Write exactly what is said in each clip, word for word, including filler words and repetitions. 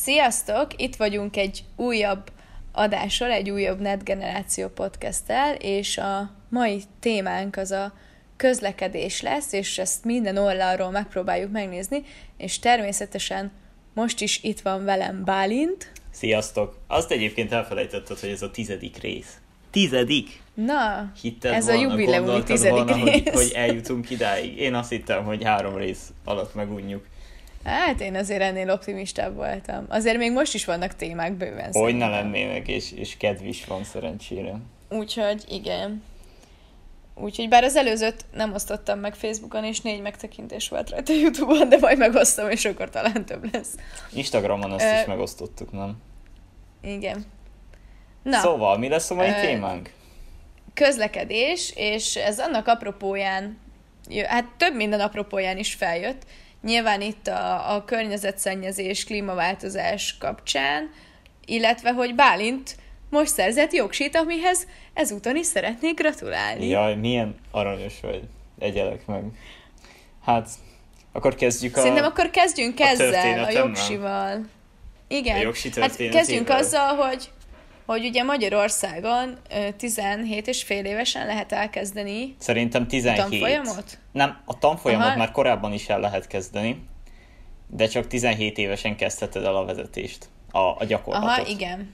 Sziasztok! Itt vagyunk egy újabb adással, egy újabb NetGeneráció podcasttel, és a mai témánk az a közlekedés lesz, és ezt minden oldalról megpróbáljuk megnézni, és természetesen most is itt van velem Bálint. Sziasztok! Azt egyébként elfelejtetted, hogy ez a tizedik rész. Tizedik? Na, Hitted ez volna, a jubileumi tizedik volna, rész. hogy, hogy eljutunk idáig. Én azt hittem, hogy három rész alatt megunjuk. Hát én azért ennél optimistább voltam. Azért még most is vannak témák bőven. Hogy ne lennének, és, és kedv is van szerencsére. Úgyhogy igen. Úgyhogy bár az előzőt nem osztottam meg Facebookon, és négy megtekintés volt rajta YouTube-on, de majd megosztom, és akkor talán több lesz. Instagramon azt Ö... is megosztottuk, nem? Igen. Na, szóval, mi lesz a mai ö... témánk? Közlekedés, és ez annak apropóján, hát több minden apropóján is feljött. Nyilván itt a, a környezetszennyezés, klímaváltozás kapcsán, illetve, hogy Bálint most szerzett jogsít, amihez ezúton is szeretnék gratulálni. Jaj, milyen aranyos vagy. Egyelek meg. Hát, akkor kezdjük a Szerintem akkor kezdjünk ezzel, a, a történetemmel. jogsival. Igen, A jogsi hát történetével. kezdjünk azzal, hogy, hogy ugye Magyarországon tizenhét és fél évesen lehet elkezdeni Szerintem tizenhét. a tanfolyamot? Nem, a tanfolyamot Aha. már korábban is el lehet kezdeni, de csak tizenhét évesen kezdheted el a vezetést, a, a gyakorlatot. Aha, igen.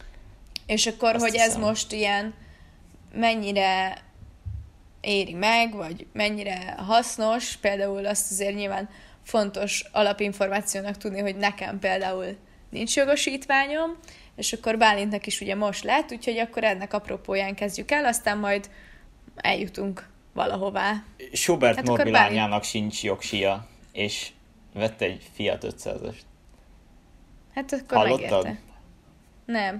És akkor, Azt hogy hiszem. ez most ilyen mennyire éri meg, vagy mennyire hasznos, például azt azért nyilván fontos alapinformációnak tudni, hogy nekem például nincs jogosítványom, és akkor Bálintnak is ugye most lett, úgyhogy akkor ennek apropóján kezdjük el, aztán majd eljutunk valahová. Schubert Hát hát akkor Norbi sincs jogsia, és vette egy Fiat ötszázast. Hát akkor Hallottad? megérte. Nem.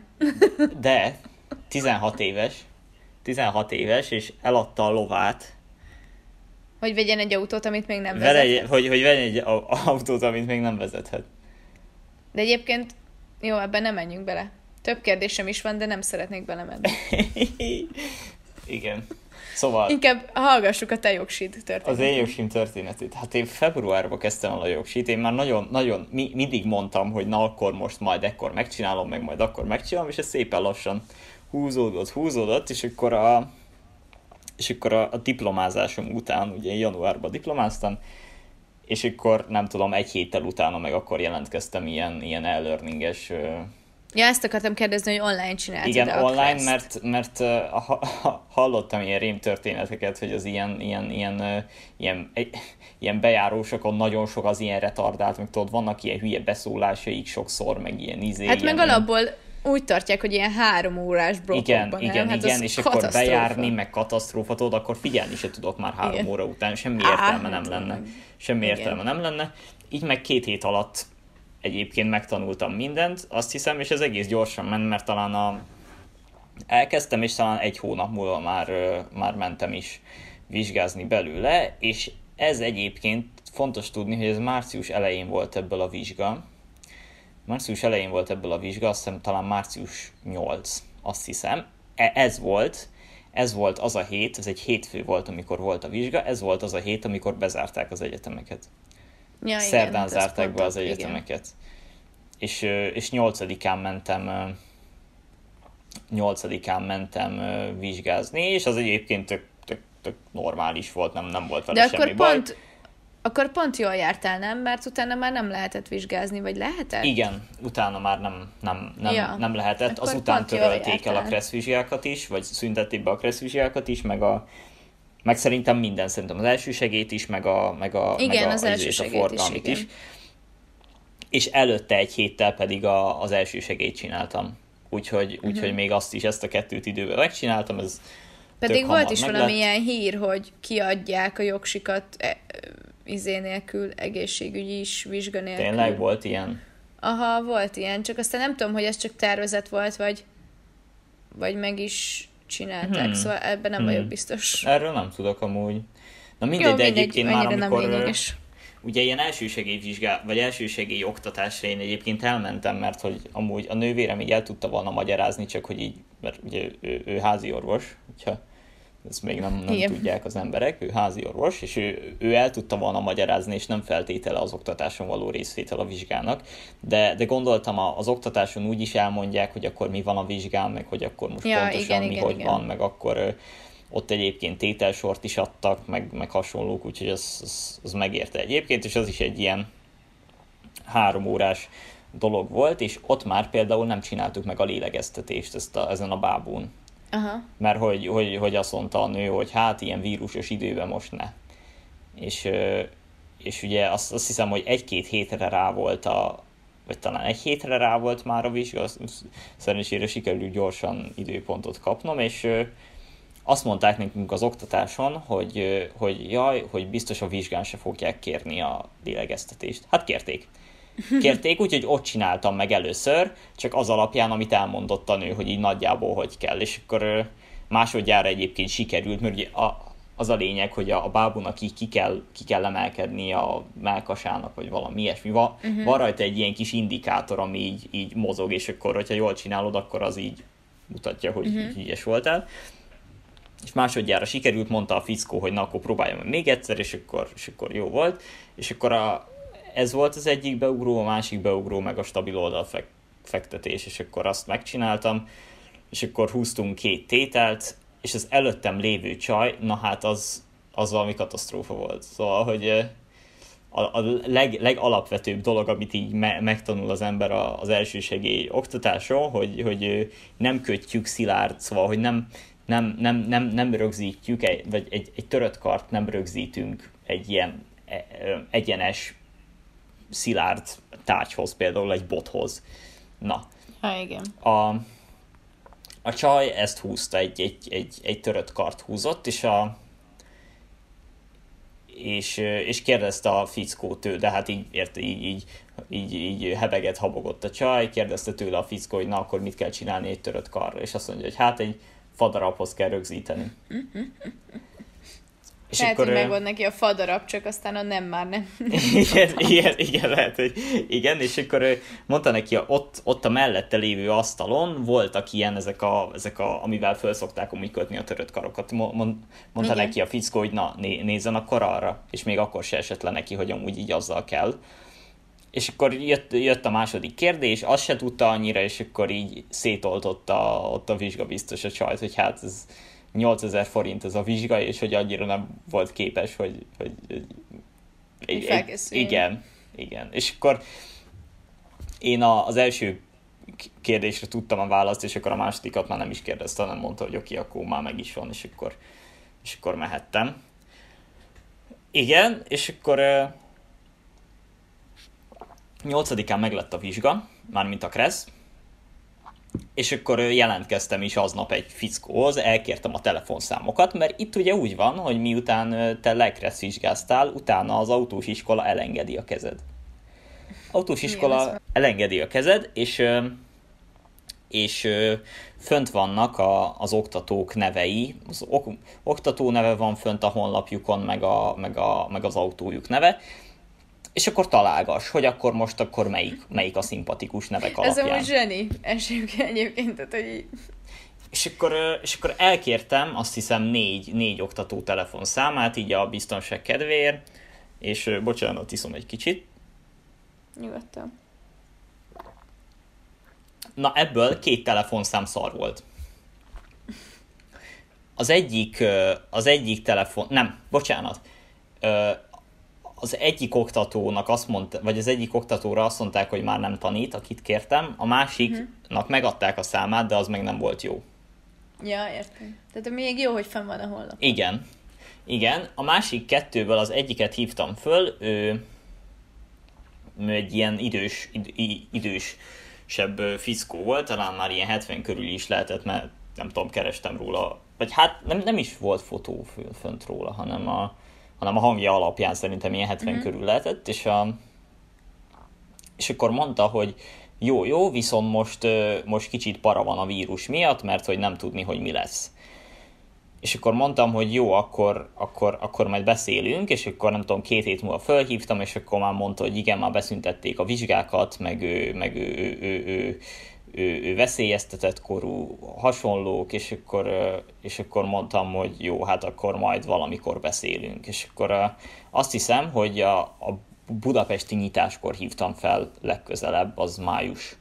De tizenhat éves, tizenhat éves, és eladta a lovát, Hogy vegyen egy autót, amit még nem vezet. vele, hogy, hogy vegyen egy a- autót, amit még nem vezethet. De egyébként, jó, ebben nem menjünk bele. Több kérdésem is van, de nem szeretnék belemenni. Igen. Szóval Inkább hallgassuk a te jogsid történetét. az én jogsim történetét. Hát én februárban kezdtem el a jogsit, én már nagyon, nagyon mi, mindig mondtam, hogy na akkor most majd ekkor megcsinálom, meg majd akkor megcsinálom, és ez szépen lassan húzódott, húzódott, és akkor a, és akkor a, a diplomázásom után, ugye én januárban diplomáztam, és akkor nem tudom, egy héttel utána meg akkor jelentkeztem ilyen, ilyen e-learninges. Ja, ezt akartam kérdezni, hogy online csináltad. Igen, a online, Quest. mert, mert uh, ha, ha, hallottam ilyen rém történeteket, hogy az ilyen, ilyen, ilyen, uh, ilyen, egy, ilyen bejárósokon nagyon sok az ilyen retardált, meg tudod, vannak ilyen hülye beszólásaik sokszor, meg ilyen izé. Hát ilyen, meg alapból úgy tartják, hogy ilyen három órás blokkokban, igen, igen, hát igen, és akkor katasztrófa. bejárni, meg katasztrófa, tudod, akkor figyelni se tudok már három Igen. óra után, semmi Á, értelme hát nem lenne. meg. Semmi Igen. értelme nem lenne. Így meg két hét alatt egyébként megtanultam mindent, azt hiszem, és ez egész gyorsan ment, mert talán a... elkezdtem, és talán egy hónap múlva már, ö, már mentem is vizsgázni belőle, és ez egyébként fontos tudni, hogy ez március elején volt ebből a vizsga. Március elején volt ebből a vizsga, azt hiszem talán március nyolcadika, azt hiszem. E- ez volt, ez volt az a hét, ez egy hétfő volt, amikor volt a vizsga, ez volt az a hét, amikor bezárták az egyetemeket. Ja, igen, Szerdán hát ezt zárták be az mondtad, egyetemeket. És, ö, és nyolcadikán mentem ö, nyolcadikán mentem ö, vizsgázni, és az egyébként tök, tök, tök normális volt, nem, nem volt vele De semmi akkor baj. pont, akkor pont jól jártál, nem? Mert utána már nem lehetett vizsgázni, vagy lehetett? Igen, utána már nem, nem, nem, Ja. nem lehetett. Akkor Azután pont jól törölték el a jártál. kresszvizsgákat is, vagy szüntették be a kresszvizsgákat is, meg a meg szerintem minden, szerintem az elsősegélyt is, meg a, meg a, Igen, meg a, az izét, elsősegélyt a is, forgalmit igen. is. És előtte egy héttel pedig a, az elsősegélyt csináltam. Úgyhogy, Mhm. úgyhogy még azt is, ezt a kettőt időben megcsináltam, ez Pedig tök volt hamar is meglett. valami ilyen hír, hogy kiadják a jogsikat e, ö, izé nélkül, egészségügyi is vizsga nélkül. Tényleg volt ilyen. Aha, volt ilyen, csak aztán nem tudom, hogy ez csak tervezet volt, vagy, vagy meg is csinálták, Hmm. szóval ebben nem Hmm. vagyok biztos. Erről nem tudok amúgy. Na mindegy, Jó, de mindegy, egyébként már annyira nem amikor... lényeges. Ugye ilyen elsősegélyvizsgá, vagy elsősegély oktatásra én egyébként elmentem, mert hogy amúgy a nővérem így el tudta volna magyarázni, csak hogy így, mert ugye ő, ő házi orvos, hogyha ezt még nem, nem tudják az emberek, ő házi orvos, és ő, ő el tudta volna magyarázni, és nem feltétele az oktatáson való részvétel a vizsgának, de, de gondoltam az oktatáson úgy is elmondják, hogy akkor mi van a vizsgán, meg hogy akkor most ja, pontosan igen, mi igen, hogy igen. van, meg akkor ott egyébként tételsort is adtak, meg, meg hasonlók, úgyhogy az, az, az megérte egyébként, és az is egy ilyen három órás dolog volt, és ott már például nem csináltuk meg a lélegeztetést ezt a, ezen a bábún. Aha. Mert hogy, hogy, hogy azt mondta a nő, hogy hát ilyen vírusos időben most ne. És, és ugye azt, azt hiszem, hogy egy-két hétre rá volt a, vagy talán egy hétre rá volt már a vizsga, szerencsére sikerült gyorsan időpontot kapnom, és azt mondták nekünk az oktatáson, hogy, hogy jaj, hogy biztos a vizsgán se fogják kérni a lélegeztetést. Hát kérték. Kérték, úgyhogy ott csináltam meg először, csak az alapján, amit elmondott a nő, hogy így nagyjából hogy kell, és akkor másodjára egyébként sikerült, mert ugye a, az a lényeg, hogy a, a bábúnak így ki kell, ki kell emelkedni a mellkasának, vagy valami ilyesmi. Van, uh-huh. van rajta egy ilyen kis indikátor, ami így, így mozog, és akkor, hogyha jól csinálod, akkor az így mutatja, hogy uh-huh. így ügyes voltál. És másodjára sikerült, mondta a fickó, hogy na, akkor próbáljam meg még egyszer, és akkor, és akkor jó volt. És akkor a ez volt az egyik beugró, a másik beugró, meg a stabil oldal fektetés, és akkor azt megcsináltam, és akkor húztunk két tételt, és az előttem lévő csaj, na hát az, az valami katasztrófa volt. Szóval, hogy a, a leg, legalapvetőbb dolog, amit így me, megtanul az ember az elsősegély oktatáson, hogy, hogy nem kötjük szilárd, szóval, hogy nem, nem, nem, nem, nem rögzítjük, egy, vagy egy, egy törött kart nem rögzítünk egy ilyen egyenes szilárd tárgyhoz, például egy bothoz. Na. Ha, igen. A, a csaj ezt húzta, egy, egy, egy, egy törött kart húzott, és a és, és kérdezte a fickó tőle, de hát így, érte, így, így, így, így hebeget, habogott a csaj, kérdezte tőle a fickó, hogy na, akkor mit kell csinálni egy törött karra, és azt mondja, hogy hát egy fadarabhoz kell rögzíteni. És lehet, akkor, hogy megvolt neki a fadarab, csak aztán a nem már nem. igen, igen, igen, lehet, hogy igen, és akkor mondta neki, ott, ott a mellette lévő asztalon voltak ilyen, ezek a, ezek a amivel föl szokták amúgy kötni a törött karokat. Mondta igen. neki a fickó, hogy na, né, nézzen akkor arra, és még akkor se esett le neki, hogy amúgy így azzal kell. És akkor jött, jött a második kérdés, azt se tudta annyira, és akkor így szétoltotta ott a vizsgabiztos a csajt, hogy hát ez nyolcezer forint ez a vizsga, és hogy annyira nem volt képes, hogy, hogy egy, egy, igen, igen. És akkor én a, az első kérdésre tudtam a választ, és akkor a másodikat már nem is kérdezte, hanem mondta, hogy oké, akkor már meg is van, és akkor, és akkor mehettem. Igen, és akkor nyolcadikán meglett a vizsga, mármint a kressz, és akkor jelentkeztem is aznap egy fickóhoz, elkértem a telefonszámokat, mert itt ugye úgy van, hogy miután te lekressz vizsgáztál, utána az autós iskola elengedi a kezed. Autós iskola elengedi a kezed, és, és fönt vannak a, az oktatók nevei, az ok, oktató neve van fönt a honlapjukon, meg, a, meg, a, meg az autójuk neve, és akkor találgass, hogy akkor most akkor melyik, melyik a szimpatikus nevek alapján. Ez amúgy zseni, esőként egyébként, tehát hogy... És akkor, és akkor elkértem, azt hiszem, négy, négy oktató telefonszámát, így a biztonság kedvéért, és bocsánat, iszom egy kicsit. Nyugodtan. Na ebből két telefonszám szar volt. Az egyik, az egyik telefon... Nem, bocsánat. Az egyik oktatónak azt mondta, vagy az egyik oktatóra azt mondták, hogy már nem tanít, akit kértem, a másiknak uh-huh. megadták a számát, de az meg nem volt jó. Ja, értem. Tehát még jó, hogy fenn van a honlapon. Igen. Igen. A másik kettőből az egyiket hívtam föl, ő, ő egy ilyen idős, id, idősebb fickó volt, talán már ilyen hetven körül is lehetett, mert nem tudom, kerestem róla, vagy hát nem, nem is volt fotó fönt róla, hanem a hanem a hangja alapján szerintem ilyen hetven uh-huh. körül lehetett, és, a, és akkor mondta, hogy jó, jó, viszont most, most kicsit para van a vírus miatt, mert hogy nem tudni, hogy mi lesz. és akkor mondtam, hogy jó, akkor, akkor, akkor majd beszélünk, és akkor nem tudom, két hét múlva fölhívtam, és akkor már mondta, hogy igen, már beszüntették a vizsgákat, meg ő, meg ő, ő, ő, ő, ő, ő veszélyeztetett korú hasonlók, és akkor, és akkor mondtam, hogy jó, hát akkor majd valamikor beszélünk. És akkor azt hiszem, hogy a, a budapesti nyitáskor hívtam fel legközelebb, az május.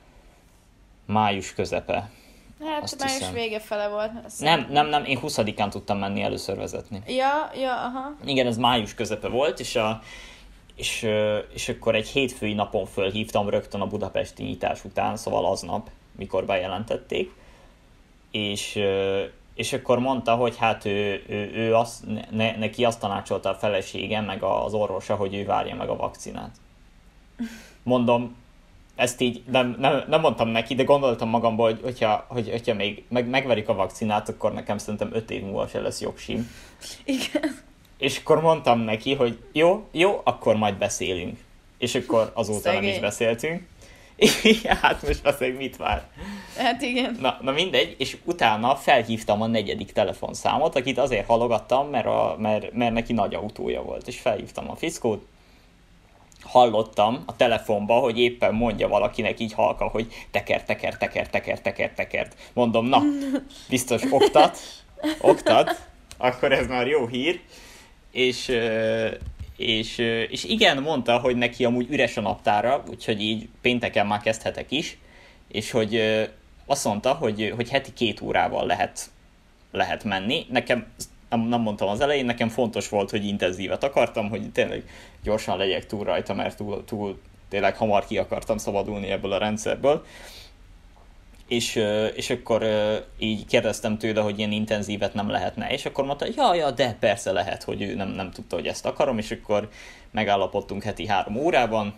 Május közepe. Hát Azt május hiszem. vége fele volt. Nem, nem, nem, én huszadikán tudtam menni először vezetni. Ja, ja, aha. Igen, ez május közepe volt, és, a, és, és akkor egy hétfői napon fölhívtam rögtön a budapesti nyitás után, szóval aznap, mikor bejelentették, és, és akkor mondta, hogy hát ő, ő, ő azt, ne, neki azt tanácsolta a felesége, meg az orvosa, hogy ő várja meg a vakcinát. Mondom, ezt így nem, nem, nem mondtam neki, de gondoltam magamból, hogy hogyha, hogy, hogyha még meg, megverik a vakcinát, akkor nekem szerintem öt év múlva se lesz jogsim. Igen. És akkor mondtam neki, hogy jó, jó, akkor majd beszélünk. És akkor azóta Szegény. nem is beszéltünk. Hát most beszélünk, mit vár. Hát igen. Na, na mindegy, és utána felhívtam a negyedik telefonszámot, akit azért halogattam, mert, a, mert, mert neki nagy autója volt, és felhívtam a fickót. Hallottam a telefonba, hogy éppen mondja valakinek így halka, hogy teker, teker, teker, teker, teker, tekert. Mondom, na, biztos oktat, oktat, akkor ez már jó hír. És, és, és igen, mondta, hogy neki amúgy üres a naptára, úgyhogy így pénteken már kezdhetek is, és hogy azt mondta, hogy, hogy heti két órával lehet, lehet menni. Nekem Nem, nem mondtam az elején, nekem fontos volt, hogy intenzívet akartam, hogy tényleg gyorsan legyek túl rajta, mert túl, túl tényleg hamar ki akartam szabadulni ebből a rendszerből. És, és akkor így kérdeztem tőle, hogy ilyen intenzívet nem lehetne, és akkor mondta, ja, ja, de persze lehet, hogy ő nem, nem tudta, hogy ezt akarom, és akkor megállapodtunk heti három órában,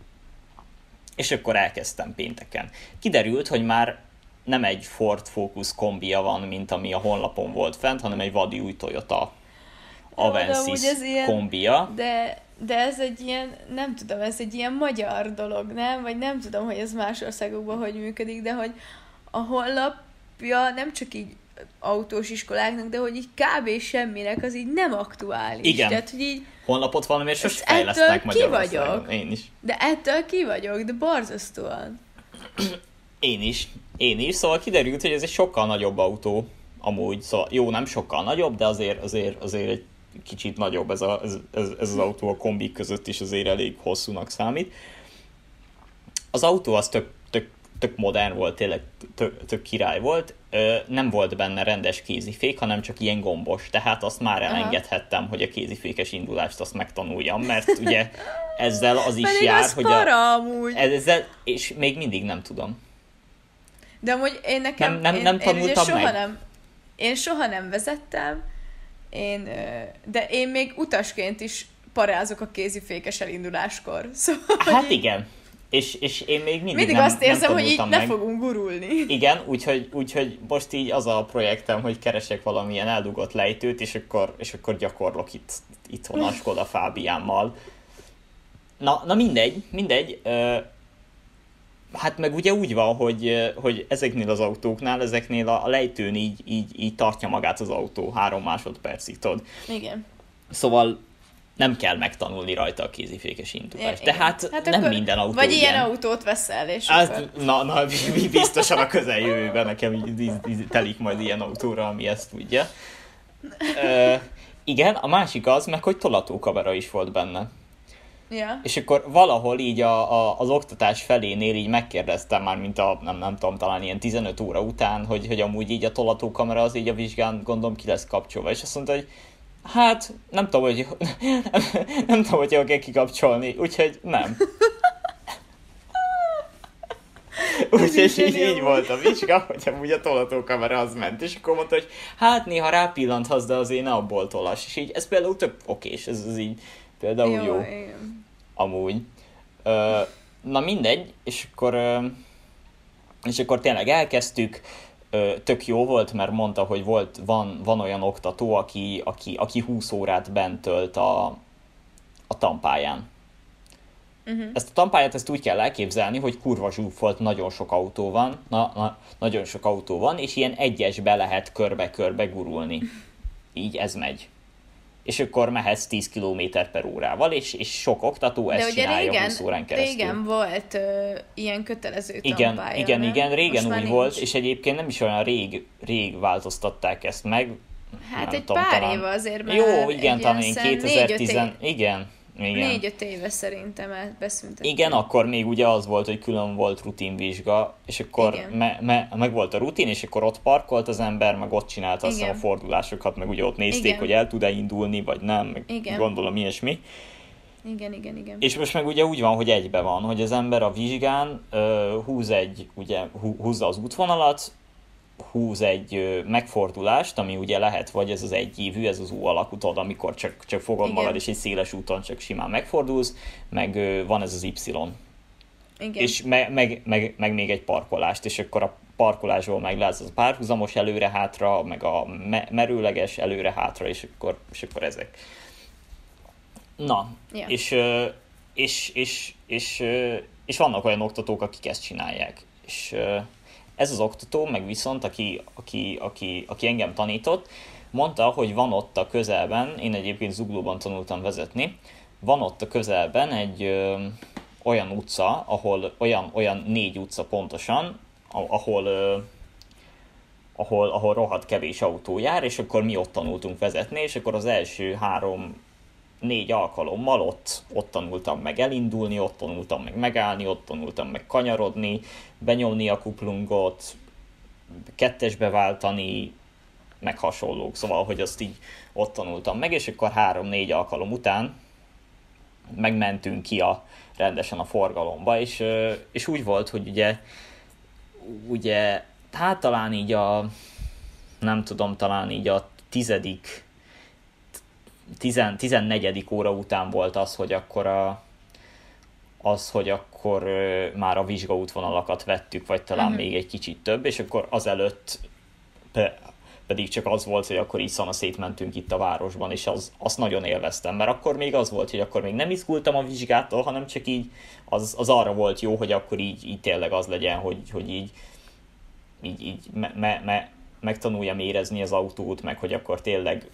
és akkor elkezdtem pénteken. Kiderült, hogy már nem egy Ford Focus kombija van, mint ami a honlapon volt fent, hanem egy vadi új Toyota Avensis ilyen, kombija. De, de ez egy ilyen, nem tudom, ez egy ilyen magyar dolog, nem? Vagy nem tudom, hogy ez más országokban hogy működik, de hogy a honlapja nem csak így autós iskoláknak, de hogy így kb. Semminek az így nem aktuális. Igen. Tehát, hogy így honlapot valamiért sosem fejlesztek Magyarországon. Én is. De ettől ki vagyok, de borzasztóan. Én is. Én is, szóval kiderült, hogy ez egy sokkal nagyobb autó amúgy, szóval jó, nem sokkal nagyobb, de azért, azért, azért egy kicsit nagyobb ez, a, ez, ez, ez az autó a kombik között is azért elég hosszúnak számít. Az autó az tök, tök, tök modern volt, tényleg tök, tök király volt, nem volt benne rendes kézifék, hanem csak ilyen gombos, tehát azt már elengedhettem, hogy a kézifékes indulást azt megtanuljam, mert ugye ezzel az is pedig jár, az hogy para, amúgy. ezzel, és még mindig nem tudom. De amúgy én nekem... Nem, nem, én, nem én tanultam soha meg? Nem, én soha nem vezettem, én, de én még utasként is parázok a kézifékes elinduláskor. Szóval, hát igen. És, és én még mindig, mindig nem, azt érzem, nem hogy így meg. ne fogunk gurulni. Igen, úgyhogy, úgyhogy most így az a projektem, hogy keresek valamilyen eldugott lejtőt, és akkor, és akkor gyakorlok itt, itthon a Skoda Fábiámmal. Na, na mindegy, mindegy. Hát meg ugye úgy van, hogy, hogy ezeknél az autóknál, ezeknél a lejtőn így, így, így tartja magát az autó három másodpercig, tudod. Igen. Szóval nem kell megtanulni rajta a kézifékes indulást. Tehát hát nem minden autó vagy ilyen. ilyen autót veszel, és hát, akkor... Na, na, biztosan a közeljövőben nekem így, így, így telik majd ilyen autóra, ami ezt tudja. Ö, igen, a másik az, meg hogy tolatókamera is volt benne. Ja. És akkor valahol így a, a, az oktatás felénél így megkérdeztem már, mint a, nem, nem tudom, talán ilyen tizenöt óra után, hogy, hogy amúgy így a tolatókamera az így a vizsgán gondolom ki lesz kapcsolva. És azt mondta, hogy hát nem tudom, hogy nem, nem tudom, hogy jól kell kikapcsolni, úgyhogy nem. Úgyhogy így, így volt a vizsga, hogy amúgy a tolatókamera az ment, és akkor mondta, hogy hát néha rápillanthatsz, de azért ne abból tolas. És így ez például tök okés, ez az így például jó. jó. Amúgy. Ö, na mindegy, és akkor, ö, és akkor tényleg elkezdtük, ö, tök jó volt, mert mondta, hogy volt, van, van olyan oktató, aki, aki, aki húsz órát bent tölt a, a tanpályán. Uh-huh. Ezt a tanpályát ezt úgy kell elképzelni, hogy kurva zsúfolt, nagyon sok autó van, na, na, nagyon sok autó van, és ilyen egyesbe lehet körbe-körbe gurulni. Így ez megy. És akkor mehetsz tíz kilométer per órával, és, és sok oktató ezt csinálja régen, húsz órán keresztül. régen volt ö, ilyen kötelező igen, tanpálya, igen, nem? igen, régen Most úgy volt, és egyébként nem is olyan rég, rég változtatták ezt meg. Hát nem egy tudom, pár talán... éve azért már. Jó, igen, egy talán ilyen kétezer-tíz, négy-öt igen. Igen. Négy-öt éve szerintem beszüntették. Igen, akkor még ugye az volt, hogy külön volt rutinvizsga, és akkor me, me, meg volt a rutin, és akkor ott parkolt az ember, meg ott csinálta azt a fordulásokat, meg ugye ott nézték, igen. hogy el tud-e indulni, vagy nem, meg igen. gondolom ilyesmi. Igen, igen, igen. És most meg ugye úgy van, hogy egybe van, hogy az ember a vizsgán uh, húz egy, ugye húzza az útvonalat, húz egy ö, megfordulást, ami ugye lehet, vagy ez az egyívű, ez az U alakú, tudod, amikor csak, csak fogod igen. magad, és egy széles úton csak simán megfordulsz, meg ö, van ez az Y. Igen. És me, meg, meg, meg még egy parkolást, és akkor a parkolásból meg lesz az párhuzamos előre-hátra, meg a me, merőleges előre-hátra, és akkor, és akkor ezek. Na, yeah. és, ö, és, és, és, és, és vannak olyan oktatók, akik ezt csinálják. És ö, ez az oktató, meg viszont, aki, aki, aki, aki engem tanított, mondta, hogy van ott a közelben, én egyébként Zuglóban tanultam vezetni, van ott a közelben egy ö, olyan utca, ahol olyan, olyan négy utca pontosan, ahol, ö, ahol, ahol rohadt kevés autó jár, és akkor mi ott tanultunk vezetni, és akkor az első három négy alkalommal ott, ott tanultam meg elindulni, ott tanultam meg megállni, ott tanultam meg kanyarodni, benyomni a kuplungot, kettesbe váltani, meg hasonlók. Szóval, hogy azt így ott tanultam meg, és akkor három-négy alkalom után megmentünk ki a, rendesen a forgalomba, és, és úgy volt, hogy ugye, ugye hát talán így a, nem tudom, talán így a tizedik tizennegyedik óra után volt az, hogy akkor a, az, hogy akkor ö, már a vizsgaútvonalakat vettük, vagy talán uh-huh. még egy kicsit több, és akkor azelőtt pe, pedig csak az volt, hogy akkor így szanaszét mentünk itt a városban, és az, azt nagyon élveztem, mert akkor még az volt, hogy akkor még nem izgultam a vizsgától, hanem csak így az, az arra volt jó, hogy akkor így, így tényleg az legyen, hogy, hogy így, így, így me, me, me, megtanuljam érezni az autót, meg hogy akkor tényleg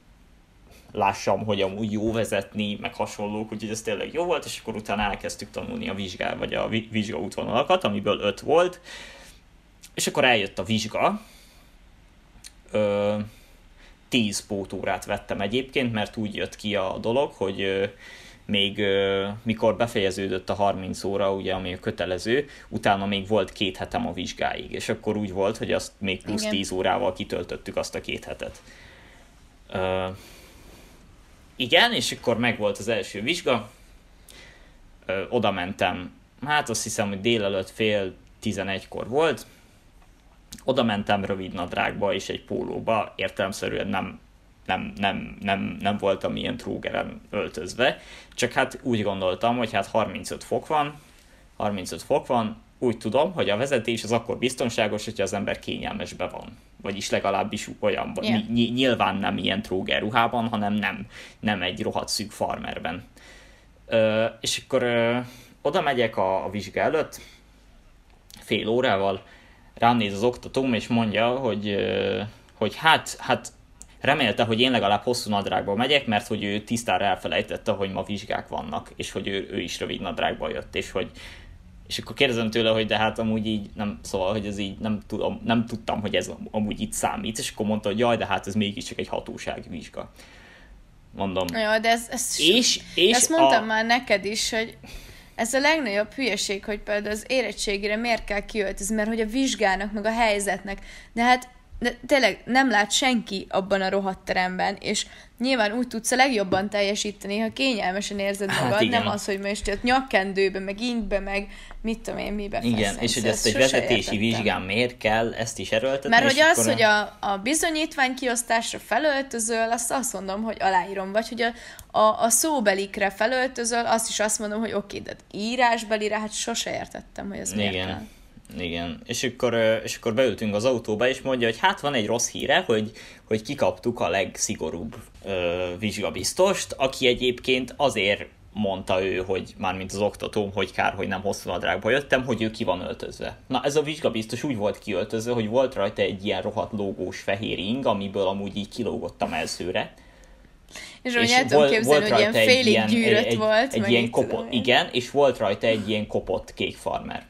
lássam, hogy amúgy jó vezetni, meg hasonlók, úgyhogy ez tényleg jó volt, és akkor utána elkezdtük tanulni a vizsgál, vagy a vizsgaútvonalakat, amiből öt volt, és akkor eljött a vizsga, ö, tíz pótórát vettem egyébként, mert úgy jött ki a dolog, hogy ö, még ö, mikor befejeződött a harminc óra, ugye, ami a kötelező, utána még volt két hetem a vizsgáig, és akkor úgy volt, hogy azt még plusz tíz órával kitöltöttük azt a két hetet. Ö, Igen, és akkor megvolt az első vizsga, Ö, oda mentem, hát azt hiszem, hogy délelőtt fél tizenegykor volt, oda mentem rövid nadrágba és egy pólóba, értelemszerűen nem, nem, nem, nem, nem voltam ilyen trógeren öltözve, csak hát úgy gondoltam, hogy hát harmincöt fok van, harmincöt fok van, úgy tudom, hogy a vezetés az akkor biztonságos, hogyha az ember kényelmesben van. Vagyis legalábbis olyan, yeah. ny- nyilván nem ilyen tróger ruhában, hanem nem, nem egy rohadt szűk farmerben. Ö, és akkor ö, oda megyek a, a vizsga előtt, fél órával, rám néz az oktatóm, és mondja, hogy, ö, hogy hát, hát remélte, hogy én legalább hosszú nadrágba megyek, mert hogy ő tisztára elfelejtette, hogy ma vizsgák vannak, és hogy ő, ő is rövid nadrágba jött, és hogy és akkor kérdezem tőle, hogy de hát amúgy így nem, szóval, hogy ez így nem, tudom, nem tudtam, hogy ez amúgy itt számít, és akkor mondta, hogy jaj, de hát ez mégiscsak egy hatósági vizsga. Mondom. Ja, de ez, ez és, és ezt mondtam a... már neked is, hogy ez a legnagyobb hülyeség, hogy például az érettségire miért kell kiöltözni, mert hogy a vizsgának, meg a helyzetnek, de hát de tényleg nem lát senki abban a rohadt teremben, és nyilván úgy tudsz a legjobban teljesíteni, ha kényelmesen érzed magad, hát nem az, hogy most ott nyakkendőbe, meg ingbe, meg mit tudom én, mibe feszem. Igen, és hogy ezt egy vezetési értettem. Vizsgán miért kell, ezt is erőltetni. Mert hogy az, hogy a, a bizonyítvány kiosztásra felöltözöl, azt azt mondom, hogy aláírom, vagy hogy a, a, a szóbelikre felöltözöl, azt is azt mondom, hogy oké, de írásbelire, hát sose értettem, hogy ez miért Igen. kell. Igen, és akkor, és akkor beültünk az autóba, és mondja, hogy hát van egy rossz híre, hogy, hogy kikaptuk a legszigorúbb ö, vizsgabiztost, aki egyébként azért mondta ő, hogy mármint az oktatóm, hogy kár, hogy nem hosszúnadrágba jöttem, hogy ő ki van öltözve. Na, ez a vizsgabiztos úgy volt kiöltözve, hogy volt rajta egy ilyen rohadt lógós fehér ing, amiből amúgy így kilógottam elsőre. És, és el tudom képzelni, hogy ilyen félig ilyen, gyűrött egy, volt. Egy, egy ilyen kopott, igen, és volt rajta egy ilyen kopott kék farmer.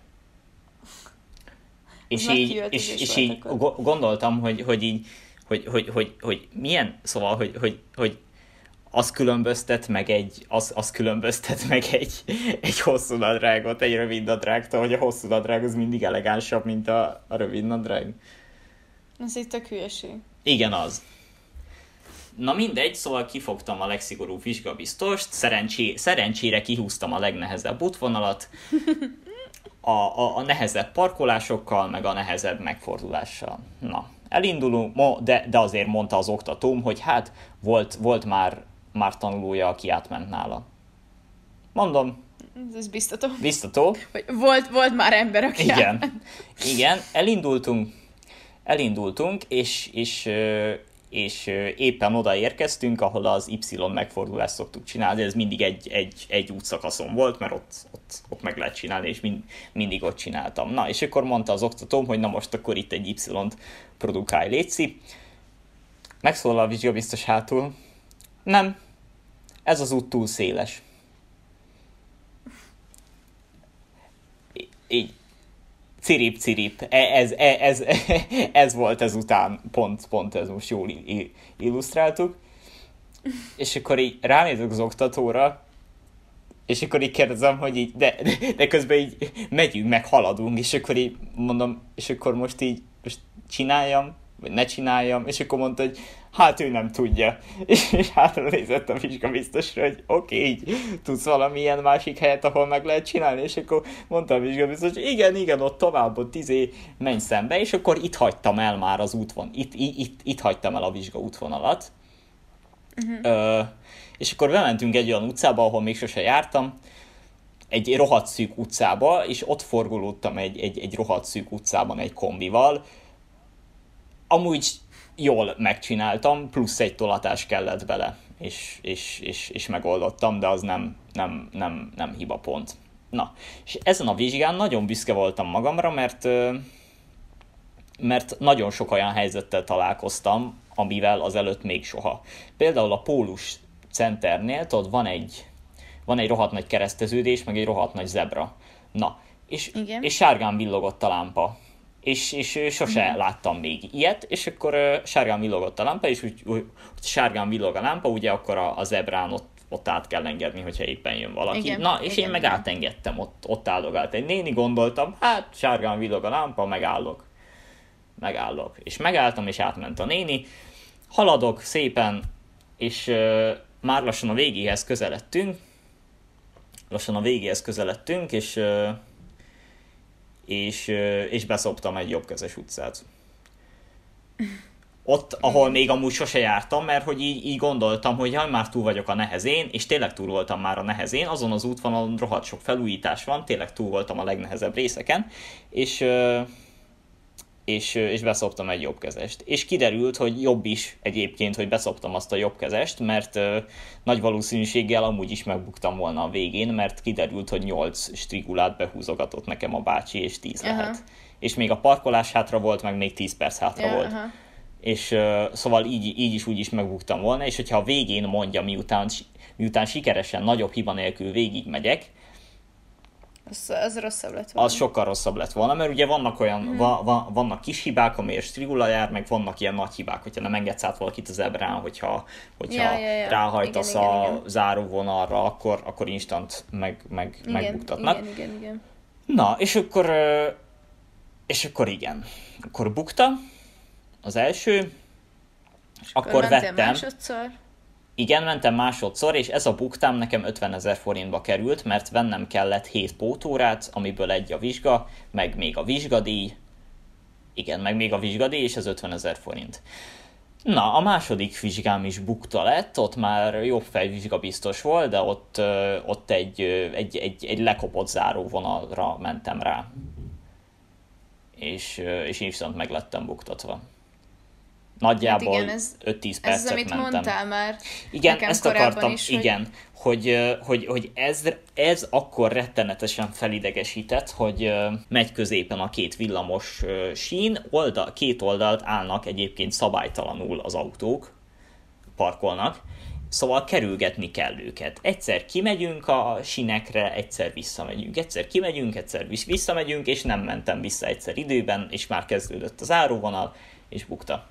És így, és, és így gondoltam, hogy, hogy így, hogy, hogy, hogy, hogy milyen, szóval, hogy, hogy, hogy az különböztet meg egy, az, az különböztet meg egy, egy hosszú nadrágot egy rövid nadrágtól, hogy a hosszú nadrág az mindig elegánsabb, mint a, a rövid nadrág. Ez itt a hülyeség. Igen, az. Na mindegy, szóval kifogtam a legszigorúbb vizsgabiztost, szerencsé, szerencsére kihúztam a legnehezebb útvonalat, a, a, a nehezebb parkolásokkal, meg a nehezebb megfordulással. Na, elindulunk, de, de azért mondta az oktatóm, hogy hát volt, volt már, már tanulója, aki átment nála. Mondom. Ez biztató. Biztató. Volt, volt már ember, aki Igen, átment. igen, elindultunk, elindultunk, és, és, és éppen odaérkeztünk, ahol az Y megfordulást szoktuk csinálni, ez mindig egy, egy, egy útszakaszon volt, mert ott, ott, ott meg lehet csinálni, és mind, mindig ott csináltam. Na, és akkor mondta az oktatóm, hogy na most akkor itt egy Y-t produkálj, létszi. Megszólal a vizsgabiztos hátul. Nem, ez az út túl széles. Így. Cirip-cirip, ez, ez, ez, ez volt ezután, pont, pont ez most jól illusztráltuk. És akkor így ránézek az oktatóra, és akkor így kérdezem, hogy így, de, de közben így megyünk, meg haladunk, és akkor így mondom, és akkor most így most csináljam, vagy ne csináljam, és akkor mondta, hogy hát ő nem tudja. És, és hátra nézett a vizsgabiztosra, hogy oké, okay, így tudsz valamilyen másik helyet, ahol meg lehet csinálni, és akkor mondta a vizsgabiztos, hogy igen, igen, ott tovább, ott izé, menj szembe, és akkor itt hagytam el már az útvon, itt, itt, itt, itt hagytam el a vizsga útvonalat. Uh-huh. Ö, és akkor bementünk egy olyan utcába, ahol még sose jártam, egy rohadt szűk utcába, és ott forgolódtam egy, egy, egy rohadt szűk utcában egy kombival. Amúgy jól megcsináltam, plusz egy tolatás kellett bele, és, és, és, és megoldottam, de az nem, nem, nem, nem hibapont. Na, és ezen a vizsgán nagyon büszke voltam magamra, mert, mert nagyon sok olyan helyzettel találkoztam, amivel azelőtt még soha. Például a Pólus Centernél, ott van egy, van egy rohadt nagy kereszteződés, meg egy rohadt nagy zebra. Na, és, és sárgán villogott a lámpa. És, és sose mm. láttam még ilyet, és akkor uh, sárgán villogott a lámpa, és úgy, úgy sárgán villog a lámpa, ugye akkor a, a zebrán ott, ott át kell engedni, hogyha éppen jön valaki. Igen, Na, és igen, én meg igen. átengedtem, ott, ott állogált egy néni, gondoltam, hát sárgán villog a lámpa, megállok. Megállok. És megálltam, és átment a néni. Haladok szépen, és uh, már lassan a végéhez közeledtünk. Lassan a végéhez közeledtünk, és... Uh, És, és beszoptam egy jobbkezes utcát. Ott, ahol még amúgy sose jártam, mert hogy így, így gondoltam, hogy jaj, már túl vagyok a nehezén, és tényleg túl voltam már a nehezén, azon az útvonalon rohadt sok felújítás van, tényleg túl voltam a legnehezebb részeken, és, és, és beszoptam egy jobbkezest. És kiderült, hogy jobb is egyébként, hogy beszoptam azt a jobbkezest, mert nagy valószínűséggel amúgy is megbuktam volna a végén, mert kiderült, hogy nyolc strigulát behúzogatott nekem a bácsi, és tíz uh-huh. lehet. És még a parkolás hátra volt, meg még tíz perc hátra yeah, volt. Uh-huh. És uh, szóval így, így is úgy is megbuktam volna, és hogyha a végén mondja, miután, miután sikeresen, nagyobb hiba nélkül végigmegyek, Az, az rosszabb lett volna. Az sokkal rosszabb lett volna, mert ugye vannak olyan, hmm. va, va, vannak kis hibák, amiért strigula jár, meg vannak ilyen nagy hibák, hogyha nem engedsz át valakit az ebrán, hogyha, hogyha ja, ja, ja. ráhajtasz igen, a igen, igen. záróvonalra, akkor, akkor instant meg, meg, igen, megbuktatnak. Igen, igen, igen. Na, és akkor, és akkor igen. Akkor bukta az első, és akkor, akkor vettem. Másodszor? Igen, mentem másodszor, és ez a buktám nekem ötvenezer forintba került, mert vennem kellett hét pótórát, amiből egy a vizsga, meg még a vizsgadíj, igen, meg még a vizsgadíj, és ez ötvenezer forint. Na, a második vizsgám is bukta lett, ott már jobb fejvizsga biztos volt, de ott, ott egy, egy, egy, egy lekopott záróvonalra mentem rá. És, és én viszont meg lettem buktatva. nagyjából hát igen, ez, öt-tíz ez percet az, amit mentem. mondtál már. Igen, nekem ezt korábban akartam, is, igen, hogy, hogy, hogy, hogy ez, ez akkor rettenetesen felidegesített, hogy ö, megy középen a két villamos ö, sín, oldal, két oldalt állnak egyébként szabálytalanul az autók, parkolnak, szóval kerülgetni kell őket. Egyszer kimegyünk a sinekre, egyszer visszamegyünk. Egyszer kimegyünk, egyszer visszamegyünk, és nem mentem vissza egyszer időben, és már kezdődött az záróvonal, és bukta.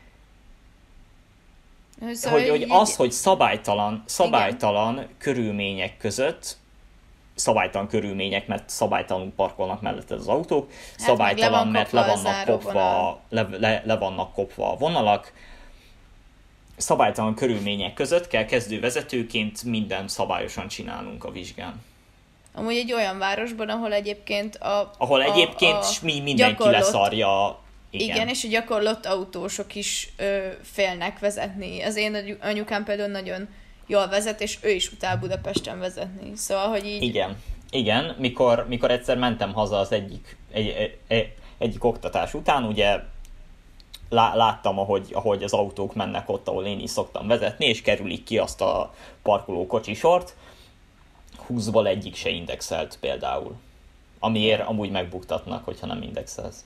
Szóval hogy, hogy az, hogy szabálytalan, szabálytalan igen. körülmények között, szabálytalan körülmények, mert szabálytalanul parkolnak mellette az autók, hát szabálytalan, le mert le vannak, kopva, le, le, le vannak kopva a vonalak, szabálytalan körülmények között kell kezdővezetőként mindent szabályosan csinálnunk a vizsgán. Amúgy egy olyan városban, ahol egyébként a Ahol egyébként a, a mi mindenki gyakorlott, leszarja. Igen. igen, és a gyakorlott autósok is ö, félnek vezetni. Az én anyukám például nagyon jól vezet, és ő is utál Budapesten vezetni. Szóval, hogy így... Igen, igen. Mikor, mikor egyszer mentem haza az egyik, egy, egy, egy, egyik oktatás után, ugye láttam, ahogy, ahogy az autók mennek ott, ahol én is szoktam vezetni, és kerülik ki azt a parkoló kocsisort. húszból egyik se indexelt például. Amiért amúgy megbuktatnak, hogyha nem indexelsz.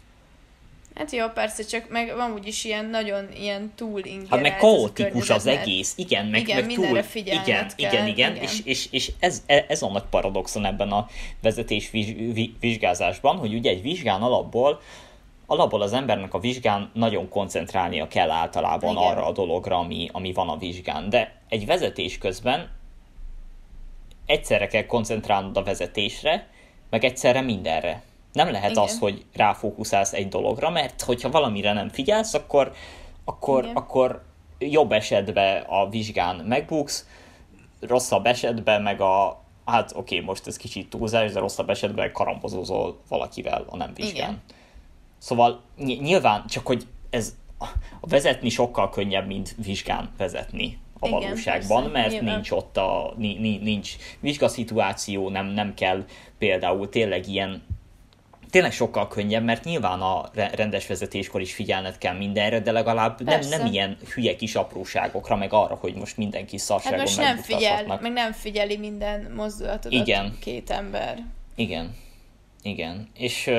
Hát jó, persze, csak meg van úgyis ilyen nagyon ilyen túl ingerelt. Hát meg kaotikus az egész, igen, meg, igen, meg túl, igen, kell, igen, igen, igen, és, és, és ez, ez a nagy paradoxon ebben a vezetés vizsgázásban, hogy ugye egy vizsgán alapból alapból az embernek a vizsgán nagyon koncentrálnia kell általában igen. arra a dologra, ami, ami van a vizsgán. De egy vezetés közben egyszerre kell koncentrálnod a vezetésre, meg egyszerre mindenre. Nem lehet igen. az, hogy ráfókuszálsz egy dologra, mert hogyha valamire nem figyelsz, akkor, akkor, akkor jobb esetben a vizsgán megbuksz, rosszabb esetben meg a, hát oké, okay, most ez kicsit túlzás, de rosszabb esetben karambozózol valakivel a nem vizsgán. Igen. Szóval nyilván, csak hogy ez a vezetni sokkal könnyebb, mint vizsgán vezetni a igen, valóságban, persze, mert nyilván. nincs ott a, nincs vizsgaszituáció, nem, nem kell például tényleg ilyen, tényleg sokkal könnyebb, mert nyilván a rendes vezetéskor is figyelned kell mindenre, de legalább nem, nem ilyen hülye kis apróságokra, meg arra, hogy most mindenki szarságon hát most nem figyel, meg nem figyeli minden mozdulatodat igen. két ember. Igen, igen, és...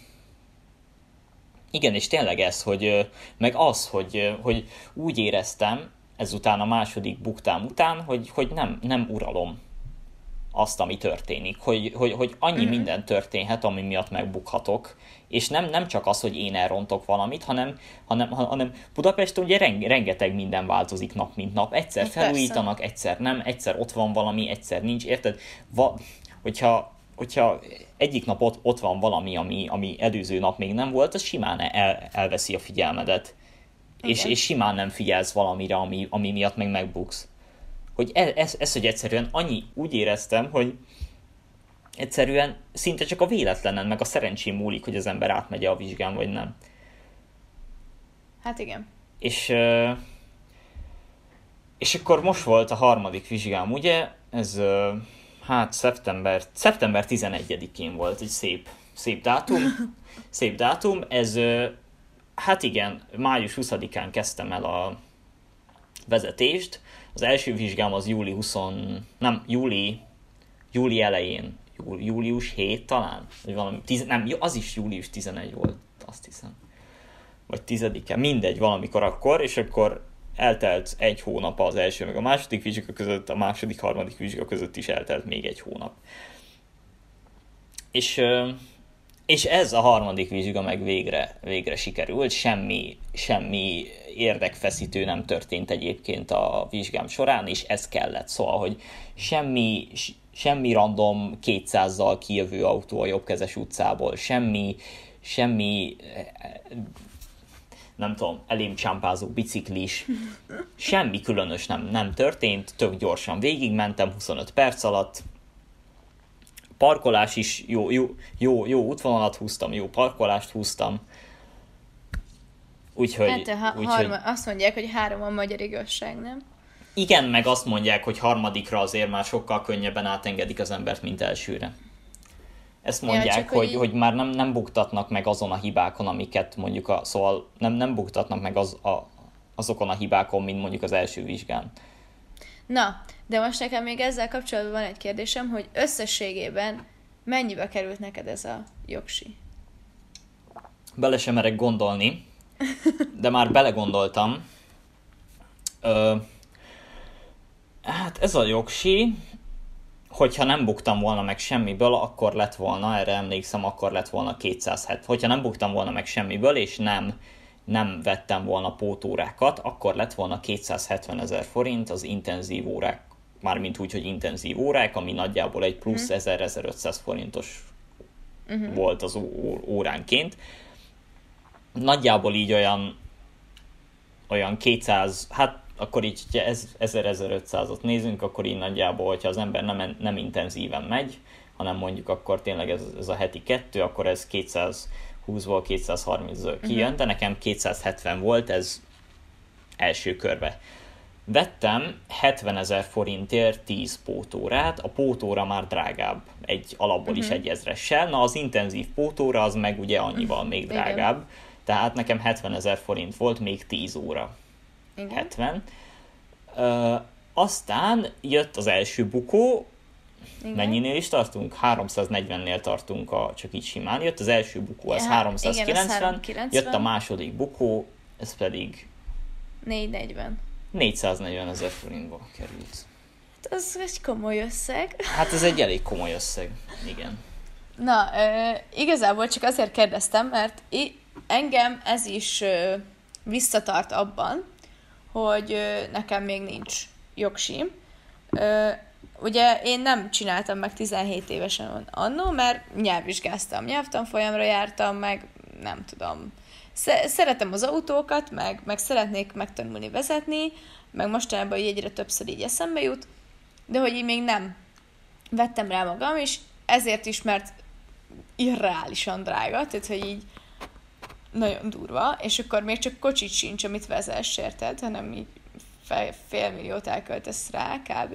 Igen, és tényleg ez, hogy meg az, hogy, hogy úgy éreztem ezután a második buktám után, hogy, hogy nem, nem uralom azt, ami történik. Hogy, hogy, hogy annyi mm-hmm. minden történhet, ami miatt megbukhatok, és nem, nem csak az, hogy én elrontok valamit, hanem, hanem, hanem Budapesten ugye rengeteg minden változik nap, mint nap. Egyszer hát felújítanak, persze. egyszer nem, egyszer ott van valami, egyszer nincs, érted? Va, hogyha hogyha egyik nap ott, ott van valami, ami, ami előző nap még nem volt, az simán el, elveszi a figyelmedet. És, és simán nem figyelsz valamire, ami, ami miatt meg megbuksz. Hogy ez, ez, ez, hogy egyszerűen annyi úgy éreztem, hogy egyszerűen szinte csak a véletlenen, meg a szerencsém múlik, hogy az ember átmegy a vizsgán, vagy nem. Hát igen. És, és akkor most volt a harmadik vizsgám, ugye? Ez... Hát szeptember, szeptember tizenegyedikén volt, egy szép, szép dátum, szép dátum, ez, hát igen, május huszadikán kezdtem el a vezetést, az első vizsgám az júli huszadika, nem, júli, júli elején, jú, július hetedike talán, vagy valami, tiz, nem, az is július tizenegy volt, azt hiszem, vagy tizedike, mindegy, valamikor akkor, és akkor eltelt egy hónap az első meg a második vizsga között, a második, harmadik vizsga között is eltelt még egy hónap. És, és ez a harmadik vizsga meg végre, végre sikerült, semmi, semmi érdekfeszítő nem történt egyébként a vizsgám során, és ez kellett. Szóval, hogy semmi, semmi random kétszázzal kijövő autó a jobbkezes utcából, semmi, semmi nem tudom, elém csámpázó biciklis, semmi különös nem, nem történt, tök gyorsan végigmentem, huszonöt perc alatt, parkolás is, jó, jó, jó, jó útvonalat húztam, jó parkolást húztam, úgyhogy... Hát ha, úgy, harma, hogy... azt mondják, hogy három a magyar igazság, nem? Igen, meg azt mondják, hogy harmadikra azért már sokkal könnyebben átengedik az embert, mint elsőre. ezt mondják, Ja, hogy, hogy, hogy már nem, nem buktatnak meg azon a hibákon, amiket mondjuk a, szóval nem, nem buktatnak meg az, a, azokon a hibákon, mint mondjuk az első vizsgán. Na, de most nekem még ezzel kapcsolatban van egy kérdésem, hogy összességében mennyibe került neked ez a jogsi? Bele sem merek gondolni, de már belegondoltam. Ö, hát ez a jogsi, hogyha nem buktam volna meg semmiből, akkor lett volna, erre emlékszem, akkor lett volna kétszázhetven. Hogyha nem buktam volna meg semmiből, és nem, nem vettem volna pótórákat, akkor lett volna kétszázhetvenezer forint az intenzív órák, mármint úgy, hogy intenzív órák, ami nagyjából egy plusz uh-huh. ezer-ezerötszáz forintos uh-huh. volt az ó- óránként. Nagyjából így olyan, olyan kétszáz, hát akkor így, ha ezer-ezerötszázat nézünk, akkor így nagyjából, hogyha az ember nem, nem intenzíven megy, hanem mondjuk akkor tényleg ez, ez a heti kettő, akkor ez kétszázhúszból kétszázharmincból kijön, uh-huh. de nekem kétszázhetven volt, ez első körbe. Vettem hetvenezer forintért tíz pótórát, a pótóra már drágább, egy alapból uh-huh. is egy ezressel, na az intenzív pótóra az meg ugye annyival még drágább, igen. Tehát nekem hetvenezer forint volt még tíz óra. Igen. hetven. Ö, aztán jött az első bukó, igen. Mennyinél is tartunk? háromszáznegyvennél tartunk, a, csak így simán. Jött az első bukó, ez ja, háromszázkilencven, igen, háromszázkilencven, jött a második bukó, ez pedig négyszáznegyven. négyszáznegyven ezer forintba került. Hát az egy komoly összeg. Hát ez egy elég komoly összeg, igen. Na, ö, igazából csak azért kérdeztem, mert i- engem ez is ö, visszatart abban, hogy ö, nekem még nincs jogsim. Ö, ugye én nem csináltam meg tizenhét évesen annó, mert nyelvvizsgáztam, nyelvtanfolyamra jártam, meg nem tudom. Szeretem az autókat, meg, meg szeretnék megtanulni vezetni, meg mostanában így egyre többször így eszembe jut, de hogy így még nem vettem rá magam, és ezért is, mert irreálisan drága, tehát hogy így nagyon durva, és akkor még csak kocsit sincs, amit vezess, érted, hanem így fél milliót elköltesz rá kb.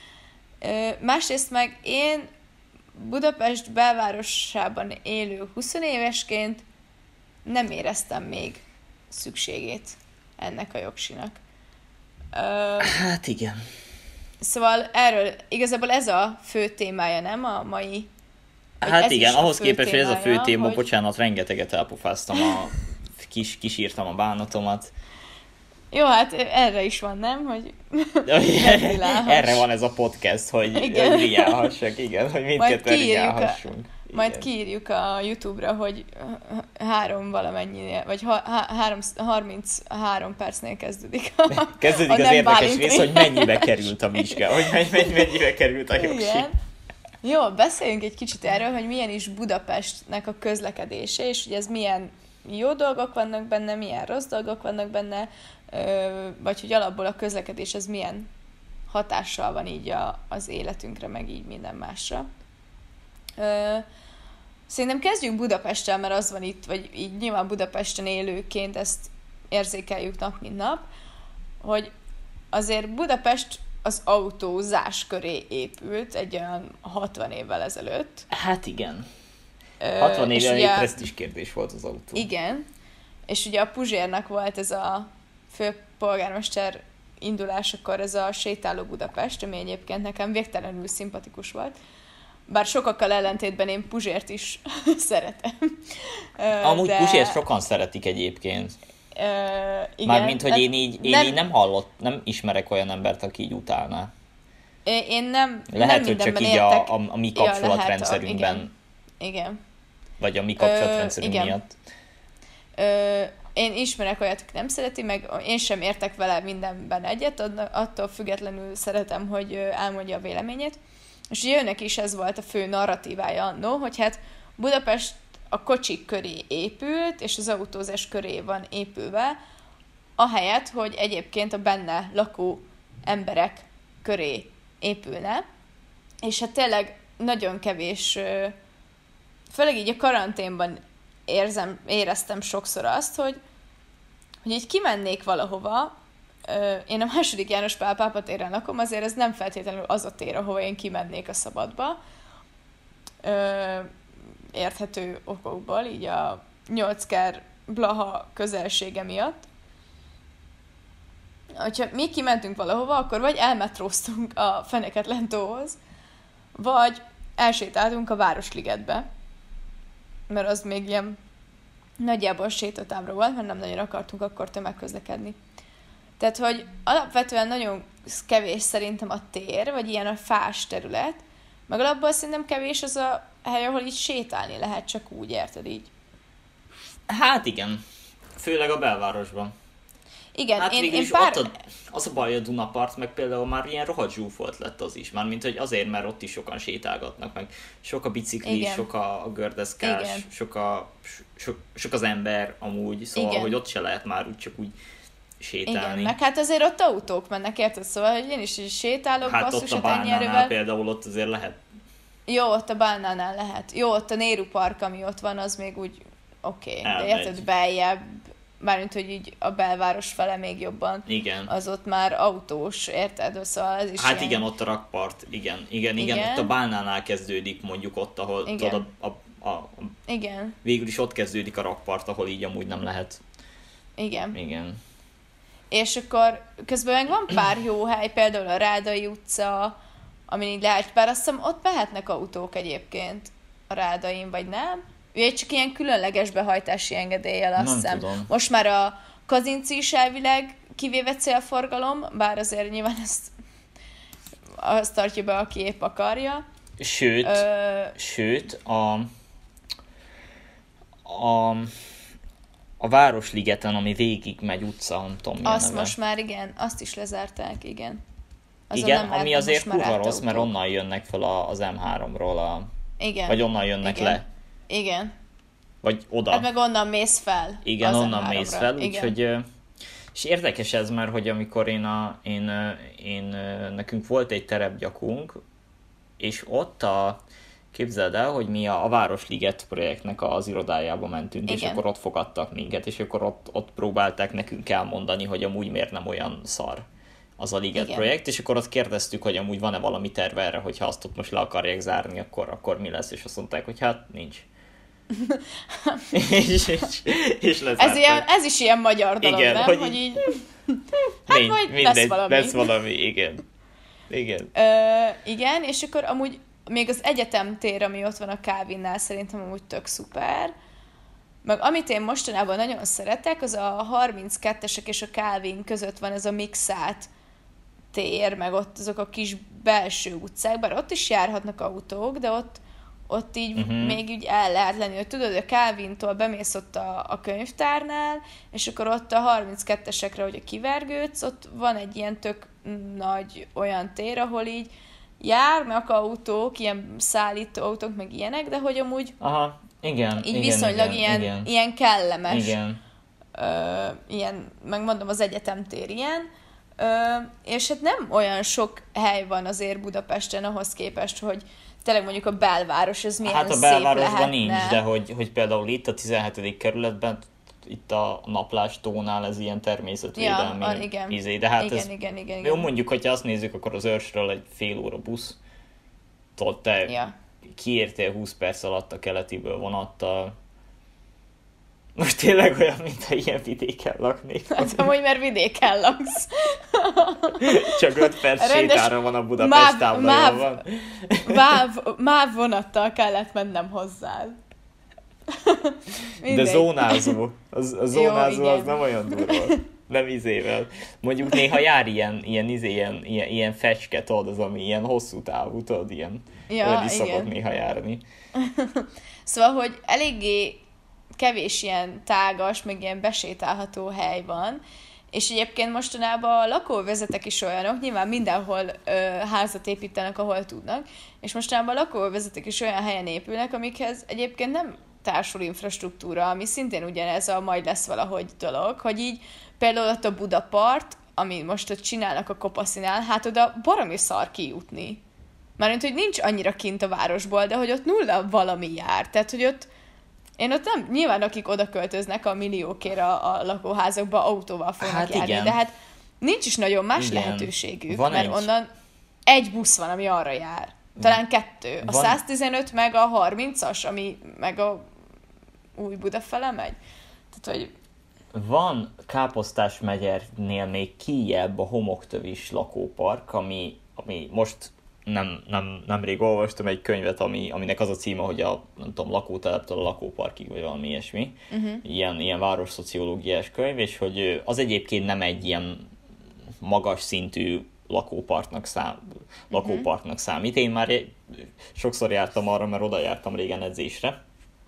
Másrészt meg én Budapest belvárosában élő húsz évesként nem éreztem még szükségét ennek a jogsinak. Hát igen. Szóval erről igazából ez a fő témája, nem a mai? Hát igen, ahhoz képest, hogy ez a fő téma, hogy... bocsánat, rengeteget elpofáztam, a kis, kisírtam a bánatomat. Jó, hát erre is van, nem? Hogy erre van ez a podcast, hogy riálhassak, igen, hogy mindketten riálhassunk. Majd kiírjuk a YouTube-ra, hogy három valamennyinél, vagy ha, három, harminchárom percnél kezdődik a Kezdődik a az érdekes rész, hogy mennyibe került a vizsga, hogy mennyi, mennyibe került a jogsi. Igen. Jó, beszéljünk egy kicsit erről, hogy milyen is Budapestnek a közlekedése, és hogy ez milyen jó dolgok vannak benne, milyen rossz dolgok vannak benne, vagy hogy alapból a közlekedés ez milyen hatással van így a, az életünkre, meg így minden másra. Szerintem kezdjünk Budapesttel, mert az van itt, vagy így nyilván Budapesten élőként ezt érzékeljük nap, mint nap, hogy azért Budapest az autózás köré épült egy olyan hatvan évvel ezelőtt. Hát igen. hatvan évvel egy presztízs kérdés volt az autó. Igen. És ugye a Puzsérnak volt ez a főpolgármester indulásakor ez a sétáló Budapest, ami egyébként nekem végtelenül szimpatikus volt. Bár sokakkal ellentétben én Puzsért is szeretem. Amúgy de... Puzsért sokan szeretik egyébként. Uh, igen. Mármint, hogy én így, én nem... így nem hallott, nem ismerek olyan embert, aki így utálná. Én nem Lehet, nem hogy csak így a, a, a mi kapcsolatrendszerünkben. Ja, igen. igen. Vagy a mi kapcsolatrendszerünk uh, miatt. Uh, én ismerek olyat, aki nem szereti, meg én sem értek vele mindenben egyet, attól függetlenül szeretem, hogy elmondja a véleményét. És ugye őnek is ez volt a fő narratívája annó, hogy hát Budapest a kocsik köré épült, és az autózás köré van épülve, ahelyett, hogy egyébként a benne lakó emberek köré épülne. És hát tényleg nagyon kevés, főleg így a karanténban érzem, éreztem sokszor azt, hogy, hogy így kimennék valahova. Én a második János Pál Pápa téren lakom, azért ez nem feltétlenül az a tér, ahova én kimennék a szabadba. érthető okokból, így a nyolcker Blaha közelsége miatt. Hogyha mi kimentünk valahova, akkor vagy elmetróztunk a Feneketlentóhoz, vagy elsétáltunk a Városligetbe, mert az még ilyen nagyjából sétatábra volt, mert nem nagyon akartunk akkor tömegközlekedni. Tehát, hogy alapvetően nagyon kevés szerintem a tér, vagy ilyen a fás terület, meg alapból szerintem kevés az a hely, ahol így sétálni lehet, csak úgy, érted így. Hát igen, főleg a belvárosban. Igen, hát én, végül én is pár... ott a, az a baj, a Dunapart, meg például már ilyen rohadt zsúfolt lett az is. Mármint, hogy azért, mert ott is sokan sétálgatnak, meg sok a biciklis, igen. sok a gördeszkás, igen. sok, a, sok, sok az ember amúgy, szóval, igen. hogy ott se lehet már úgy csak úgy sétálni. Igen, meg hát azért ott autók mennek, érted? Szóval, hogy én is, is sétálok, hát basszus, ott a Bálnánál például ott azért lehet. Jó, ott a Bálnánál lehet. Jó, ott a Nehru Park, ami ott van, az még úgy oké. Okay. De érted, beljebb, mármint, hogy így a belváros fele még jobban. Igen. Az ott már autós, érted? Szóval ez is hát ilyen... igen, ott a rakpart, igen. Igen, igen, igen. Ott a Bálnánál kezdődik mondjuk ott, ahol tudod, a, a, a, igen. végül is ott kezdődik a rakpart, ahol így amúgy nem lehet. Igen. Igen. És akkor közben meg van pár jó hely, például a Rádai utca, amin így lehet, bár azt hiszem ott mehetnek autók egyébként a Rádain, vagy nem? Ő csak ilyen különleges behajtási engedéllyel, azt nem hiszem. Tudom. Most már a Kazinci is elvileg kivéve célforgalom, bár azért nyilván ezt azt tartja be, aki épp akarja. Sőt, Ö... sőt a, a, a Városligeten, ami végig megy utca, nem tudom mi azt neve. most már igen, azt is lezárták, igen. Azon igen, ami azért kurva rossz, mert onnan jönnek fel az em háromról, a, igen. vagy onnan jönnek igen. le. Igen. Vagy oda. Hát meg onnan mész fel. Igen, onnan mész fel, úgyhogy... És érdekes ez, mert hogy amikor én, a, én, én nekünk volt egy terepgyakunk, és ott a... Képzeld el, hogy mi a, a Városliget projektnek az irodájába mentünk, igen. és akkor ott fogadtak minket, és akkor ott, ott próbálták nekünk elmondani, hogy amúgy miért nem olyan szar az a Liget igen. projekt, és akkor ott kérdeztük, hogy amúgy van-e valami terve erre, hogyha azt ott most le akarják zárni, akkor, akkor mi lesz, és azt mondták, hogy hát nincs. és, és, és ez, ilyen, ez is ilyen magyar dolog, igen, nem? Hogy, hogy így... hát mind, majd mindegy, lesz valami. Lesz valami, igen. Igen. Ö, igen, és akkor amúgy még az egyetem tér, ami ott van a Calvinnál, szerintem amúgy tök szuper. Meg amit én mostanában nagyon szeretek, az a harminckettesek és a Calvin között van ez a mixált tér, meg ott azok a kis belső utcák, bár ott is járhatnak autók, de ott, ott így uh-huh. még így el lehet lenni, hogy tudod, a Calvintól bemész ott a, a könyvtárnál, és akkor ott a harminckettesekre, hogy a kivergődsz, ott van egy ilyen tök nagy olyan tér, ahol így járnak autók, ilyen szállító autók, meg ilyenek, de hogy amúgy aha, igen, így igen, viszonylag igen, ilyen, igen. ilyen kellemes. Igen. Ö, ilyen, megmondom, az egyetemtér ilyen. Ö, és hát nem olyan sok hely van azért Budapesten ahhoz képest, hogy tényleg mondjuk a belváros, ez milyen hát a szép belvárosban lehetne. nincs, de hogy, hogy például itt a tizenhetedik kerületben, itt a Naplást-tónál ez ilyen természetvédelmi ja, igen. izé, de hát igen, ez, igen, igen, igen. jó, mondjuk, hogyha azt nézzük, akkor az Őrsről egy fél óra busz, tudod, te ja. kiértél húsz perc alatt a keletiből vonattal. Most tényleg olyan, mintha ilyen vidéken laknék. Hát amúgy, mert vidéken laksz. Csak öt perc sétára van a Budapest táblájában. Máv, máv vonattal kellett mennem hozzád. De zónázó. Az, a zónázó jó, az nem olyan durva. Nem izével. Mondjuk néha jár ilyen, ilyen, izé, ilyen, ilyen, ilyen fecske, tudod, az, ami ilyen hosszú távú, tudod, ilyen. Ja, olyan is szokott néha járni. Szóval, hogy eléggé kevés ilyen tágas, meg ilyen besétálható hely van, és egyébként mostanában a lakóvezetek is olyanok, nyilván mindenhol ö, házat építenek, ahol tudnak, és mostanában a lakóvezetek is olyan helyen épülnek, amikhez egyébként nem társul infrastruktúra, ami szintén ugyanez a majd lesz valahogy dolog, hogy így például ott a Budapart, ami most ott csinálnak a Kopaszinál, hát oda baromi szar kijutni. Mármint, hogy nincs annyira kint a városból, de hogy ott nulla valami jár. Tehát, hogy ott én ott nem, nyilván akik oda költöznek a milliókért a, a lakóházakba, autóval fognak hát járni, igen. de hát nincs is nagyon más igen. lehetőségük, van mert egy... onnan egy busz van, ami arra jár. Talán kettő. A Van... száztizenöt meg a harmincas, ami meg a új Budafele megy. Tehát, hogy... Van Káposztás megyernél még kijebb a Homoktövis lakópark, ami, ami most nem, nem, nemrég olvastam egy könyvet, ami, aminek az a címe, hogy a nem tudom, lakóteleptől a lakóparkig, vagy valami ilyesmi. Uh-huh. Ilyen, ilyen városszociológiás könyv, és hogy az egyébként nem egy ilyen magas szintű lakóparknak, szám, lakóparknak uh-huh. számít. Én már sokszor jártam arra, mert oda jártam régen edzésre.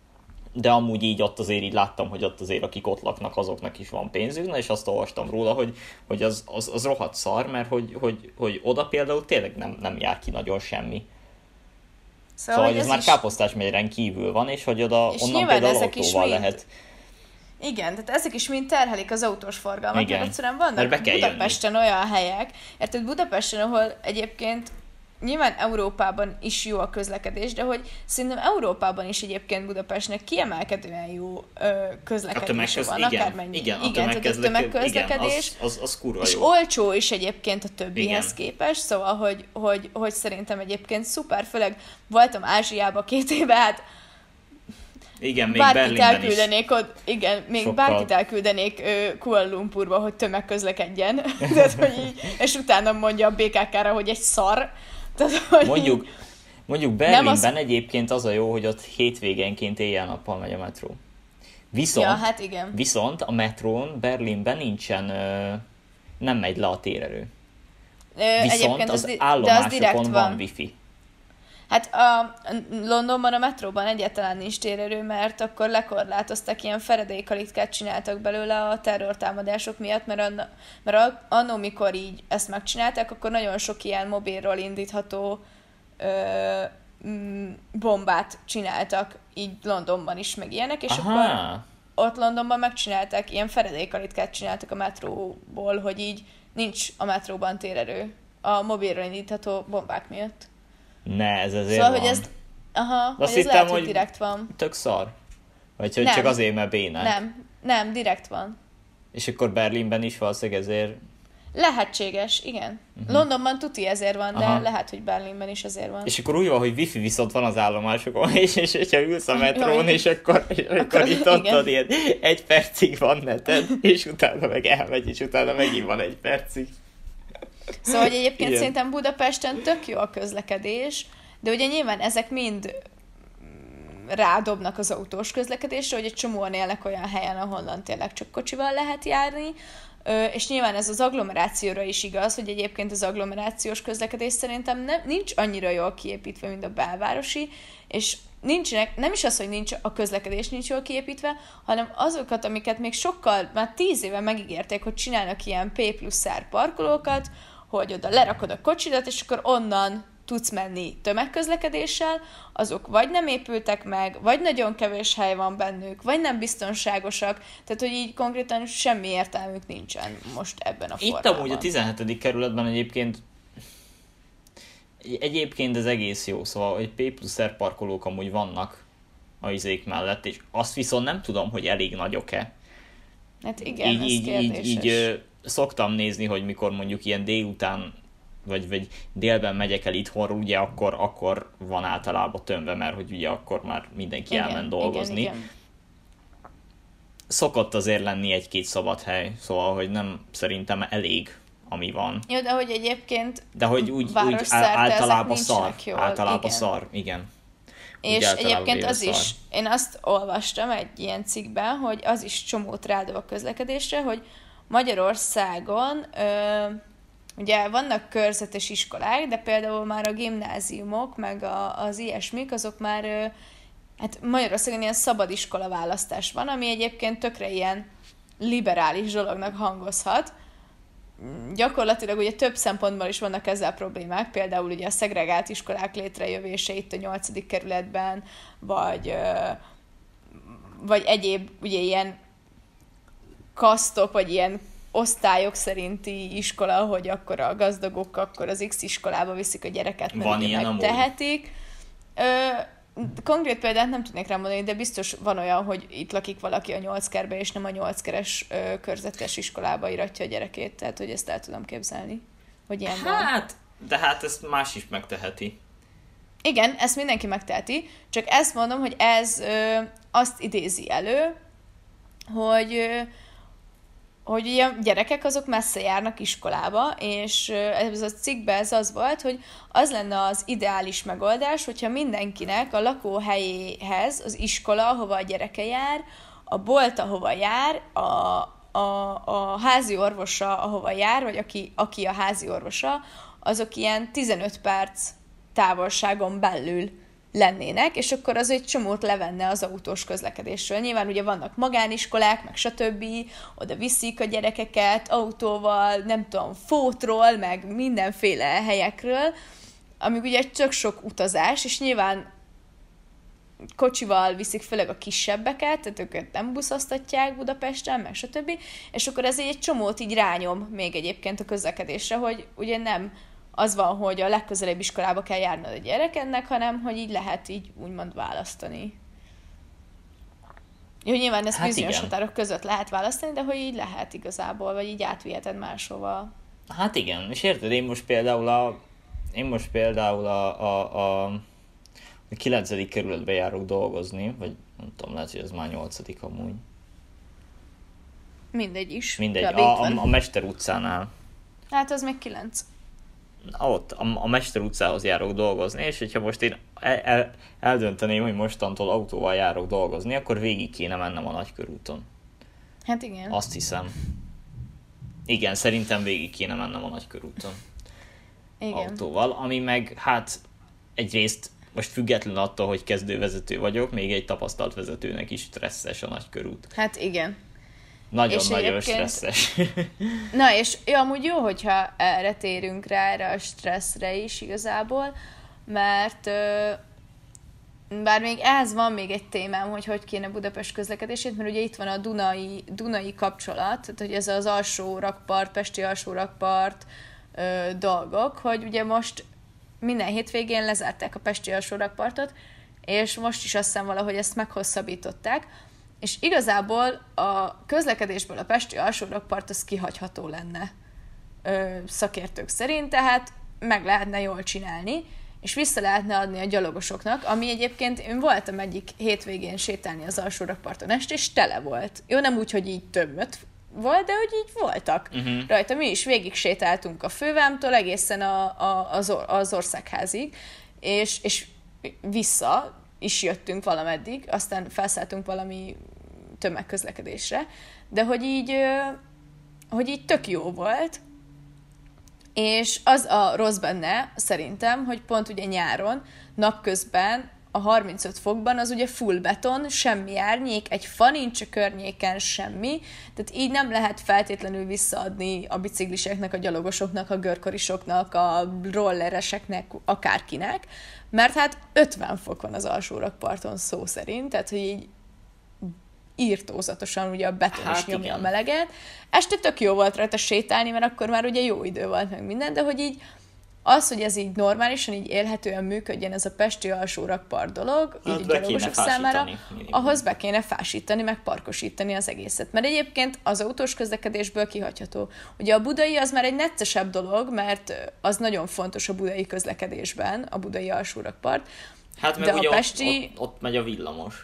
De amúgy így ott azért így láttam, hogy ott azért akik ott laknak, azoknak is van pénzük, na és azt olvastam róla, hogy, hogy az, az, az rohadt szar, mert hogy, hogy, hogy oda például tényleg nem, nem jár ki nagyon semmi. Szóval, szóval hogy ez, ez már is... Káposztás megyeren kívül van, és hogy oda és onnan például autóval mind... lehet. Igen, tehát ezek is mind terhelik az autós forgalmat, mert egyszerűen vannak Budapesten jönni. Olyan helyek, érted Budapesten, ahol egyébként nyilván Európában is jó a közlekedés, de hogy szerintem Európában is egyébként Budapestnek kiemelkedően jó ö, közlekedése van, igen, akármennyi. Igen, igen, a tehát a tömegközlekedés, igen, az, az, az kurva és jó. olcsó is egyébként a többihez igen. képest, szóval, hogy, hogy, hogy szerintem egyébként szuper, főleg voltam Ázsiában két éve, hát igen, még bárkit elküldenék ott, igen, még sokkal... bárkit elküldenék ö, Kuala Lumpurba, hogy tömegközlekedjen, tehát, hogy így, és utána mondja a bé ká ká-ra, hogy egy szar. Tehát, hogy mondjuk, mondjuk Berlinben az... egyébként az a jó, hogy ott hétvégenként éjjel-nappal megy a metró. Viszont, ja, hát igen. viszont a metrón Berlinben nincsen, ö, nem megy le a térerő. Ö, viszont az, az állomásokon van. van wifi. Hát a Londonban a metróban egyáltalán nincs térerő, mert akkor lekorlátoztak, ilyen feredélykalikát csináltak belőle a terrortámadások miatt, mert, anna, mert annó, mikor így ezt megcsinálták, akkor nagyon sok ilyen mobilról indítható ö, bombát csináltak, így Londonban is, meg ilyenek, és Aha. akkor ott Londonban megcsinálták, ilyen feredélykalikát csináltak a metróból, hogy így nincs a metróban térerő a mobilról indítható bombák miatt. Ne, ez azért szóval, van. hogy ez, aha, azt hogy ez hittem, lehet, hogy hogy direkt van. Tök szar? Vagy hogy nem. csak azért, mert bénák? Nem, nem, direkt van. És akkor Berlinben is valószínűleg ezért... Lehetséges, igen. Uh-huh. Londonban tuti ezért van, de aha. lehet, hogy Berlinben is ezért van. És akkor úgy van, hogy wifi viszont van az állomásokon, és, és hogyha ülsz a metrón, és akkor, és akkor, akkor itt ott ilyen egy percig van neted, és utána meg elmegy, és utána megint van egy percig. Szóval, hogy egyébként igen. Szerintem Budapesten tök jó a közlekedés, de ugye nyilván ezek mind rádobnak az autós közlekedésre, hogy egy csomóan élnek olyan helyen, ahonnan tényleg csak kocsival lehet járni, és nyilván ez az agglomerációra is igaz, hogy egyébként az agglomerációs közlekedés szerintem nem, nincs annyira jól kiépítve, mint a belvárosi, és nincsenek, nem is az, hogy nincs a közlekedés nincs jól kiépítve, hanem azokat, amiket még sokkal, már tíz éve megígérték, hogy csinálnak ilyen P plusz R parkolókat, hogy oda lerakod a kocsidat, és akkor onnan tudsz menni tömegközlekedéssel, azok vagy nem épültek meg, vagy nagyon kevés hely van bennük, vagy nem biztonságosak, tehát hogy így konkrétan semmi értelmük nincsen most ebben a formában. Itt amúgy a tizenhetedik kerületben egyébként egyébként ez egész jó, szóval hogy P plusz R parkolók amúgy vannak a izék mellett, és azt viszont nem tudom, hogy elég nagyok-e. Hát igen, így, ez így, kérdéses. így, így szoktam nézni, hogy mikor mondjuk ilyen délután vagy, vagy délben megyek el itthonról, ugye akkor, akkor van általában tömve, mert hogy ugye akkor már mindenki igen, elment dolgozni. Igen, igen. Szokott azért lenni egy-két szabad hely, szóval, hogy nem szerintem elég, ami van. Jó, de hogy egyébként de hogy úgy, úgy általában szar. Jól. Általában igen. szar, igen. Úgy és egyébként az szar. Is, én azt olvastam egy ilyen cikkben, hogy az is csomót rádob a közlekedésre, hogy Magyarországon ö, ugye vannak körzetes iskolák, de például már a gimnáziumok, meg a, az ilyesmik, azok már ö, hát Magyarországon ilyen szabadiskola választás van, ami egyébként tökre ilyen liberális dolognak hangozhat. Gyakorlatilag ugye több szempontból is vannak ezzel problémák, például ugye a szegregált iskolák létrejövése itt a nyolcadik kerületben, vagy, vagy egyéb ugye ilyen kasztok, vagy ilyen osztályok szerinti iskola, hogy akkor a gazdagok akkor az X iskolába viszik a gyereket, mert van ugye megtehetik. Konkrét példát nem tudnék rá mondani, de biztos van olyan, hogy itt lakik valaki a nyolc kerbe, és nem a nyolc keres ö, körzetes iskolába iratja a gyerekét, tehát hogy ezt el tudom képzelni, hogy ilyen hát, van. De hát ezt más is megteheti. Igen, ezt mindenki megteheti, csak ezt mondom, hogy ez ö, azt idézi elő, hogy, ö, hogy ugye a gyerekek azok messze járnak iskolába, és ö, ez a cikkben ez az volt, hogy az lenne az ideális megoldás, hogyha mindenkinek a lakóhelyéhez az iskola, ahova a gyereke jár, a bolt, ahova jár, a, a, a házi orvosa, ahova jár, vagy aki, aki a házi orvosa, azok ilyen tizenöt perc távolságon belül lennének, és akkor az egy csomót levenne az autós közlekedésről. Nyilván ugye vannak magániskolák, meg stb., oda viszik a gyerekeket autóval, nem tudom, fótról, meg mindenféle helyekről, amíg ugye tök sok utazás, és nyilván kocsival viszik főleg a kisebbeket, tehát őket nem buszoztatják Budapesten, meg stb., és akkor ez egy csomót így rányom még egyébként a közlekedésre, hogy ugye nem az van, hogy a legközelebb iskolába kell járnod a gyerekednek, hanem hogy így lehet így úgymond választani. Jó, nyilván ezt hát bizonyos igen. határok között lehet választani, de hogy így lehet igazából, vagy így átviheted máshova. Hát igen, és érted, én most például a én most például a, a, a, a kilencedik kerületbe járok dolgozni, vagy nem tudom, lehet, hogy ez már nyolcadik amúgy. Mindegy is. Mindegy, a, a, a Mester utcánál. Hát az még kilenc. Ott a, a Mester utcához járok dolgozni, és hogyha most én el, el, eldönteném, hogy mostantól autóval járok dolgozni, akkor végig kéne mennem a Nagykörúton. Hát igen. Azt hiszem. Igen, szerintem végig kéne mennem a Nagykörúton. Igen. Autóval, ami meg hát egyrészt most független attól, hogy kezdővezető vagyok, még egy tapasztalt vezetőnek is stresszes a Nagykörút. Hát igen. Nagyon-nagyon nagyon stresszes. Na, és ja, amúgy jó, hogyha erre térünk rá, erre a stresszre is igazából, mert ö, bár még ez van még egy témám, hogy hogy kéne Budapest közlekedését, mert ugye itt van a Dunai, Dunai kapcsolat, tehát hogy ez az alsó rakpart, pesti alsó rakpart ö, dolgok, hogy ugye most minden hétvégén lezárták a pesti alsó rakpartot, és most is azt hiszem valahogy ezt meghosszabbították, és igazából a közlekedésből a pesti alsórakpart az kihagyható lenne ö, szakértők szerint, tehát meg lehetne jól csinálni, és vissza lehetne adni a gyalogosoknak, ami egyébként én voltam egyik hétvégén sétálni az alsórakparton este, és tele volt. Jó, nem úgy, hogy így többet volt, de hogy így voltak uh-huh. rajta. Mi is végig sétáltunk a fővámtól egészen a, a, az, or, az országházig, és, és vissza is jöttünk valameddig, aztán felszálltunk valami tömegközlekedésre, de hogy így, hogy így tök jó volt, és az a rossz benne, szerintem, hogy pont ugye nyáron, napközben a harmincöt fokban az ugye full beton, semmi árnyék, egy fa nincs a környéken, semmi, tehát így nem lehet feltétlenül visszaadni a bicikliseknek, a gyalogosoknak, a görkorisoknak, a rollereseknek, akárkinek, mert hát ötven fok van az alsórakparton szó szerint, tehát hogy így írtózatosan ugye a beton hát is nyomja igen. a meleget. Este tök jó volt rajta sétálni, mert akkor már ugye jó idő volt meg minden, de hogy így az, hogy ez így normálisan, így élhetően működjen ez a pesti alsórakpart dolog, hát így a gyalogosok számára, minimum. Ahhoz be kéne fásítani, meg parkosítani az egészet. Mert egyébként az autós közlekedésből kihagyható. Ugye a budai az már egy neccesebb dolog, mert az nagyon fontos a budai közlekedésben, a budai alsórakpart. Hát meg de ugye a pesti... ott, ott, ott megy a villamos.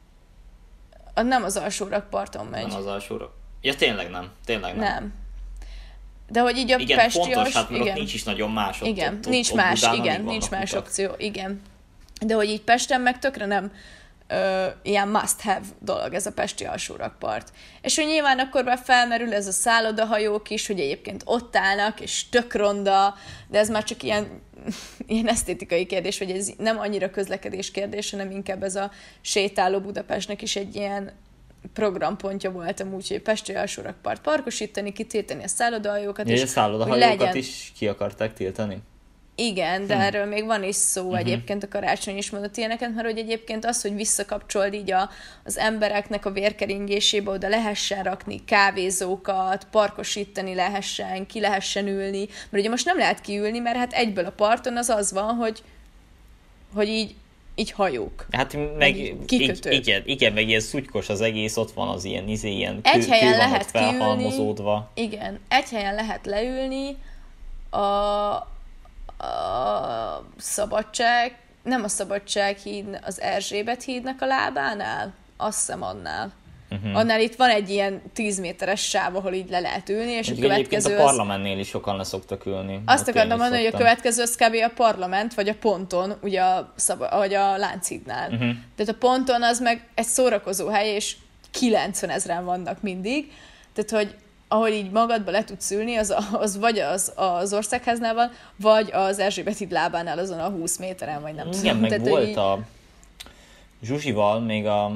Nem az alsórakparton megy. Nem az alsórak. Ja, tényleg nem. Tényleg nem. Nem. De hogy így a igen, pesti fontos, als... hát mert igen. Ott nincs is nagyon más. Ott, igen, ott, nincs ott, más, ott igen, nincs más utak. opció, igen. De hogy így Pesten meg tökre nem ö, ilyen must-have dolog ez a pesti alsórakpart. És hogy nyilván akkor már felmerül ez a szállodahajók is, hogy egyébként ott állnak, és tök ronda, de ez már csak ilyen, ilyen esztétikai kérdés, hogy ez nem annyira közlekedés kérdés, hanem inkább ez a sétáló Budapestnek is egy ilyen programpontja voltam úgy, hogy pesti alsórakpart parkosítani, kitiltani a szállodahajókat. És a szállodahajókat legyen... is ki akarták tiltani? Igen, de hm. erről még van is szó uh-huh. egyébként, a Karácsony is mondott ilyeneket, mert hogy egyébként az, hogy visszakapcsold így a, az embereknek a vérkeringésébe, oda lehessen rakni kávézókat, parkosítani lehessen, ki lehessen ülni, mert ugye most nem lehet kiülni, mert hát egyből a parton az az van, hogy, hogy így így hajók. Hát meg kikötők. Igen, igen, meg ilyen szutykos az egész, ott van az ilyen, izé, ilyen egy kő, helyen kő lehet felhalmozódva. Kiülni, igen, egy helyen lehet leülni, a, a Szabadság nem a Szabadsághíd, az Erzsébet hídnak a lábánál? Azt hiszem annál. Uh-huh. Annál itt van egy ilyen tíz méteres sáv, ahol így le lehet ülni, és Úgy a következő a parlamentnél is sokan leszoktak ülni. Azt akartam mondani, hogy a következő az kb. A parlament, vagy a ponton, ugye a, szab- vagy a Lánchídnál. Uh-huh. Tehát a ponton az meg egy szórakozó hely, és kilencvenezren vannak mindig. Tehát, hogy ahol így magadba le tudsz ülni, az, az vagy az, az Országháznál van, vagy az Erzsébet híd lábánál azon a húsz méteren, vagy nem Igen, tudom. meg Tehát, volt így... a Zsuzsival még a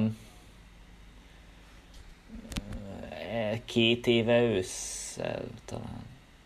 két éve ősszel talán.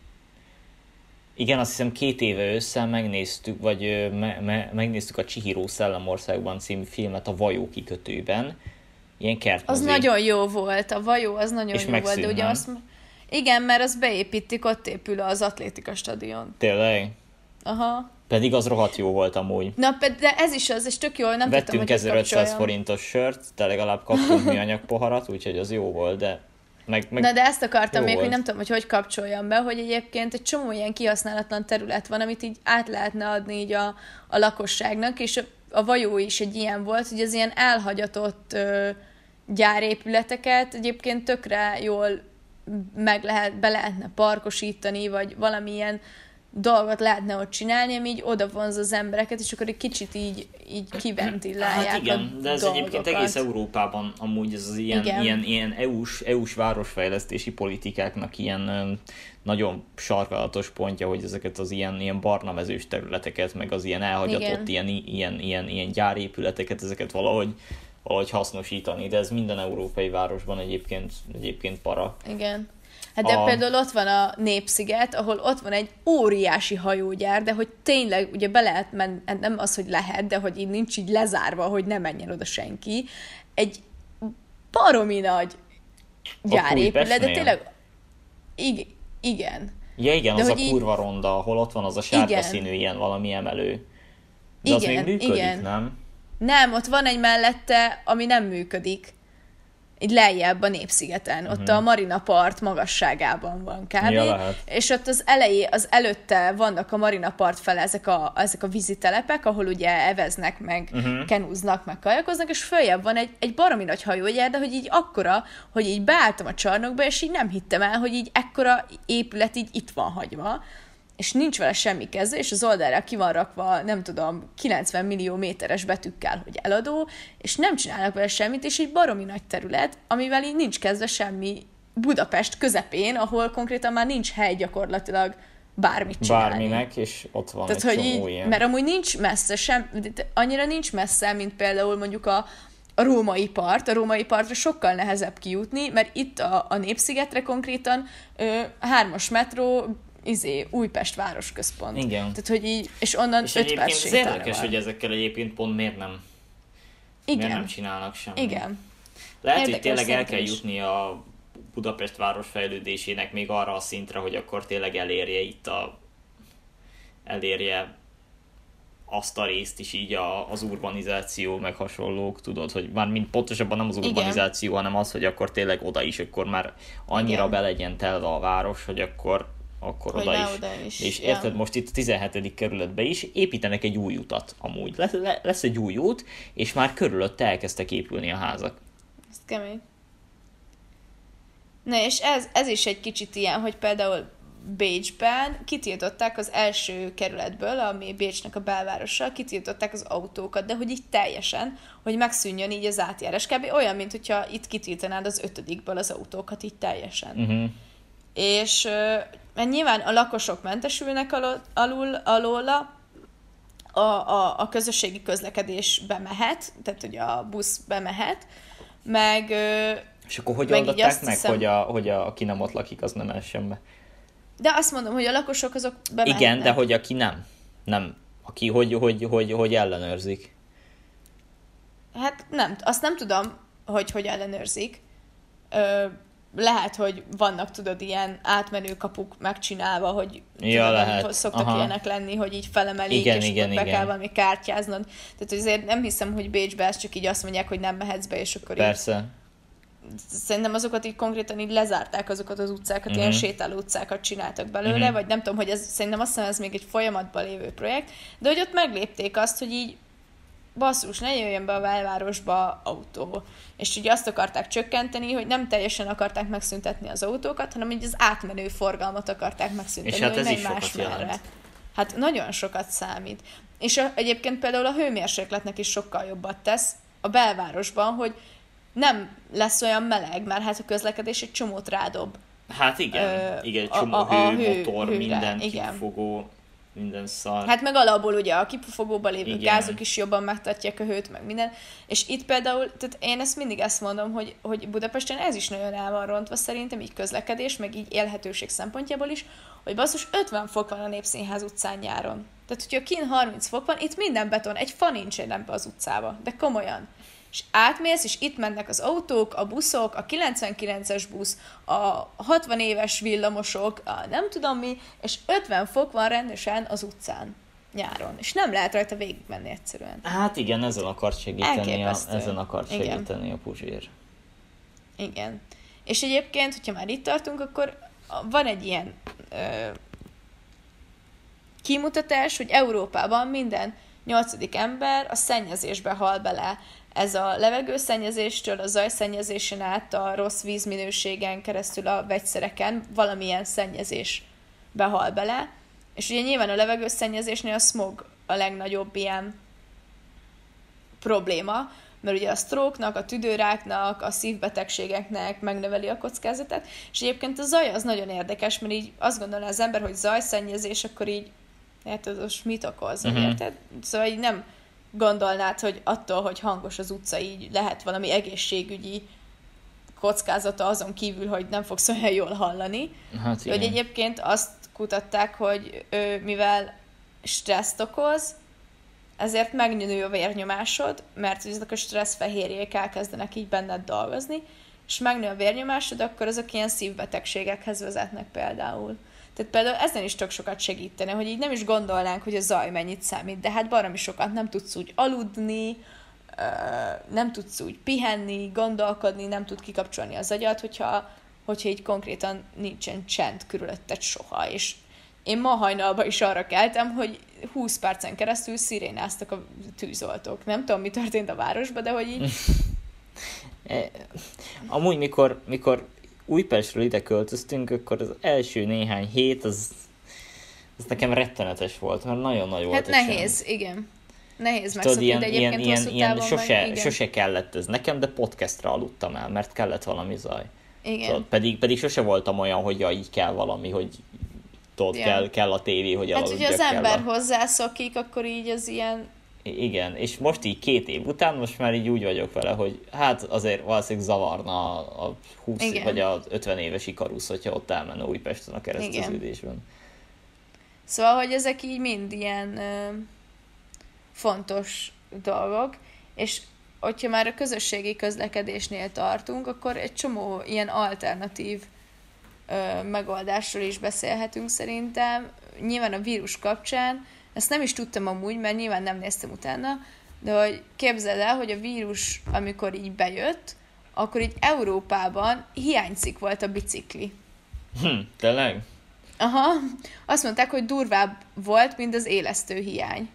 Igen, azt hiszem két éve ősszel megnéztük, vagy me- me- megnéztük a Chihiro Szellemországban című filmet a Vajó kikötőben. Ilyen kertmozi. Az nagyon jó volt, a Vajó az nagyon és jó volt, de ugye azt... Igen, mert azt beépítik, ott épül az atlétika stadion. Tényleg? Aha. Pedig az rohadt jó volt amúgy. Na, de ez is az, és tök jól, nem Vettünk tudtam, hogy ezerötszáz forintos sört, de legalább kaptunk műanyag poharat, úgyhogy az jó volt, de... Meg, meg Na, de ezt akartam még, volt. hogy nem tudom, hogy hogy kapcsoljam be, hogy egyébként egy csomó ilyen kihasználatlan terület van, amit így át lehetne adni így a, a lakosságnak, és a, a Vajó is egy ilyen volt, hogy az ilyen elhagyatott ö, gyárépületeket egyébként tökre jól meg lehet, be lehetne parkosítani, vagy valamilyen dolgot lehetne ott csinálni, ami így oda vonz az embereket, és akkor egy kicsit így, így kiventilálják. Hát igen, de ez dolgokat. Egyébként egész Európában amúgy ez az ilyen, ilyen, ilyen é u-s, é u-s városfejlesztési politikáknak ilyen ö, nagyon sarkalatos pontja, hogy ezeket az ilyen, ilyen barnamezős területeket, meg az ilyen elhagyatott ilyen, ilyen, ilyen, ilyen gyárépületeket, ezeket valahogy, valahogy hasznosítani, de ez minden európai városban egyébként, egyébként para. Igen. Hát de a... például ott van a Népsziget, ahol ott van egy óriási hajógyár, de hogy tényleg ugye be lehet menni, nem az, hogy lehet, de hogy így nincs így lezárva, hogy ne menjen oda senki. Egy baromi nagy gyárépület, de tényleg ig- igen. Ja igen, de az a így... kurva ronda, ahol ott van az a sárga igen. színű ilyen valami emelő. De igen, az még működik, igen. nem? Nem, ott van egy mellette, ami nem működik. Így lejjebb a Népszigeten, uh-huh. ott a Marina part magasságában van kb. Ja, és ott az elejé, az előtte vannak a Marina part fele ezek a, ezek a vízitelepek, ahol ugye eveznek, meg uh-huh. kenúznak, meg kajakoznak, és följebb van egy, egy baromi nagy hajógyár, de hogy így akkora, hogy így beálltam a csarnokba, és így nem hittem el, hogy így ekkora épület így itt van hagyva, és nincs vele semmi kezdve, és az oldalra ki van rakva, nem tudom, kilencven millió méteres betűkkel, hogy eladó, és nem csinálnak vele semmit, és egy baromi nagy terület, amivel így nincs kezdve semmi Budapest közepén, ahol konkrétan már nincs hely gyakorlatilag bármit csinálni. Bárminek, és ott van Tehát, egy hogy csomó így, ilyen. mert amúgy nincs messze sem, annyira nincs messze, mint például mondjuk a, a római part. A római partra sokkal nehezebb kijutni, mert itt a, a Népszigetre konkrétan ö, hármas metró, izé, Újpest városközpont. Igen. Tehát, hogy így, és onnan és öt perc ez sétálni érdekes, van. hogy ezekkel egyébként pont miért nem, Igen. miért nem csinálnak semmit. Igen. Lehet, Érdekes hogy tényleg el kell is. jutni a Budapest városfejlődésének még arra a szintre, hogy akkor tényleg elérje itt a elérje azt a részt is így a, az urbanizáció, meg hasonlók, tudod, hogy már mind pontosabban nem az urbanizáció, igen. hanem az, hogy akkor tényleg oda is, akkor már annyira igen. be legyen telve a város, hogy akkor, akkor oda, is. oda is. És érted, ja. most itt a tizenhetedik kerületben is építenek egy új utat amúgy. Lesz, lesz egy új út, és már körülötte elkezdtek épülni a házak. Ez kemény. Na és ez, ez is egy kicsit ilyen, hogy például Bécsben kitiltották az első kerületből, ami Bécsnek a belvárosa, kitiltották az autókat, de hogy így teljesen, hogy megszűnjön így az átjárás. Kb. Olyan, mint hogyha itt kitiltanád az ötödikből az autókat így teljesen. Uh-huh. És mert nyilván a lakosok mentesülnek alul, alul alóla, a, a, a közösségi közlekedés bemehet, tehát hogy a busz bemehet, meg... És akkor hogy meg oldották meg, hiszem, hogy, a, hogy a, aki nem ott lakik, az nem essen be? De azt mondom, hogy a lakosok azok bemehetnek. Igen, de hogy aki nem. Nem. Aki hogy, hogy, hogy, hogy ellenőrzik. Hát nem, azt nem tudom, hogy hogy ellenőrzik. Ö, lehet, hogy vannak, tudod, ilyen átmenő kapuk megcsinálva, hogy ja, tudod, lehet. szoktak Aha. ilyenek lenni, hogy így felemelik, igen, és igen, be igen. kell valami kártyáznod. Tehát azért nem hiszem, hogy Bécsbe ezt csak így azt mondják, hogy nem mehetsz be, és akkor Persze. Így, szerintem azokat így konkrétan így lezárták azokat az utcákat, uh-huh. ilyen sétáló utcákat csináltak belőle, uh-huh. vagy nem tudom, hogy ez, szerintem azt hiszem, ez még egy folyamatban lévő projekt, de hogy ott meglépték azt, hogy így basszus, ne jöjjön be a belvárosba autó. És ugye azt akarták csökkenteni, hogy nem teljesen akarták megszüntetni az autókat, hanem így az átmenő forgalmat akarták megszüntetni, és hát hogy ez is nem más sokat merre. jelent. Hát nagyon sokat számít. És a, egyébként például a hőmérsékletnek is sokkal jobbat tesz a belvárosban, hogy nem lesz olyan meleg, mert hát a közlekedés egy csomót rádob. Hát igen, Ö, igen, egy a- csomó a- a hő, hő- motor, hőre, minden igen. kipufogó, minden szar. Hát meg alapból ugye a kipufogóban lévő Igen. gázok is jobban megtartják a hőt, meg minden. És itt például, tehát én ezt mindig ezt mondom, hogy, hogy Budapesten ez is nagyon el van rontva szerintem, így közlekedés, meg így élhetőség szempontjából is, hogy basszus ötven fok van a Népszínház utcán nyáron. Tehát, hogyha kint harminc fok van, itt minden beton, egy fa nincsen ebbe az utcába, de komolyan. És átmész, és itt mennek az autók, a buszok, a kilencvenkilences busz, a hatvan éves villamosok, a nem tudom mi, és ötven fok van rendesen az utcán nyáron. És nem lehet rajta végigmenni egyszerűen. Hát igen, ezen akart segíteni, a, Elképesztő. ezen akart Igen. segíteni a Puzsér. Igen. És egyébként, hogyha már itt tartunk, akkor van egy ilyen ö, kimutatás, hogy Európában minden nyolcadik ember a szennyezésbe hal bele. Ez a levegőszennyezéstől, a zajszennyezésen át, a rossz vízminőségen keresztül, a vegyszereken valamilyen szennyezésbe hal bele. És ugye nyilván a levegőszennyezésnél a smog a legnagyobb ilyen probléma, mert ugye a sztróknak, a tüdőráknak, a szívbetegségeknek megnöveli a kockázatát, és egyébként a zaj az nagyon érdekes, mert így azt gondolná az ember, hogy zajszennyezés, akkor így, érted, az mit okoz, uh-huh. érted? Szóval így nem gondolnád, hogy attól, hogy hangos az utca, így lehet valami egészségügyi kockázata azon kívül, hogy nem fogsz olyan jól hallani. Hát igen. Hogy egyébként azt kutatták, hogy ő, mivel stresszt okoz, ezért megnő a vérnyomásod, mert ezek a stressz fehérjék elkezdenek így benned dolgozni, és megnő a vérnyomásod, akkor azok ilyen szívbetegségekhez vezetnek például. Tehát például ezen is tök sokat segítene, hogy így nem is gondolnánk, hogy a zaj mennyit számít, de hát baromi sokat nem tudsz úgy aludni, nem tudsz úgy pihenni, gondolkodni, nem tud kikapcsolni az agyat, hogyha, hogyha így konkrétan nincsen csend körülötted soha. És én ma hajnalban is arra keltem, hogy húsz percen keresztül szirénáztak a tűzoltók. Nem tudom, mi történt a városban, de hogy így... Amúgy, mikor, mikor Újpestről ide költöztünk, akkor az első néhány hét az, az nekem rettenetes volt, mert nagyon nagy volt. Hát nehéz, csend. Igen. Nehéz megszokni, ilyen, de egyébként ilyen, hosszú ilyen, távon sose, meg, igen. sose kellett ez nekem, de podcastra aludtam el, mert kellett valami zaj. Igen. Tudod, pedig, pedig sose voltam olyan, hogy ja, így kell valami, hogy tudod, ja. kell, kell a tévé, hogy hát, elaludjak. Hát, hogyha az ember a... hozzászokik, akkor így az ilyen... Igen, és most így két év után, most már így úgy vagyok vele, hogy hát azért valószínűleg zavarna a húsz igen. vagy az ötven éves Ikarusz, hogyha ott elmenne Újpesten a kereszteződésben. Szóval, hogy ezek így mind ilyen ö, fontos dolgok, és hogyha már a közösségi közlekedésnél tartunk, akkor egy csomó ilyen alternatív ö, megoldásról is beszélhetünk szerintem. Nyilván a vírus kapcsán, ezt nem is tudtam amúgy, mert nyilván nem néztem utána, de hogy képzeld el, hogy a vírus, amikor így bejött, akkor így Európában hiányzik volt a bicikli. Hm, tényleg? Aha, azt mondták, hogy durvább volt, mint az élesztő hiány.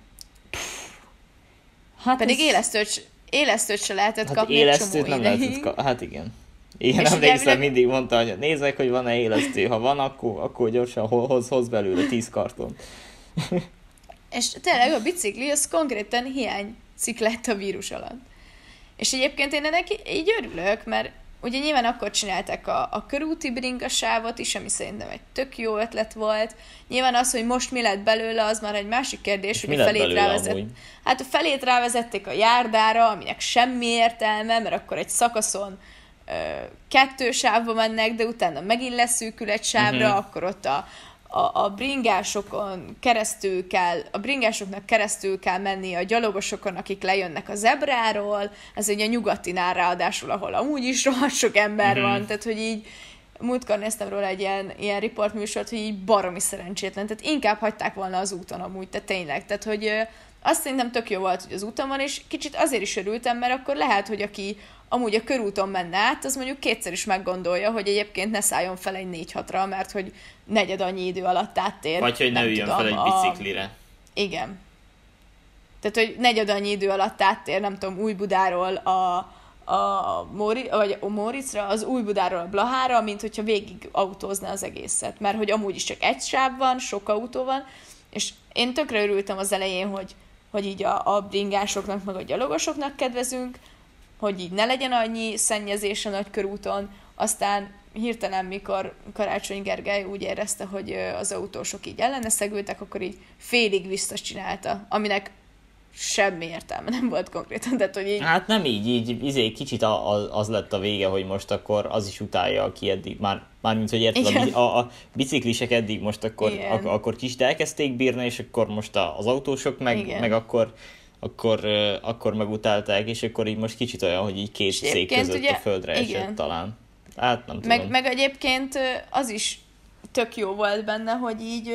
Hát Pedig ez... élesztőt, élesztőt se lehetett hát kapni egy csomó nem ideig. lehetett kapni, hát igen. Én emlékszem, mindig mondta, hogy nézd meg, hogy van-e élesztő. Ha van, akkor, akkor gyorsan hoz, hoz belőle tíz karton. És tényleg a bicikli, az konkrétan hiányzik lett a vírus alatt. És egyébként én ennek így örülök, mert ugye nyilván akkor csinálták a, a körúti bringasávot is, ami szerintem egy tök jó ötlet volt. Nyilván az, hogy most mi lett belőle, az már egy másik kérdés, hogy a felét rávezett. Amúgy? Hát a felét rávezették a járdára, aminek semmi értelme, mert akkor egy szakaszon ö, kettő sávba mennek, de utána megint leszűkül egy sávra, uh-huh. akkor ott a A, a bringásokon keresztül kell, a bringásoknak keresztül kell menni a gyalogosokon, akik lejönnek a zebráról, ez ugye a nyugatinál ráadásul, ahol amúgy is rohadt sok ember mm-hmm. van, tehát hogy így múltkor néztem róla egy ilyen, ilyen riportműsort, hogy így baromi szerencsétlen, tehát inkább hagyták volna az úton amúgy, tehát tényleg, tehát hogy azt szerintem tök jó volt, hogy az úton van, és kicsit azért is örültem, mert akkor lehet, hogy aki amúgy a körúton menne át, az mondjuk kétszer is meggondolja, hogy egyébként ne szálljon fel egy négy hatra, mert hogy negyed annyi idő alatt áttér. Vagy hogy ne üljön fel egy biciklire. A... Igen. Tehát, hogy negyed annyi idő alatt áttér, nem tudom, Újbudáról a, a, Móri, vagy a Móricra, az Újbudáról a Blahára, mint hogyha végig autózna az egészet. Mert hogy amúgy is csak egy sáv van, sok autó van, és én tökre örültem az elején, hogy, hogy így a, a bringásoknak, meg a gyalogosoknak kedvezünk, hogy így ne legyen annyi szennyezés a Nagykörúton, aztán hirtelen, mikor Karácsony Gergely úgy érezte, hogy az autósok így ellene szegültek, akkor így félig visszacsinálta, aminek semmi értelme nem volt konkrétan. Tehát, hogy így... Hát nem így, így izé, kicsit a, a, az lett a vége, hogy most akkor az is utálja, aki eddig, már, mármint, hogy érted, a, a, a biciklisek eddig most akkor, ak, akkor kicsit elkezdték bírni, és akkor most az autósok meg, meg akkor, akkor, akkor megutálták, és akkor így most kicsit olyan, hogy így két szék között ugye, a földre esett igen. talán. Hát nem tudom. Meg, meg egyébként az is tök jó volt benne, hogy így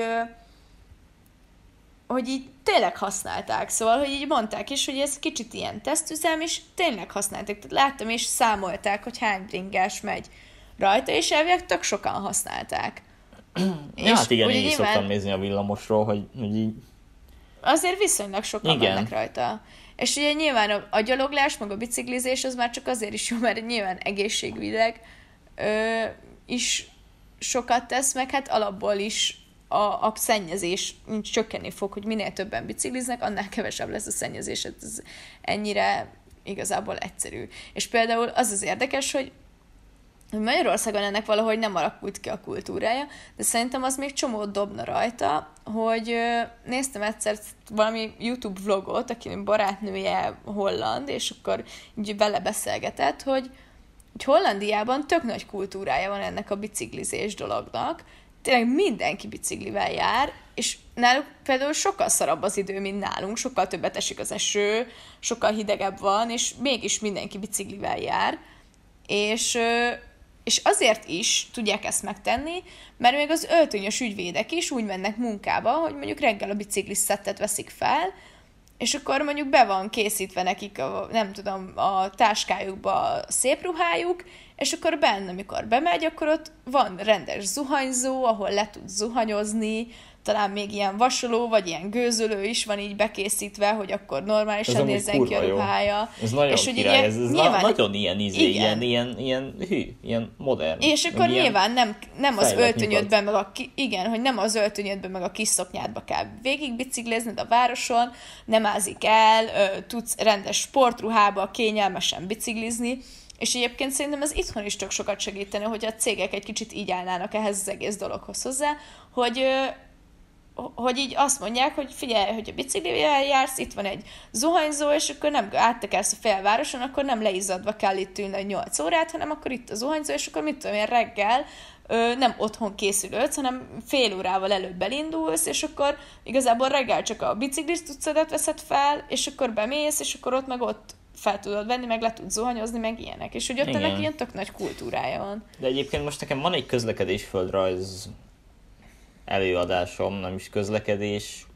hogy így tényleg használták. Szóval, hogy így mondták is, hogy ez kicsit ilyen tesztüzem, és tényleg használták. Tehát láttam, és számolták, hogy hány bringás megy rajta, és elvileg tök sokan használták. Ja, és hát igen, én is nyilván... szoktam nézni a villamosról, hogy, hogy így... Azért viszonylag sokan igen. mennek rajta. És ugye nyilván a, a gyaloglás, meg a biciklizés az már csak azért is jó, mert nyilván egészségügyileg ö, is sokat tesz, meg hát alapból is a, a szennyezés csökkenni fog, hogy minél többen bicikliznek, annál kevesebb lesz a szennyezés. Ez ennyire igazából egyszerű. És például az az érdekes, hogy Magyarországon ennek valahogy nem alakult ki a kultúrája, de szerintem az még csomót dobna rajta, hogy néztem egyszer valami YouTube vlogot, akinek barátnője holland, és akkor így vele beszélgetett, hogy, hogy Hollandiában tök nagy kultúrája van ennek a biciklizés dolognak, tényleg mindenki biciklivel jár, és náluk például sokkal szarabb az idő, mint nálunk, sokkal többet esik az eső, sokkal hidegebb van, és mégis mindenki biciklivel jár, és, és azért is tudják ezt megtenni, mert még az öltönyös ügyvédek is úgy mennek munkába, hogy mondjuk reggel a biciklis szettet veszik fel, és akkor mondjuk be van készítve nekik a, nem tudom, a táskájukba a szép ruhájuk, és akkor benne, amikor bemegy, akkor ott van rendes zuhanyzó, ahol le tud zuhanyozni, talán még ilyen vasoló, vagy ilyen gőzölő is van így bekészítve, hogy akkor normálisan nézzen ki a ruhája. Ez nagyon és király, ez, ez nyilván, nagyon ilyen izé, ilyen, ilyen, ilyen hű, ilyen modern. És akkor nyilván nem, nem az öltönyödben, meg a, igen, hogy nem az öltönyödben, meg a kis szoknyádba kell végig biciklizned a városon, nem ázik el, tudsz rendes sportruhába kényelmesen biciklizni, és egyébként szerintem ez itthon is tök sokat segítene, hogy a cégek egy kicsit így állnának ehhez az egész dologhoz hozzá, hogy hogy így azt mondják, hogy figyelj, hogy a biciklivel jársz, itt van egy zuhanyzó, és akkor nem áttekersz a félvároson, akkor nem leizzadva kell itt ülni nyolc órát, hanem akkor itt a zuhanyzó, és akkor mit tudom én, reggel ö, nem otthon készülődsz, hanem fél órával előbb elindulsz, és akkor igazából reggel csak a biciklis tudszadat veszed fel, és akkor bemész, és akkor ott meg ott fel tudod venni, meg le tudsz zuhanyozni, meg ilyenek. És hogy ott igen. ennek ilyen tök nagy kultúrája van. De egyébként most nekem van egy közlekedésföldrajz előadásom, nem is közlekedés,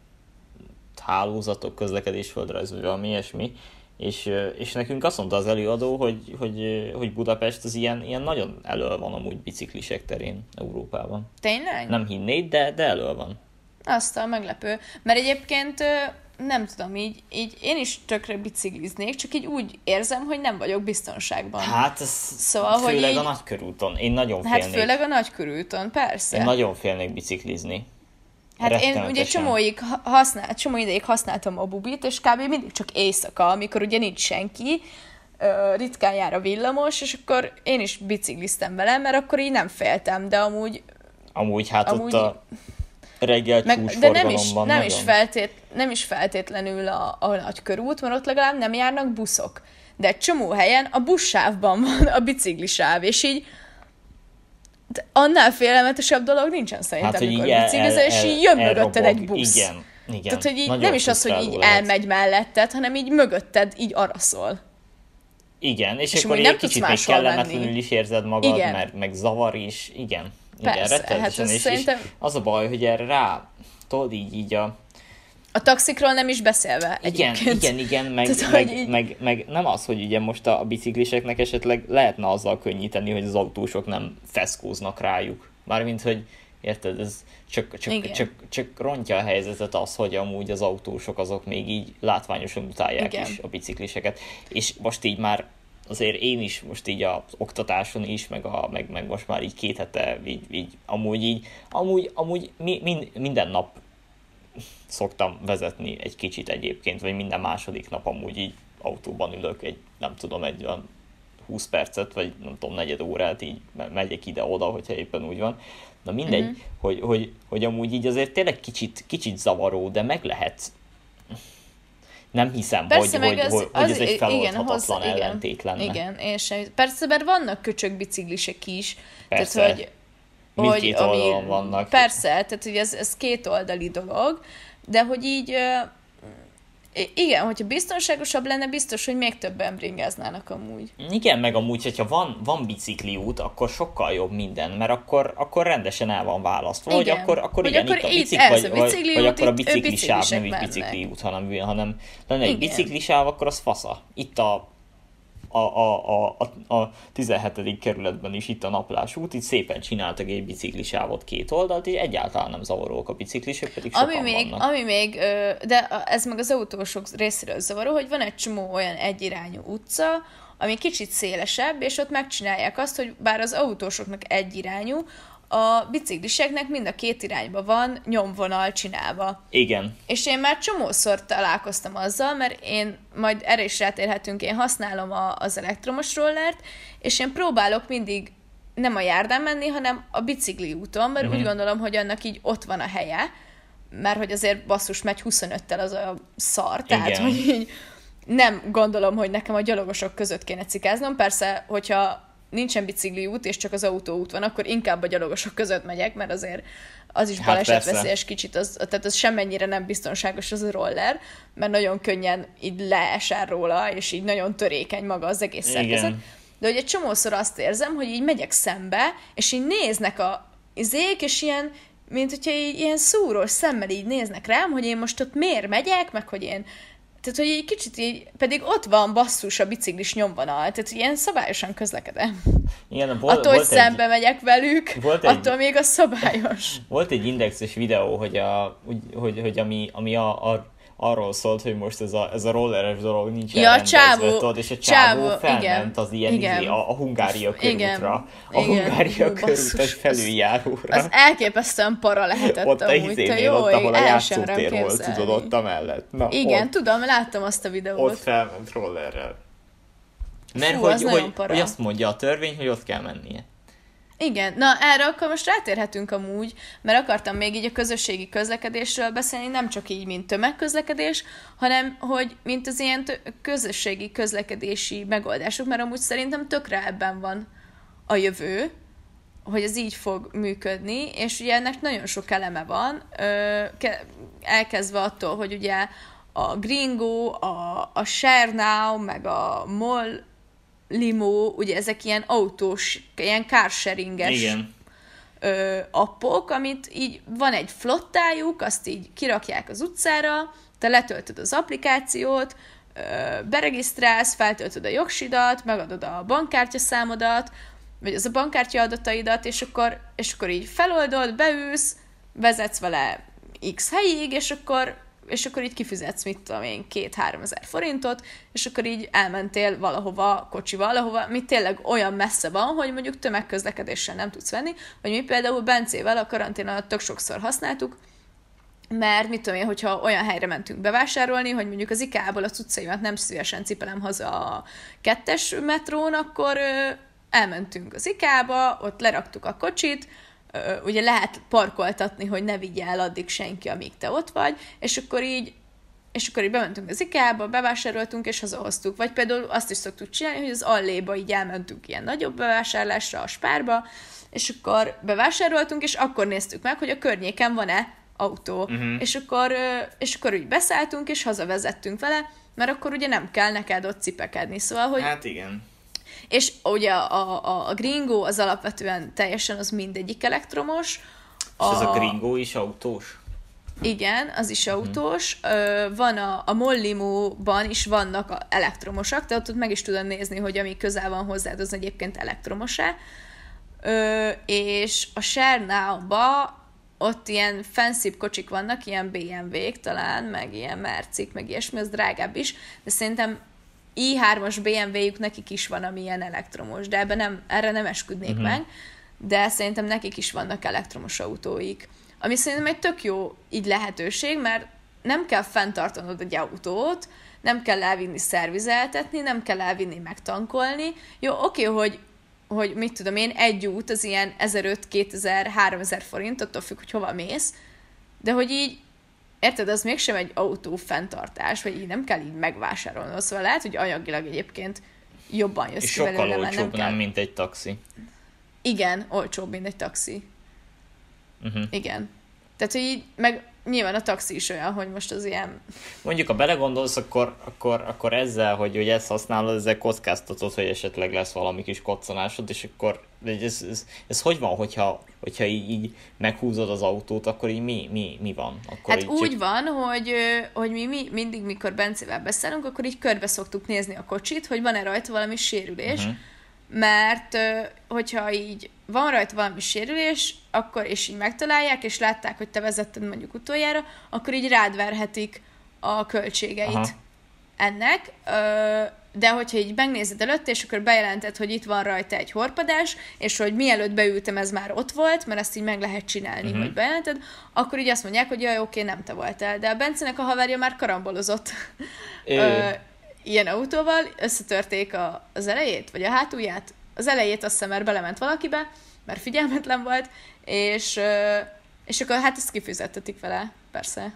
hálózatok, közlekedésföldrajz, vagy valami ilyesmi, és, és nekünk azt mondta az előadó, hogy, hogy, hogy Budapest az ilyen, ilyen nagyon elől van amúgy biciklisek terén Európában. Tényleg? Nem hinnéd, de, de elől van. Aztán meglepő. Mert egyébként nem tudom, így, így én is tökre bicikliznék, csak így úgy érzem, hogy nem vagyok biztonságban. Hát ez szóval, főleg így, a nagykörúton. Én nagyon félnék. Hát főleg a nagykörúton, persze. Én nagyon félnék biciklizni. Hát én ugye csomóig használ, csomó ideig használtam a bubit, és kb. Mindig csak éjszaka, amikor ugye nincs senki, ritkán jár a villamos, és akkor én is bicikliztem vele, mert akkor így nem féltem, de amúgy... Amúgy hát amúgy, ott a reggel meg, de nem is, nem, is feltét, nem is feltétlenül a, a nagykörút, mert ott legalább nem járnak buszok. De egy csomó helyen a buszsávban van a biciklisáv, és így de annál félelmetesebb dolog nincsen szerintem, hát, amikor biciklizel, és így jön mögötted egy busz. Igen, igen. Tehát, hogy így nem is az, hogy így lehet. Elmegy melletted, hanem így mögötted így araszol. Igen, és, és akkor egy kicsit még kellemetlenül is érzed magad, igen. mert meg zavar is, igen. Persze, igen, hát és, szerintem... és az a baj, hogy erre rá, tudod így, így a... A taxikról nem is beszélve igen, egyébként. Igen, igen, meg, Tehát, meg, így... meg, meg nem az, hogy ugye most a bicikliseknek esetleg lehetne azzal könnyíteni, hogy az autósok nem feszkóznak rájuk. Mármint, hogy Érted? Ez csak, csak, csak, csak rontja a helyzetet az, hogy amúgy az autósok azok még így látványosan utálják Igen. is a bicikliseket. És most így már azért én is most így az oktatáson is, meg, a, meg, meg most már így két hete, így, így amúgy így, amúgy, amúgy mi, mind, minden nap szoktam vezetni egy kicsit egyébként, vagy minden második nap amúgy így autóban ülök egy, nem tudom, egy olyan húsz percet, vagy nem tudom, negyed órát, így megyek ide-oda, hogyha éppen úgy van. Na mindegy, uh-huh. hogy, hogy, hogy amúgy így azért tényleg kicsit, kicsit zavaró, de meg lehet. Nem hiszem, persze, hogy, hogy, az, hogy, az, hogy ez egy igen, feloldhatatlan hozzá, ellentét lenne. Igen, én sem. Persze, mert vannak köcsög biciklisek is. Persze, tehát, hogy, mindkét hogy, oldalon vannak. Persze, tehát hogy ez, ez két oldali dolog, de hogy így igen, hogyha biztonságosabb lenne, biztos, hogy még többen bringáznának amúgy. Igen, meg amúgy, hogyha van, van bicikliút, akkor sokkal jobb minden, mert akkor, akkor rendesen el van választva. Hogy akkor, akkor hogy igen, akkor itt a bicikli, vagy, a bicikli vagy, út, vagy akkor a biciklisáv nem is mennek. bicikliút, hanem, hanem lenne egy biciklisáv, akkor az fasza. Itt a A, a, a, a tizenhetedik kerületben is itt a Naplás út, itt szépen csináltak egy biciklisávot két oldalt, és egyáltalán nem zavarók a biciklisek, pedig sokan ami még, vannak. Ami még, de ez meg az autósok részéről zavaró, hogy van egy csomó olyan egyirányú utca, ami kicsit szélesebb, és ott megcsinálják azt, hogy bár az autósoknak egyirányú, a bicikliseknek mind a két irányba van nyomvonal csinálva. Igen. És én már csomószor találkoztam azzal, mert én, majd erre is rátérhetünk, én használom a, az elektromos rollert, és én próbálok mindig nem a járdán menni, hanem a bicikli úton, mert uh-huh. úgy gondolom, hogy annak így ott van a helye, mert hogy azért basszus megy huszonöttel az a szar, tehát Igen. hogy így nem gondolom, hogy nekem a gyalogosok között kéne cikáznom. Persze, hogyha nincsen bicikliút, és csak az autóút van, akkor inkább a gyalogosok között megyek, mert azért az is hát balesetveszélyes kicsit, az, tehát az semmennyire nem biztonságos az a roller, mert nagyon könnyen így leesel róla, és így nagyon törékeny maga az egész szerkezet. De hogy egy csomószor azt érzem, hogy így megyek szembe, és így néznek a izék, és ilyen, mint hogyha így ilyen szúrós szemmel így néznek rám, hogy én most ott miért megyek, meg hogy én tehát, hogy egy kicsit így, pedig ott van basszus a biciklis nyomvonal, tehát ilyen szabályosan közlekedem. Igen, vol, attól, hogy szembe egy, megyek velük, attól egy, még a szabályos. Volt egy indexes videó, hogy, a, hogy, hogy ami, ami a, a, arról szólt, hogy most ez a, ez a rolleres dolog nincs ja, elrendezve, tudod, és a csávó, csávó felment igen, az ilyen igen, izé, a, a Hungária körútra, a igen, Hungária körútas felüljáróra. Az elképesztően para lehetett ott amúgy, a te jó, ott, ahol a játszótér volt, tudod, ott a mellett. Na, igen, ott, tudom, láttam azt a videót. Ott felment rollerrel. Mert Fú, hogy, az hogy, hogy azt mondja a törvény, hogy ott kell mennie. Igen, na erre akkor most rátérhetünk amúgy, mert akartam még így a közösségi közlekedésről beszélni, nem csak így, mint tömegközlekedés, hanem hogy mint az ilyen tö- közösségi közlekedési megoldások, mert amúgy szerintem tökre ebben van a jövő, hogy ez így fog működni, és ugye ennek nagyon sok eleme van, elkezdve attól, hogy ugye a Gringo, a, a ShareNow, meg a MOL Limo, ugye ezek ilyen autós, ilyen carsharinges ö, appok, amit így van egy flottájuk, azt így kirakják az utcára, te letöltöd az applikációt, ö, beregisztrálsz, feltöltöd a jogsidat, megadod a bankkártyaszámodat, vagy az a bankkártya adataidat, és akkor, és akkor így feloldod, beülsz, vezetsz vele x helyig, és akkor és akkor így kifizetsz, mit tudom én, két-három ezer forintot, és akkor így elmentél valahova kocsival, ahova, mi tényleg olyan messze van, hogy mondjuk tömegközlekedéssel nem tudsz venni, vagy mi például Bencével a karantén alatt tök sokszor használtuk, mert mit tudom én, hogyha olyan helyre mentünk bevásárolni, hogy mondjuk az IKEA-ból a cuccaimat nem szívesen cipelem haza a kettes metrón, akkor ö, elmentünk az IKEA-ba, ott leraktuk a kocsit, ugye lehet parkoltatni, hogy ne vigye el addig senki, amíg te ott vagy, és akkor így, és akkor így bementünk az IKEA-ba, bevásároltunk, és hazahoztuk. Vagy például azt is szoktuk csinálni, hogy az Alléba így elmentünk ilyen nagyobb bevásárlásra, a Spárba, és akkor bevásároltunk, és akkor néztük meg, hogy a környéken van-e autó. Uh-huh. És akkor, és akkor úgy beszálltunk, és hazavezettünk vele, mert akkor ugye nem kell neked ott cipekedni. Szóval, hogy... Hát igen. És ugye a, a, a Gringo az alapvetően teljesen az mindegyik elektromos. És a... ez a Gringo is autós? Igen, az is autós. Hmm. Van a, a Mollimóban is vannak elektromosak, tehát ott meg is tudod nézni, hogy ami közel van hozzád, az egyébként elektromos-e. Ö, és a Share Now-ba ott ilyen fancy kocsik vannak, ilyen bé em vé-k talán, meg ilyen Mercik, meg ilyesmi, az drágább is, de szerintem i hármas bé em vé-jük nekik is van, ami ilyen elektromos, de ebben nem, erre nem esküdnék uh-huh. meg, de szerintem nekik is vannak elektromos autóik. Ami szerintem egy tök jó így lehetőség, mert nem kell fenntartanod egy autót, nem kell elvinni szervizeltetni, nem kell elvinni megtankolni. Jó, oké, hogy, hogy mit tudom én, egy út az ilyen ezerötszáz, kétezer, háromezer forint, attól függ, hogy hova mész, de hogy így, érted, az mégsem egy autó fenntartás, vagy így nem kell így megvásárolni. Szóval lehet, hogy anyagilag egyébként jobban jössz és ki belőle, sokkal mert olcsóbb, nem, nem, kell... mint egy taxi. Igen, olcsóbb, mint egy taxi. Uh-huh. Igen. Tehát, hogy így, meg nyilván a taxi is olyan, hogy most az ilyen... Mondjuk, ha belegondolsz, akkor, akkor, akkor ezzel, hogy, hogy ezt használod, ezzel kockáztatod, hogy esetleg lesz valami kis koccanásod, és akkor ez, ez, ez, ez hogy van, hogyha, hogyha így, így meghúzod az autót, akkor így mi, mi, mi van? Akkor hát így úgy csak... van, hogy, hogy mi, mi mindig, mikor Bencével beszélünk, akkor így körbe szoktuk nézni a kocsit, hogy van-e rajta valami sérülés, uh-huh. mert hogyha így van rajta valami sérülés, akkor és így megtalálják, és látták, hogy te vezetted mondjuk utoljára, akkor így rád verhetik a költségeit Aha. ennek, de hogyha így megnézed előtte, és akkor bejelented, hogy itt van rajta egy horpadás, és hogy mielőtt beültem, ez már ott volt, mert ezt így meg lehet csinálni, uh-huh. hogy bejelented, akkor így azt mondják, hogy jaj, oké, nem te voltál. De a Bencének a haverja már karambolozott ilyen autóval, összetörték a, az elejét, vagy a hátulját. Az elejét azt hiszem, mert belement valakibe, mert figyelmetlen volt, és, és akkor hát ezt kifizettetik vele, persze.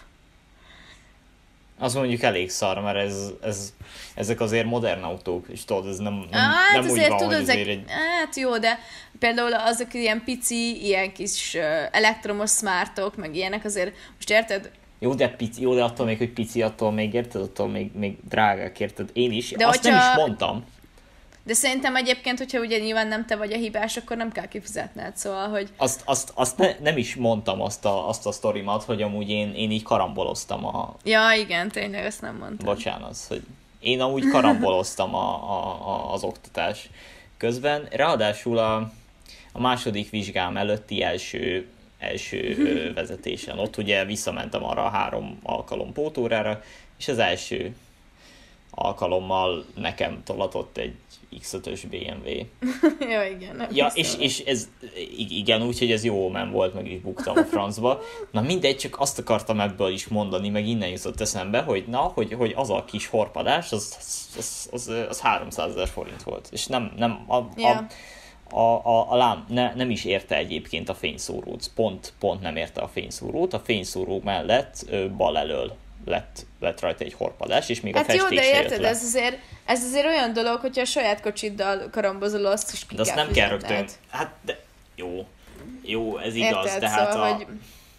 Az mondjuk elég szar, mert ez, ez, ezek azért modern autók, és tudod, ez nem, nem, hát nem úgy van, tudod, hogy ezek, azért egy... Hát jó, de például azok ilyen pici, ilyen kis elektromos smartok, meg ilyenek azért, most érted? Jó, de pici, jó, de attól még, hogy pici, attól még érted, attól még, még drágák, érted? Én is, de azt hogyha... nem is mondtam. De szerintem egyébként, hogyha ugye nyilván nem te vagy a hibás, akkor nem kell kifizetned, szóval, hogy... Azt, azt, azt ne, nem is mondtam azt a, azt a sztorimat, hogy amúgy én, én így karamboloztam a... Ja, igen, tényleg, ezt nem mondtam. Bocsánat, hogy én amúgy karamboloztam a, a, a, az oktatás közben. Ráadásul a, a második vizsgám előtti első, első vezetésen. Ott ugye visszamentem arra a három alkalom pótórára, és az első alkalommal nekem tolatott egy iksz ötös bé em vé. Ja, igen. Ja, és, és ez, igen, úgyhogy ez jó omen volt, meg is buktam a francba. Na mindegy, csak azt akartam ebből is mondani, meg innen jutott eszembe, hogy na, hogy, hogy az a kis horpadás, az, az, az, az háromszázezer forint volt. És nem, nem, a, ja. a, a, a, a lám ne, nem is érte egyébként a fényszórót, pont, pont nem érte a fényszórót, a fényszóró mellett bal elől lett, lett rajta egy horpadás, és még hát a festék jó, de se érted, ez azért, ez azért olyan dolog, hogyha a saját kocsiddal karambozol, azt is ki de kell azt nem kell fizetned. rögtön. Hát, de jó. Jó, ez igaz, érted? de hát szóval, a... hogy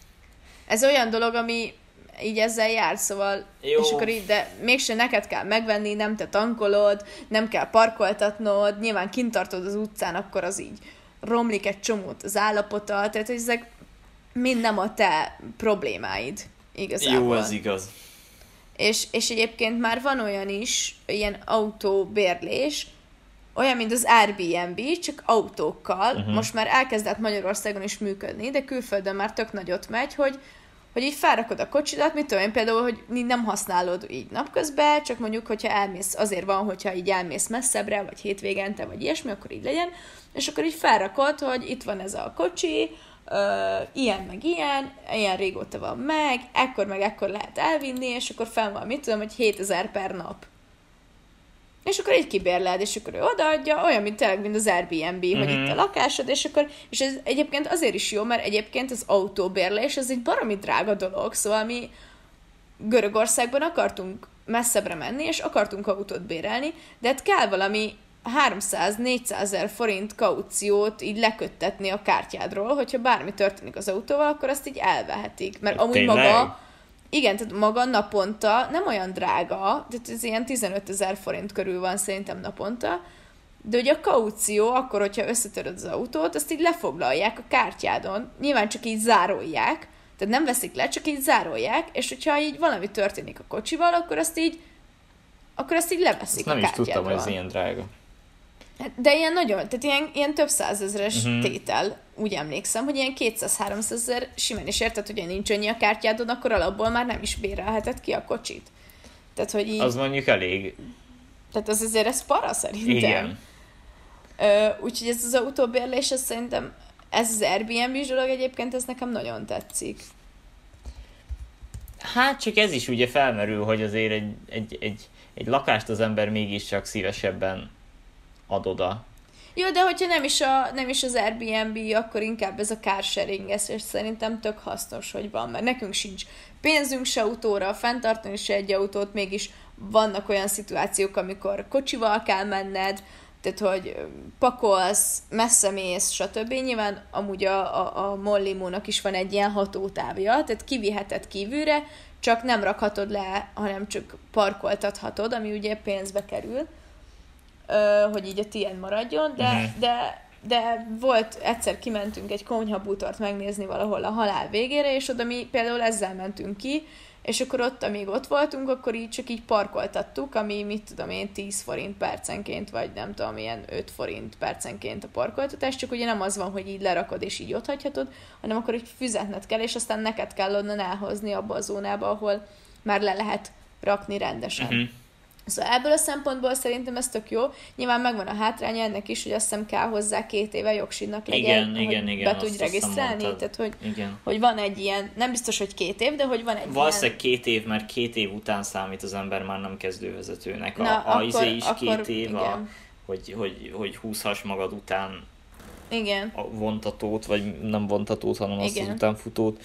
ez olyan dolog, ami így ezzel jár, szóval, jó. És akkor így, de mégsem neked kell megvenni, nem te tankolod, nem kell parkoltatnod, nyilván kint tartod az utcán, akkor az így romlik egy csomót az állapota, tehát ezek mind nem a te problémáid igazából. Jó, ez igaz. És, és egyébként már van olyan is, ilyen autóbérlés, olyan, mint az Airbnb, csak autókkal. Uh-huh. Most már elkezdett Magyarországon is működni, de külföldön már tök nagyot megy, hogy, hogy így felrakod a kocsidat, mit tudom én például, hogy nem használod így napközben, csak mondjuk, hogyha elmész, azért van, hogyha így elmész messzebbre, vagy hétvégente, vagy ilyesmi, akkor így legyen, és akkor így felrakod, hogy itt van ez a kocsi, Uh, ilyen meg ilyen, ilyen régóta van meg, ekkor meg ekkor lehet elvinni, és akkor fel van, mit tudom, hogy hétezer per nap. És akkor így kibérled, és akkor ő odaadja, olyan, mint tényleg, mint az Airbnb, mm-hmm. hogy itt a lakásod, és akkor, és ez egyébként azért is jó, mert egyébként az autóbérlés, az egy baromi drága dolog, szóval mi Görögországban akartunk messzebbre menni, és akartunk autót bérelni, de hát kell valami háromszáz-négyszázezer forint kauciót így leköttetni a kártyádról, hogyha bármi történik az autóval, akkor azt így elvehetik. Mert amúgy tényleg? maga, igen, tehát maga naponta nem olyan drága, tehát ez ilyen tizenötezer forint körül van szerintem naponta, de ugye a kaució, akkor, hogyha összetöröd az autót, azt így lefoglalják a kártyádon. Nyilván csak így zárolják, tehát nem veszik le, csak így zárolják, és hogyha így valami történik a kocsival, akkor azt így akkor azt így leveszik azt a nem is kártyádról. tudtam, hogy ez ilyen drága. De ilyen nagyon, tehát ilyen, ilyen több százezres Mhm. tétel, úgy emlékszem, hogy ilyen kétszáz-háromszázezer simán is érted, hogyha nincs annyi a kártyádon, akkor alapból már nem is bérelheted ki a kocsit. Tehát, hogy így, Az mondjuk elég. tehát az azért ez para szerintem. Igen. Ö, úgyhogy ez az autóbérlés, ez szerintem, ez az Airbnb-s dolog egyébként, ez nekem nagyon tetszik. Hát csak ez is ugye felmerül, hogy azért egy, egy, egy, egy lakást az ember mégiscsak szívesebben ad oda. Jó, de hogyha nem is, a, nem is az Airbnb, akkor inkább ez a carsharing, ez, és szerintem tök hasznos, hogy van, mert nekünk sincs pénzünk se autóra, fenntartani se egy autót, mégis vannak olyan szituációk, amikor kocsival kell menned, tehát, hogy pakolsz, messze mész, stb. Nyilván amúgy a, a, a Mollimónak is van egy ilyen hatótávja, tehát kiviheted kívülre, csak nem rakhatod le, hanem csak parkoltathatod, ami ugye pénzbe kerül, ö, hogy így a tiéd maradjon, de, Mhm. de, de volt, egyszer kimentünk egy konyhabútort megnézni valahol a halál végére, és oda mi például ezzel mentünk ki, és akkor ott, amíg ott voltunk, akkor így csak így parkoltattuk, ami mit tudom én, tíz forint percenként, vagy nem tudom, ilyen öt forint percenként a parkoltatás, csak ugye nem az van, hogy így lerakod és így ott hagyhatod, hanem akkor így fizetned kell, és aztán neked kell onnan elhozni abba a zónába, ahol már le lehet rakni rendesen. Mhm. Szóval ebből a szempontból szerintem ez tök jó. Nyilván megvan a hátránya ennek is, hogy azt hiszem kell hozzá két éve jogsidnak legyen, Igen, igen, hogy igen, be azt tudj azt hiszem regisztrálni. mondtad. Tehát, hogy, Igen. hogy van egy ilyen, nem biztos, hogy két év, de hogy van egy Valószínűleg két év, mert két év után számít az ember már nem kezdővezetőnek. A, Na, a akkor- izé is akkor két év, a, igen. hogy, hogy, hogy húzhass magad után ilyen... Igen. a vontatót, vagy nem vontatót, hanem azt Igen. az utánfutót.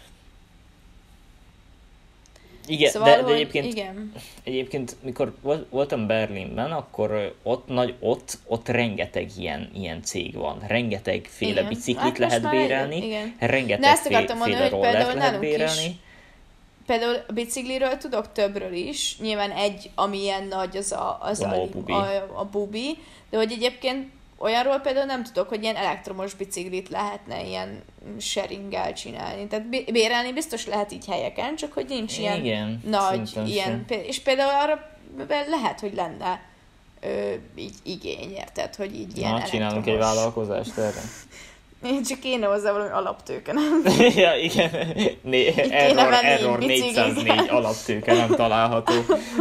Igen, Szóval, de, de hogy egyébként, igen. egyébként, mikor vol- voltam Berlinben, akkor ö, ott, nagy, ott, ott rengeteg ilyen, ilyen cég van. Rengeteg-féle Igen. biciklit Hát most lehet már bérelni, igen, igen. rengeteg Na, ezt akartam mondani, féle hogy rollert például lehet nálunk is bérelni. Például a bicikliről tudok többről is, nyilván egy, ami ilyen nagy, az a, az A a, Mall Bubi. a, a bubi, de hogy egyébként olyanról például nem tudok, hogy ilyen elektromos biciklit lehetne ilyen sharinggel csinálni. Tehát bé- bérelni biztos lehet így helyeken, csak hogy nincs ilyen Igen, nagy, szerintem ilyen, sem. pé- és például arra lehet, hogy lenne ö, így igény, érted, hogy így ilyen Na, csinálunk egy elektromos. vállalkozást erre. Én csak kéne hozzá valami alaptőke, nem? Ja, igen. Né- kéne error, menni error biciklivel. négyszáznégy alaptőke nem található.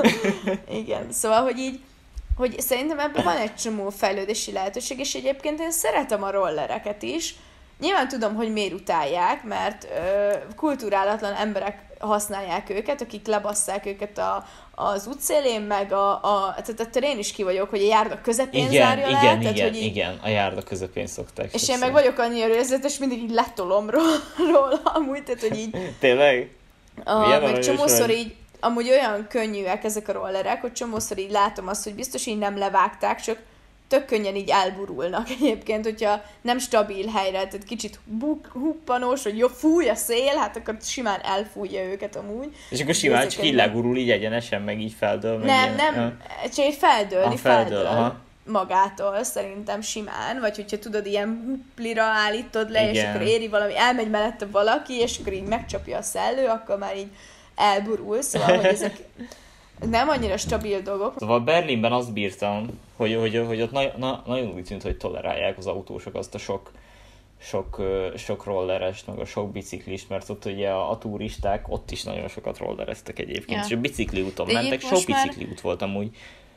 Igen, szóval, hogy így, hogy szerintem ebben van egy csomó fejlődési lehetőség, és egyébként én szeretem a rollereket is. Nyilván tudom, hogy miért utálják, mert ö, kulturálatlan emberek használják őket, akik lebasszák őket a, az útszélén, meg a, a tehát ettől én is ki vagyok, hogy a járda közepén Igen, zárja le, igen, tehát, igen, hogy így, igen, a járda közepén szokták. és én sokszor. meg vagyok annyira őrzetes, mindig így letolom róla, róla amúgy, tehát hogy így Tényleg? A, Milyen meg aranyos csomószor vagy. így, amúgy olyan könnyűek ezek a rollerek, hogy csomószor így látom azt, hogy biztos így nem levágták, csak tök könnyen így elburulnak egyébként, hogyha nem stabil helyre, tehát kicsit buk, huppanós, hogy jó, fúj a szél, hát akkor simán elfújja őket amúgy. És akkor simán Ezek csak egy- így legurul, így egyenesen, meg így feldől. Meg Nem, ilyen. nem, csak így feldőlni, Ah, feldől, feldől, aha. magától szerintem simán, vagy hogyha tudod, ilyen huplira állítod le, és Igen. akkor éri valami, elmegy mellette valaki, és akkor így megcsapja a szellő, akkor már így elburul, szóval, hogy ezek nem annyira stabil dolgok. Szóval Berlinben azt bírtam, hogy, hogy, hogy ott na, na, nagyon úgy tűnt, hogy tolerálják az autósok azt a sok, sok, ö, sok rollerest, meg a sok biciklist, mert ott ugye a, a turisták ott is nagyon sokat rollereztek egyébként, Ja. és a bicikli úton De mentek, egyéb sok most már- bicikli út volt amúgy.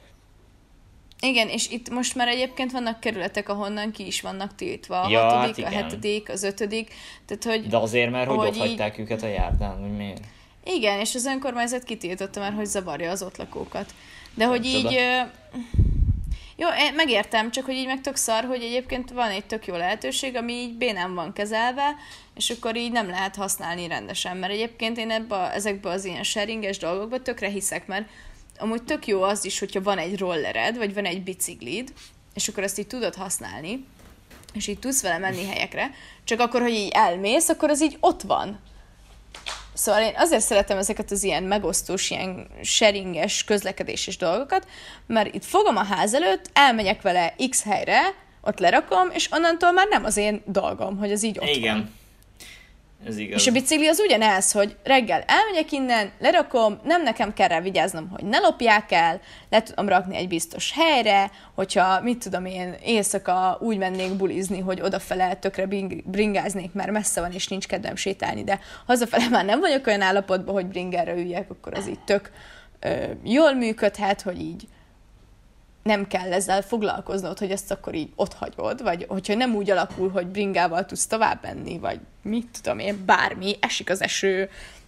Igen, és itt most már egyébként vannak kerületek, ahonnan ki is vannak tiltva. A Ja, hatodik, hát a igen. hetedik, az ötödik. Tehát, hogy De azért, mert hogy Hogy ott így- hagyták őket a járdán, hogy miért? igen, és az önkormányzat kitiltotta már, hogy zavarja az ott lakókat. De hogy Csoda. így... ö, Jó, én megértem, csak hogy így meg tök szar, hogy egyébként van egy tök jó lehetőség, ami így bénán van kezelve, és akkor így nem lehet használni rendesen. Mert egyébként én ebbe, a- ezekbe az ilyen sharinges dolgokba tökre hiszek, mert amúgy tök jó az is, hogyha van egy rollered, vagy van egy biciklid, és akkor azt így tudod használni, és így tudsz vele menni helyekre, csak akkor, hogy így elmész, akkor az így ott van. Szóval én azért szeretem ezeket az ilyen megosztós, ilyen sharinges, közlekedéses dolgokat, mert itt fogom a ház előtt, elmegyek vele X helyre, ott lerakom, és onnantól már nem az én dolgom, hogy az így ott Igen. van. Ez igaz. És a bicikli az ugyanez, hogy reggel elmegyek innen, lerakom, nem nekem kell rá vigyáznom, hogy ne lopják el, le tudom rakni egy biztos helyre, hogyha, mit tudom én, éjszaka úgy mennék bulizni, hogy odafele tökre bringáznék, mert messze van, és nincs kedvem sétálni, de hazafele már nem vagyok olyan állapotban, hogy bringerre üljek, akkor az így tök ö, jól működhet, hogy így nem kell ezzel foglalkoznod, hogy ezt akkor így ott hagyod, vagy hogyha nem úgy alakul, hogy bringával tudsz tovább menni, vagy mit tudom én, bármi, esik az eső,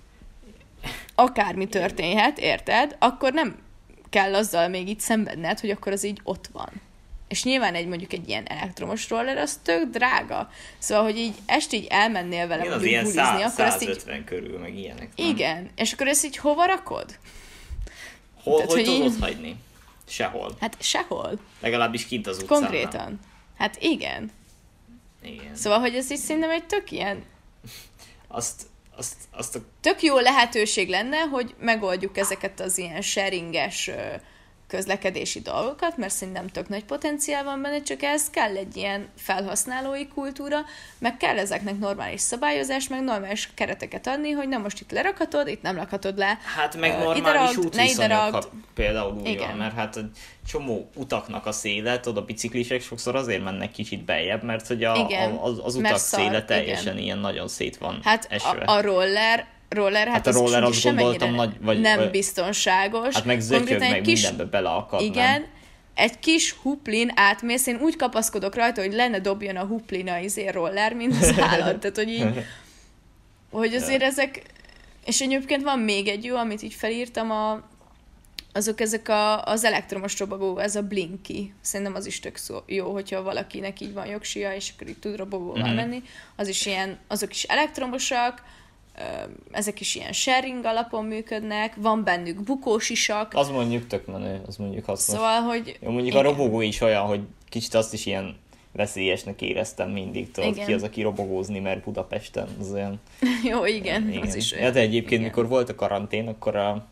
akármi történhet, érted? Akkor nem kell azzal még így szenvedned, hogy akkor az így ott van. És nyilván egy mondjuk egy ilyen elektromos roller, az tök drága. Szóval, hogy így este így elmennél vele mondjuk bulizni, száz, akkor ezt így... százötven körül, meg ilyenek. Nem? Igen, és akkor ezt így hova rakod? Hol, Tehát, hogy hogy tudod így... hagyni? Sehol. Hát sehol. Legalábbis kint az utcán. Konkrétan. Hát igen. Igen. Szóval, hogy ez így szerintem egy tök ilyen... Azt, azt, azt a... Tök jó lehetőség lenne, hogy megoldjuk ezeket az ilyen sharinges közlekedési dolgokat, mert szerintem tök nagy potenciál van benne, csak ez kell egy ilyen felhasználói kultúra, meg kell ezeknek normális szabályozás, meg normális kereteket adni, hogy na most itt lerakhatod, itt nem lakhatod le. Hát meg uh, normális útviszonyok, ha például úgy igen. van, mert hát egy csomó utaknak a széle, tudod, a biciklisek sokszor azért mennek kicsit beljebb, mert hogy a, igen, a, az, az utak szar, széle teljesen igen. ilyen nagyon szét van hát esve. A, a roller roller, hát, hát a az roller azt gondoltam semennyire nagy, vagy, nem vagy, biztonságos. Hát meg zötyög, meg kis, mindenbe beleakad, igen, nem? egy kis huplin átmész, én úgy kapaszkodok rajta, hogy lenne dobjon a huplin a izé roller, mint az állat. Tehát, hogy így, hogy azért ezek, és egyébként van még egy jó, amit így felírtam, a, azok ezek a, az elektromos robogó, ez a Blinky. Szerintem az is tök szó, jó, hogyha valakinek így van jogsia, és akkor így tud robogóval mm-hmm. menni. Az is ilyen, azok is elektromosak, ezek is ilyen sharing alapon működnek, van bennük bukósisak. Az mondjuk tök menő, az mondjuk hasznos. Szóval, hogy... Jó, mondjuk igen. A robogó is olyan, hogy kicsit azt is ilyen veszélyesnek éreztem mindig, tudod, igen. Ki az, aki robogózni, mert Budapesten, az olyan... Jó, igen, igen, az is olyan. Ja, de egyébként, igen. mikor volt a karantén, akkor a...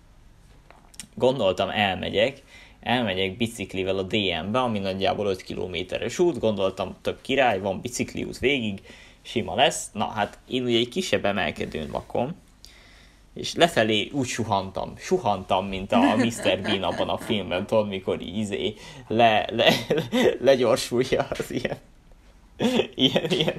gondoltam, elmegyek, elmegyek biciklivel a dé em-be, ami nagyjából öt kilométeres út, gondoltam, tök király, van bicikliút végig, sima lesz. Na hát én ugye egy kisebb emelkedőn lakom, és lefelé úgy suhantam, suhantam, mint a miszter Bean abban a filmben, tudod, mikor így izé le, le, le, legyorsulja az ilyen, ilyen, ilyen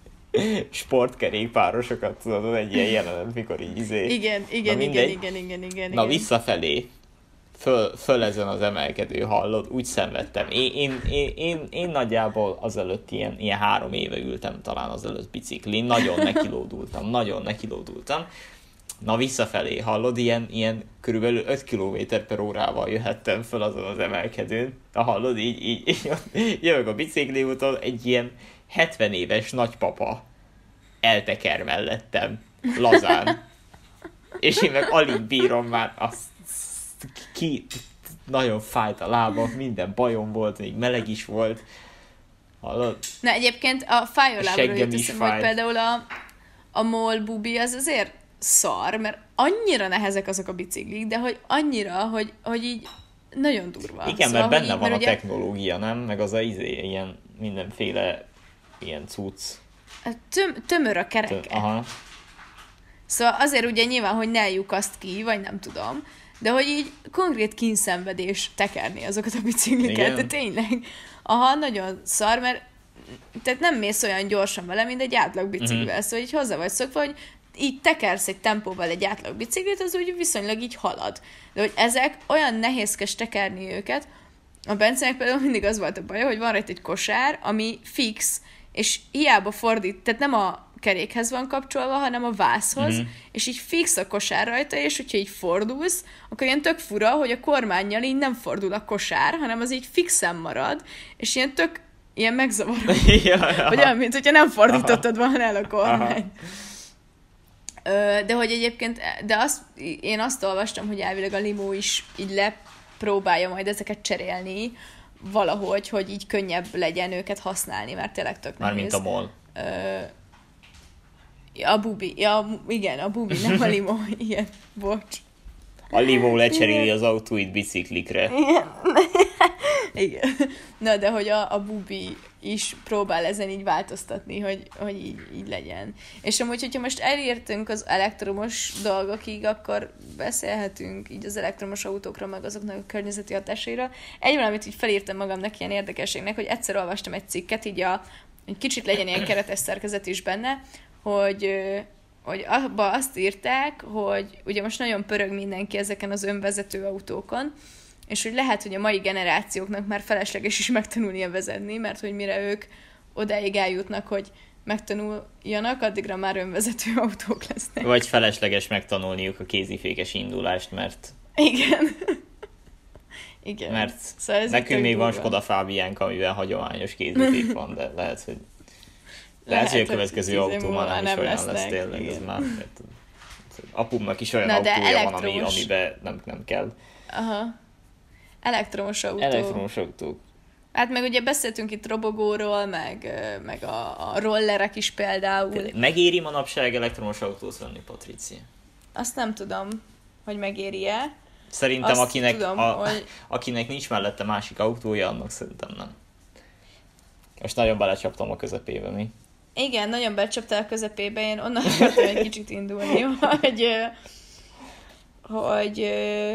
sportkerékpárosokat, tudod, egy ilyen jelenet, mikor így izé. Igen, igen, igen, igen, igen, igen. Na visszafelé, föl, föl ezen az emelkedő, hallod, úgy szenvedtem. Én, én, én, én, én nagyjából azelőtt ilyen, ilyen három éve ültem talán azelőtt biciklin, nagyon nekilódultam, nagyon nekilódultam. Na visszafelé, hallod, ilyen, ilyen körülbelül öt kilométer per órával jöhettem föl azon az emelkedőn. Na hallod, így, így, így jövök a bicikli úton, egy ilyen hetven éves nagypapa elteker mellettem, lazán. És én meg alig bírom már azt. Ki, nagyon fájt a lábam, minden bajom volt, még meleg is volt. Hallod? Na egyébként a fájó lábról jut eszem, hogy például a, a MOL bubi az azért szar, mert annyira nehezek azok a biciklik, de hogy annyira, hogy, hogy így nagyon durva. Igen, szóval, mert benne így, van mert a ugye, technológia, nem? Meg az a izé, ilyen mindenféle ilyen cucc. Töm, tömör a kereke. Tö- aha. Szóval azért ugye nyilván, hogy ne lyukaszt ki, vagy nem tudom, de hogy így konkrét kínszenvedés tekerni azokat a bicikliket, de tényleg, aha, nagyon szar, mert tehát nem mész olyan gyorsan vele, mint egy átlag biciklivel, uh-huh. Szóval így hozzá vagy szokva, hogy így tekersz egy tempóval egy átlag biciklit, az úgy viszonylag így halad. De hogy ezek olyan nehézkes tekerni őket, a Bencenek például mindig az volt a baj, hogy van rajta egy kosár, ami fix, és hiába fordít, tehát nem a kerékhez van kapcsolva, hanem a vászhoz, mm-hmm. és így fix a kosár rajta, és hogyha így fordulsz, akkor ilyen tök fura, hogy a kormánnyal így nem fordul a kosár, hanem az így fixen marad, és ilyen tök, ilyen megzavaró. Ja, vagy olyan, mint hogyha nem fordítottad volna el a kormány. De hogy egyébként, de azt, én azt olvastam, hogy elvileg a Limo is így lepróbálja majd ezeket cserélni valahogy, hogy így könnyebb legyen őket használni, mert tényleg tök nehéz. Mármint a MOL. A bubi, ja, igen, a bubi, nem a Limo, ilyen, bocs. A Limo lecseréli az autóit biciklikre. Igen. Igen. Na, de hogy a, a bubi is próbál ezen így változtatni, hogy, hogy így, így legyen. És amúgy, hogyha most elértünk az elektromos dolgokig, akkor beszélhetünk így az elektromos autókra, meg azoknak a környezeti hatásaira. Egy valamit így felírtam magamnak ilyen érdekességnek, hogy egyszer olvastam egy cikket, így a, egy kicsit legyen ilyen keretes szerkezet is benne, hogy, hogy abba azt írták, hogy ugye most nagyon pörög mindenki ezeken az önvezető autókon, és hogy lehet, hogy a mai generációknak már felesleges is megtanulnia vezetni, mert hogy mire ők odáig eljutnak, hogy megtanuljanak, addigra már önvezető autók lesznek. Vagy felesleges megtanulniuk a kézifékes indulást, mert... Igen. Igen. Mert szóval nekünk még van Skoda Fabiánk, amivel hagyományos kézifék van, de lehet, hogy lehet, lehet hogy a következő autó már nem, nem is olyan lesznek. Lesz tényleg. Ez már, apumnak is olyan Na, autója elektromos... van, ami, amiben nem, nem kell. Aha. Elektromos autó. Elektromos autók. Hát meg ugye beszéltünk itt robogóról, meg, meg a, a rollerek is például. Megéri manapság elektromos autót venni, Patricia? Azt nem tudom, hogy megéri-e. Szerintem akinek, tudom, a, hogy... akinek nincs mellette másik autója, annak szerintem nem. Most nagyon belecsaptam a közepébe, mi? Igen, nagyon belecsaptál a közepébe, én onnan akartam egy kicsit indulni, hogy, hogy,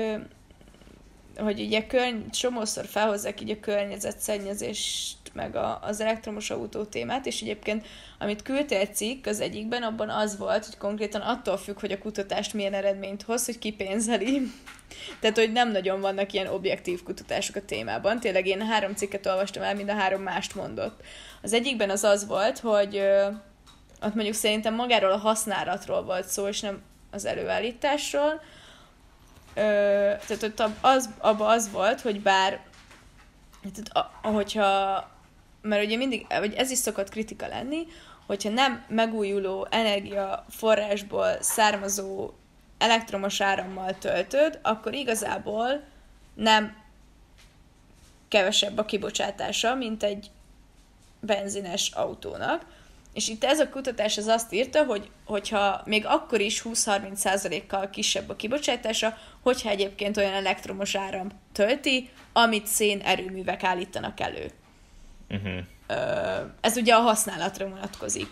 hogy ugye körny- csomószor felhozzák így a környezetszennyezést, meg a, az elektromos autó témát, és egyébként, amit küldtél egy cikk az egyikben, abban az volt, hogy konkrétan attól függ, hogy a kutatást milyen eredményt hoz, hogy ki pénzeli. Tehát, hogy nem nagyon vannak ilyen objektív kutatások a témában. Tényleg én három cikket olvastam el, mind a három mást mondott. Az egyikben az az volt, hogy ö, ott mondjuk szerintem magáról a használatról volt szó, és nem az előállításról. Ö, tehát ott az, abban az volt, hogy bár tehát, ahogyha, mert ugye mindig, vagy ez is szokott kritika lenni, hogyha nem megújuló energiaforrásból származó elektromos árammal töltöd, akkor igazából nem kevesebb a kibocsátása, mint egy benzines autónak. És itt ez a kutatás az azt írta, hogy hogyha még akkor is húsz-harminc százalékkal kisebb a kibocsátása, hogyha egyébként olyan elektromos áram tölti, amit szénerőművek állítanak elő. Uh-huh. Ez ugye a használatra vonatkozik.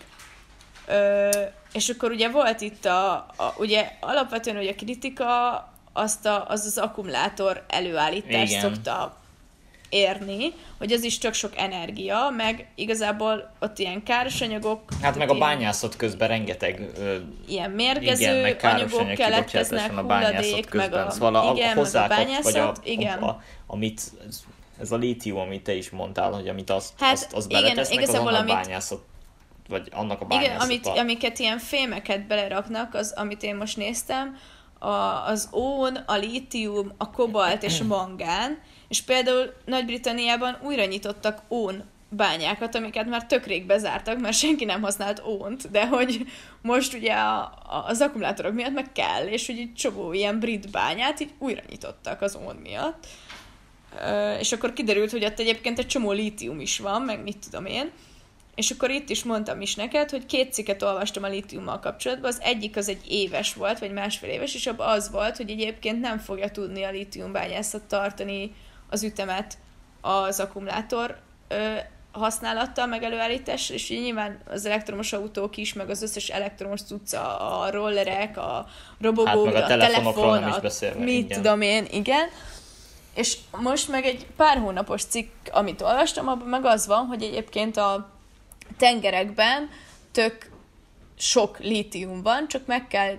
És akkor ugye volt itt a, a ugye alapvetően ugye a kritika azt a, az az akkumulátor előállítást Igen. szokta érni, hogy az is csak sok energia, meg igazából ott ilyen káros anyagok... Hát meg a bányászat közben rengeteg... Ö, ilyen mérgező meg anyagok keletkeznek, hulladék, meg a, szóval igen, a, a, a bányászat, vagy a, igen. A, a, amit, ez a lítium, amit te is mondtál, hogy amit azt, hát, azt, azt igen, beletesznek, az annak amit, bányászat, vagy annak a bányászata. Igen, amit, amiket ilyen fémeket beleraknak, az, amit én most néztem, a, az ón, a lítium, a kobalt és a mangán, és például Nagy-Britanniában újra nyitottak ón bányákat, amiket már tök rég bezártak, mert senki nem használt ónt, de hogy most ugye a, a, az akkumulátorok miatt meg kell, és hogy egy csomó ilyen brit bányát így újra nyitottak az ón miatt. Ö, és akkor kiderült, hogy ott egyébként egy csomó lítium is van, meg mit tudom én. És akkor itt is mondtam is neked, hogy két cikket olvastam a lítiummal kapcsolatban, az egyik az egy éves volt, vagy másfél éves, és abban az volt, hogy egyébként nem fogja tudni a lítiumbányászat tartani az ütemet az akkumulátor ö, használattal, meg előállítással, és nyilván az elektromos autók is, meg az összes elektromos cucca, a rollerek, a robogók, hát, a, a telefon, a, beszélve, mit igen. tudom én, igen. És most meg egy pár hónapos cikk, amit olvastam, abban meg az van, hogy egyébként a tengerekben tök sok lítium van, csak meg kell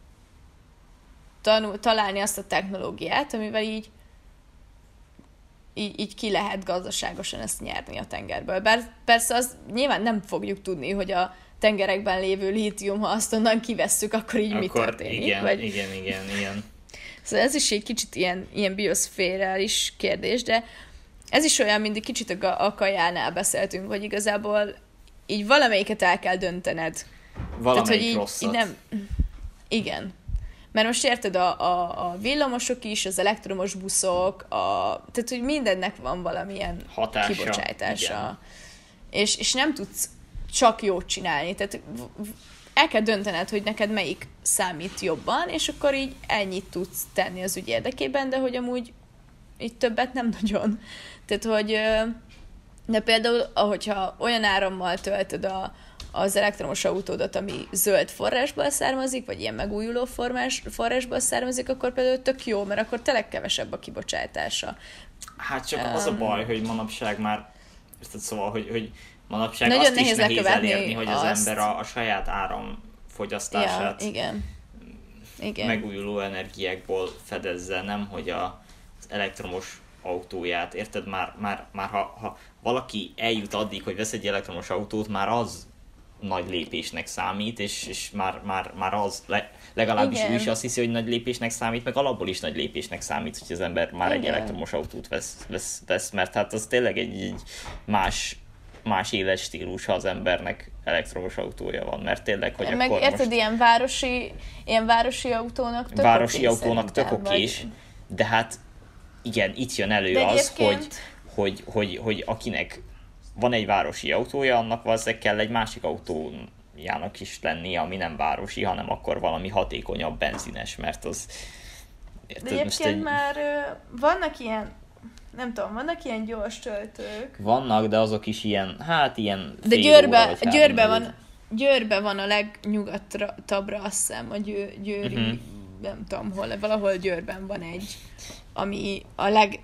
tanul, találni azt a technológiát, amivel így, így, így ki lehet gazdaságosan ezt nyerni a tengerből. Bár persze az nyilván nem fogjuk tudni, hogy a tengerekben lévő lítium, ha azt onnan kivesszük, akkor így akkor mi történik. Igen, vagy... igen, igen, igen. Szóval ez is egy kicsit ilyen, ilyen bioszférális kérdés, de ez is olyan, mindig kicsit a, a kajánál beszéltünk, hogy igazából így valamelyiket el kell döntened. Valamelyik Tehát, hogy így, rosszat. Így nem... Igen. Mert most érted, a, a, a villamosok is, az elektromos buszok, a... tehát, hogy mindennek van valamilyen hatása, kibocsátása. És, és nem tudsz csak jót csinálni. Tehát el kell döntened, hogy neked melyik számít jobban, és akkor így ennyit tudsz tenni az ügy érdekében, de hogy amúgy így többet nem nagyon. Tehát, hogy de például, ahogyha olyan árammal töltöd a, az elektromos autódat, ami zöld forrásból származik, vagy ilyen megújuló formás, forrásból származik, akkor például tök jó, mert akkor tényleg kevesebb a kibocsátása. Hát csak um, az a baj, hogy manapság már, szóval, hogy, hogy manapság nagyon azt nehéz is nehéz elérni, hogy az azt. ember a, a saját áramfogyasztását ja, igen. Igen. megújuló energiákból fedezze, nem hogy a, az elektromos autóját, érted? Már, már, már ha, ha valaki eljut addig, hogy vesz egy elektromos autót, már az nagy lépésnek számít, és, és már, már, már az le, legalábbis igen. ő is azt hiszi, hogy nagy lépésnek számít, meg alapból is nagy lépésnek számít, hogy az ember már igen. egy elektromos autót vesz, vesz, vesz, mert hát az tényleg egy, egy más, más életstílus, ha az embernek elektromos autója van, mert tényleg, hogy meg akkor érted, most... ilyen városi, ilyen városi autónak tök városi oké, autónak tök vagy... okés, de hát igen, itt jön elő de az, egyébként... hogy, hogy, hogy, hogy akinek van egy városi autója, annak valószínűleg kell egy másik autójának is lennie, ami nem városi, hanem akkor valami hatékonyabb benzines, mert az... Érted, de egyébként egy... már uh, vannak ilyen, nem tudom, vannak ilyen gyors töltők. Vannak, de azok is ilyen, hát ilyen de Győrbe, Győrbe van, Győrbe van a legnyugatabbra, azt hiszem, a győ, győri, uh-huh. nem tudom hol, valahol Győrben van egy, ami a leg...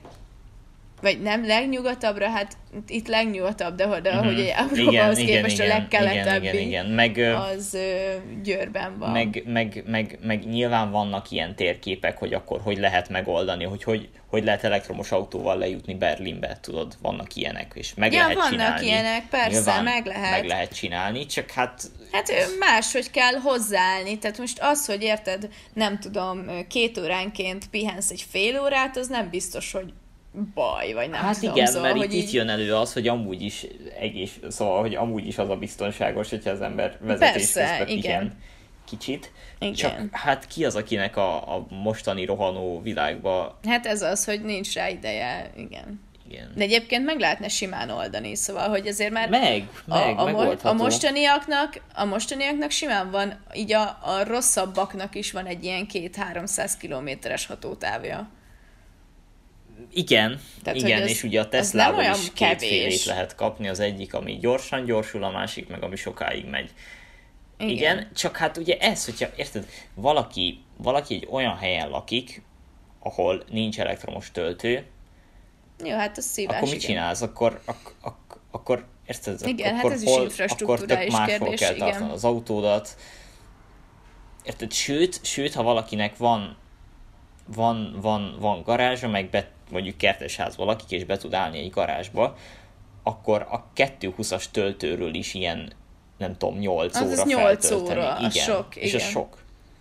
vagy nem legnyugatabbra, hát itt legnyugatabb, de, de uh-huh. ahogy Európához képest igen, a legkeletebbi, igen, igen, meg, az ö, Győrben van. Meg, meg, meg, meg nyilván vannak ilyen térképek, hogy akkor hogy lehet megoldani, hogy hogy, hogy lehet elektromos autóval lejutni Berlinbe, tudod, vannak ilyenek, és meg ja, lehet vannak csinálni. vannak ilyenek, persze, nyilván meg lehet. Meg lehet csinálni, csak hát... Hát máshogy kell hozzáállni, tehát most az, hogy érted, nem tudom, két óránként pihensz egy fél órát, az nem biztos, hogy baj, vagy nem hát tudom. igen, Szóval, mert hogy itt, így... itt jön elő az, hogy amúgy is egész, szóval, hogy amúgy is az a biztonságos, hogyha az ember vezetés közben pihen kicsit. Igen. Csak hát ki az, akinek a, a mostani rohanó világban... Hát ez az, hogy nincs rá ideje, igen. Igen. De egyébként meg lehetne simán oldani, szóval, hogy azért már... Meg, meg, a, a, megoldható. A mostaniaknak, a mostaniaknak simán van, így a, a rosszabbaknak is van egy ilyen két-háromszáz kilométeres hatótávja. Igen, tehát, igen, és ugye a Teslából is kétfélét lehet kapni, az egyik, ami gyorsan gyorsul, a másik meg, ami sokáig megy. Igen, igen csak hát ugye ez, hogyha érted, valaki, valaki egy olyan helyen lakik, ahol nincs elektromos töltő, jó, hát az szívás, akkor mit igen. csinálsz? Akkor, ak, ak, akkor érted, igen, akkor, hát ez hol, is infrastruktúrális akkor tök kérdés, kell tartani az autódat. Érted, sőt, sőt, ha valakinek van van, van, van garázsa, meg be, mondjuk kertesházban lakik, és be tud állni egy garázsba, akkor a kétszázhúszas töltőről is ilyen, nem tudom, nyolc az óra az nyolc feltölteni. óra, igen, az sok, és igen. az sok.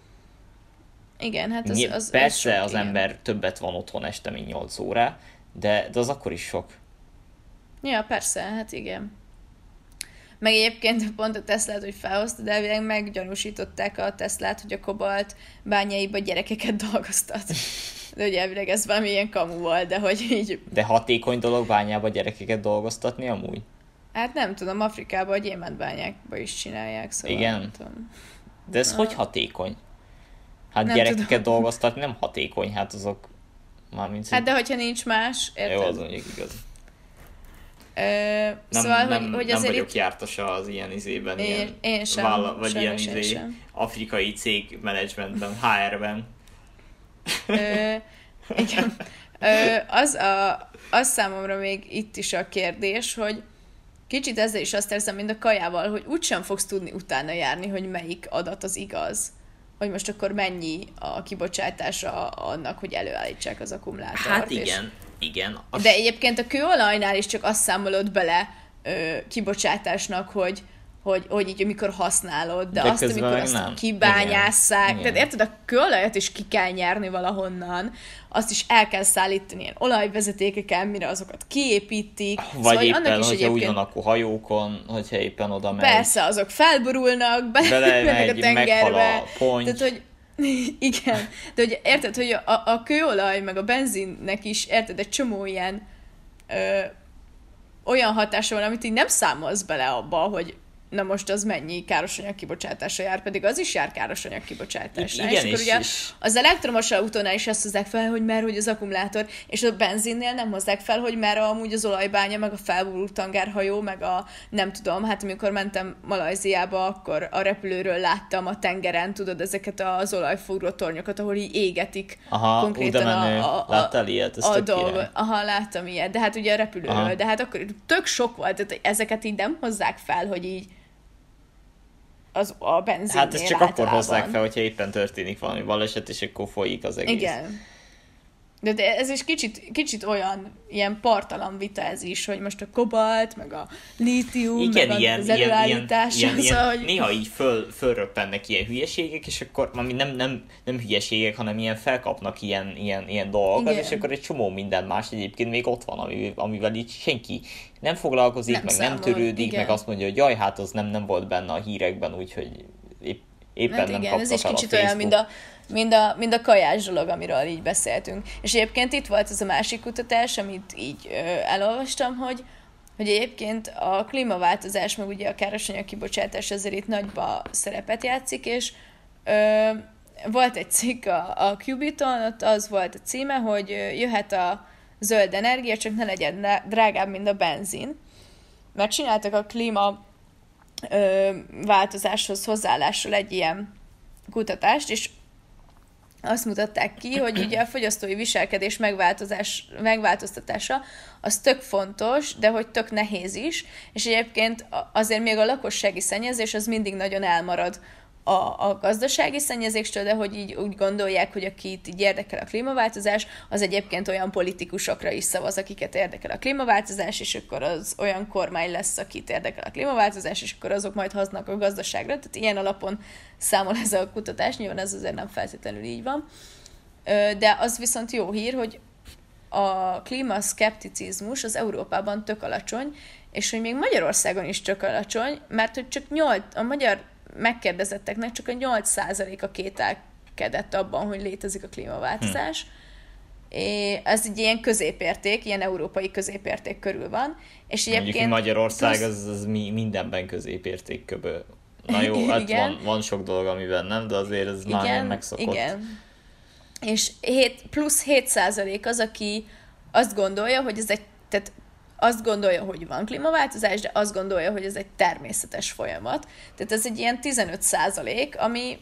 Igen, hát az, az, persze az sok, az igen. ember többet van otthon este, mint nyolc órá, de, de az akkor is sok. Ja, persze, hát igen. Meg egyébként pont a Teslát, hogy felhoztad, elvileg meggyanúsították a Teslát, hogy a kobalt bányáiba gyerekeket dolgoztat. De ugye elvileg ez valami ilyen kamu volt, de hogy így... De hatékony dolog bányába gyerekeket dolgoztatni amúgy? Hát nem tudom, Afrikában a gyémántbányákba is csinálják, szóval igen. Nem tudom. De ez Na. hogy hatékony? Hát nem gyerekeket tudom. dolgoztatni nem hatékony, hát azok... Mármint, hát de hogyha nincs más, érted? Jó, az mondjuk igaz. Ö, nem, szóval, nem, hogy, hogy nem azért vagyok itt... jártosa az ilyen izében, én, ilyen én sem, vállal, vagy ilyen sem, izé, sem. afrikai cég menedzsmentben, há er-ben. Ö, igen. Ö, az, a, az számomra még itt is a kérdés, hogy kicsit ezzel is azt érzem, mint a kajával, hogy úgysem fogsz tudni utána járni, hogy melyik adat az igaz. Hogy most akkor mennyi a kibocsátása annak, hogy előállítsák az akkumulátort. Hát igen, igen. Az... De egyébként a kőolajnál is csak azt számolod bele ö, kibocsátásnak, hogy, hogy, hogy így amikor használod, de, de azt, amikor azt nem. kibányásszák. Igen. Tehát érted, a kőolajat is ki kell nyerni valahonnan, azt is el kell szállítani ilyen olajvezetékeken, mire azokat kiépítik. Vagy szóval, éppen, annak is hogyha egyébként... úgy van, akkor hajókon, hogyha éppen oda megy. Persze, azok felborulnak, belemennek a tengerbe. Meghal a ponty. Tehát, hogy igen, de hogy érted, hogy a, a kőolaj meg a benzinnek is, érted, egy csomó ilyen ö, olyan hatása van, amit így nem számolsz bele abba, hogy na most az mennyi károsanyag kibocsátásra jár, pedig az is jár károsanyag kibocsátásra. Igen, és akkor és, ugye és... az elektromos autónál is azt hozzák fel, hogy mert hogy az akkumulátor, és a benzinnél nem hozzák fel, hogy mert amúgy az olajbánya, meg a felborult tangárhajó, meg a nem tudom, hát amikor mentem Malajziába, akkor a repülőről láttam a tengeren, tudod, ezeket az olajfúró tornyokat, ahol így égetik. Aha, konkrétan a, a, Láttál ilyet? Ez a tök dolg. király. Aha, láttam ilyet, de hát ugye a repülőről, aha. De hát akkor tök sok volt, tehát ezeket így nem hozzák fel, hogy így az a benzinnél Hát ezt csak általában. akkor hozzák fel, hogyha éppen történik valami baleset, és akkor folyik az egész. Igen. De, de ez is kicsit, kicsit olyan, ilyen partalan vita ez is, hogy most a kobalt, meg a lítium, igen, meg ilyen, az előállítás. Ilyen, ilyen, szóval, ilyen, hogy... néha így föl, fölröppennek ilyen hülyeségek, és akkor nem, nem, nem hülyeségek, hanem ilyen felkapnak ilyen, ilyen, ilyen dolgokat, igen. És akkor egy csomó minden más egyébként még ott van, amivel így senki nem foglalkozik, nem meg számol, nem törődik, igen. Meg azt mondja, hogy jaj, hát az nem, nem volt benne a hírekben, úgyhogy épp, éppen hát nem igen, kapta ez is fel kicsit a olyan, mint a Mind a, mind a kajás dolog, amiről így beszéltünk. És egyébként itt volt ez a másik kutatás, amit így ö, elolvastam, hogy, hogy egyébként a klímaváltozás, meg ugye a károsanyag kibocsátás azért itt nagyba szerepet játszik, és ö, volt egy cikk a, a Cubiton, ott az volt a címe, hogy jöhet a zöld energia, csak ne legyen drágább, mint a benzin. Mert csináltak a klíma ö, változáshoz hozzáállásról egy ilyen kutatást, és azt mutatták ki, hogy ugye a fogyasztói viselkedés megváltozás, megváltoztatása az tök fontos, de hogy tök nehéz is, és egyébként azért még a lakossági szennyezés az mindig nagyon elmarad a, a gazdasági szennyezéstől, de hogy így úgy gondolják, hogy akit így érdekel a klímaváltozás, az egyébként olyan politikusokra is szavaz, akiket érdekel a klímaváltozás, és akkor az olyan kormány lesz, akit érdekel a klímaváltozás, és akkor azok majd haznak a gazdaságra. Tehát ilyen alapon számol ez a kutatás, nyilván ez azért nem feltétlenül így van. De az viszont jó hír, hogy a klímaszkepticizmus az Európában tök alacsony, és hogy még Magyarországon is tök alacsony, mert hogy csak nyolc, a magyar megkérdezetteknek csak a nyolc százaléka kételkedett abban, hogy létezik a klímaváltozás. Hm. És ez egy ilyen középérték, ilyen európai középérték körül van. És mondjuk, hogy Magyarország plusz... az, az mindenben középérték köbö. Na jó, hát van, van sok dolog, amiben nem, de azért ez igen, már megszokott. Igen. És hét, plusz hét százalék az, aki azt gondolja, hogy ez egy, tehát azt gondolja, hogy van klímaváltozás, de azt gondolja, hogy ez egy természetes folyamat. Tehát ez egy ilyen tizenöt százalék, ami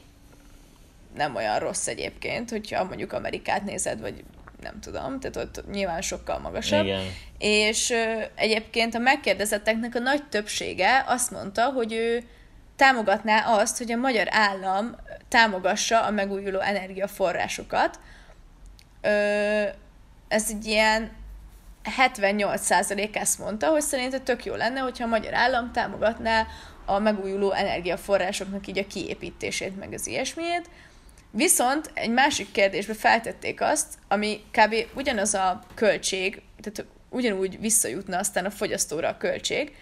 nem olyan rossz egyébként, hogyha mondjuk Amerikát nézed, vagy nem tudom, tehát ott nyilván sokkal magasabb. Igen. És ö, egyébként a megkérdezetteknek a nagy többsége azt mondta, hogy ő támogatná azt, hogy a magyar állam támogassa a megújuló energiaforrásokat. Ö, ez egy ilyen hetvennyolc százalék ezt mondta, hogy szerintem tök jó lenne, hogyha a magyar állam támogatná a megújuló energiaforrásoknak így a kiépítését, meg az ilyesmiét. Viszont egy másik kérdésbe feltették azt, ami kb. Ugyanaz a költség, tehát ugyanúgy visszajutna aztán a fogyasztóra a költség,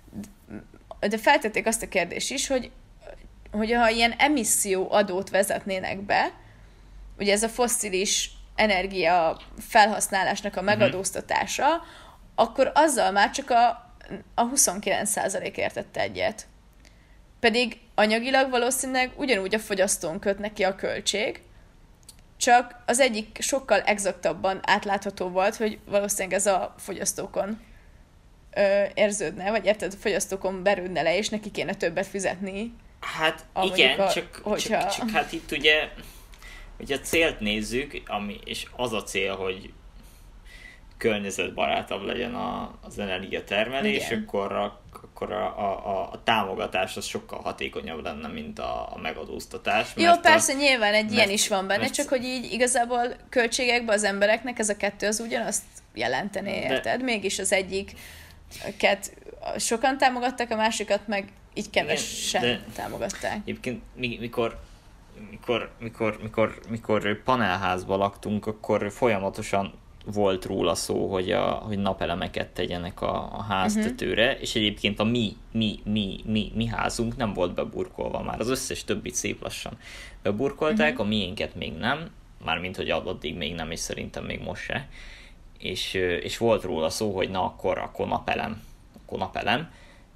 de feltették azt a kérdést is, hogy, hogy ha ilyen emisszióadót vezetnének be, ugye ez a fosszilis energia felhasználásnak a megadóztatása, uh-huh. akkor azzal már csak a, a huszonkilenc százalék értette egyet. Pedig anyagilag valószínűleg ugyanúgy a fogyasztón köt neki a költség, csak az egyik sokkal exaktabban átlátható volt, hogy valószínűleg ez a fogyasztókon ö, érződne, vagy érted, a fogyasztókon berődne le, és neki kéne többet fizetni. Hát igen, a, csak, hogyha... csak, csak hát itt ugye hogyha a célt nézzük, ami, és az a cél, hogy környezetbarátabb legyen a, az energiatermelés, igen. akkor, a, akkor a, a, a támogatás az sokkal hatékonyabb lenne, mint a, a megadóztatás. Jó, persze, a, nyilván egy mert, ilyen is van benne, mert, csak hogy így igazából költségekben az embereknek ez a kettő az ugyanazt jelenteni, érted? De, mégis az egyiket sokan támogatták, a másikat meg így kevesen igen, támogatták. Egyébként mikor Mikor, mikor, mikor, mikor panelházban laktunk, akkor folyamatosan volt róla szó, hogy, a, hogy napelemeket tegyenek a, a háztetőre, uh-huh. és egyébként a mi, mi, mi, mi, mi házunk nem volt beburkolva már, az összes többit szép lassan beburkolták, uh-huh. a miénket még nem, mármint, hogy addig még nem, és szerintem még most se, és, és volt róla szó, hogy na akkor, akkor napelem, akkor napelem,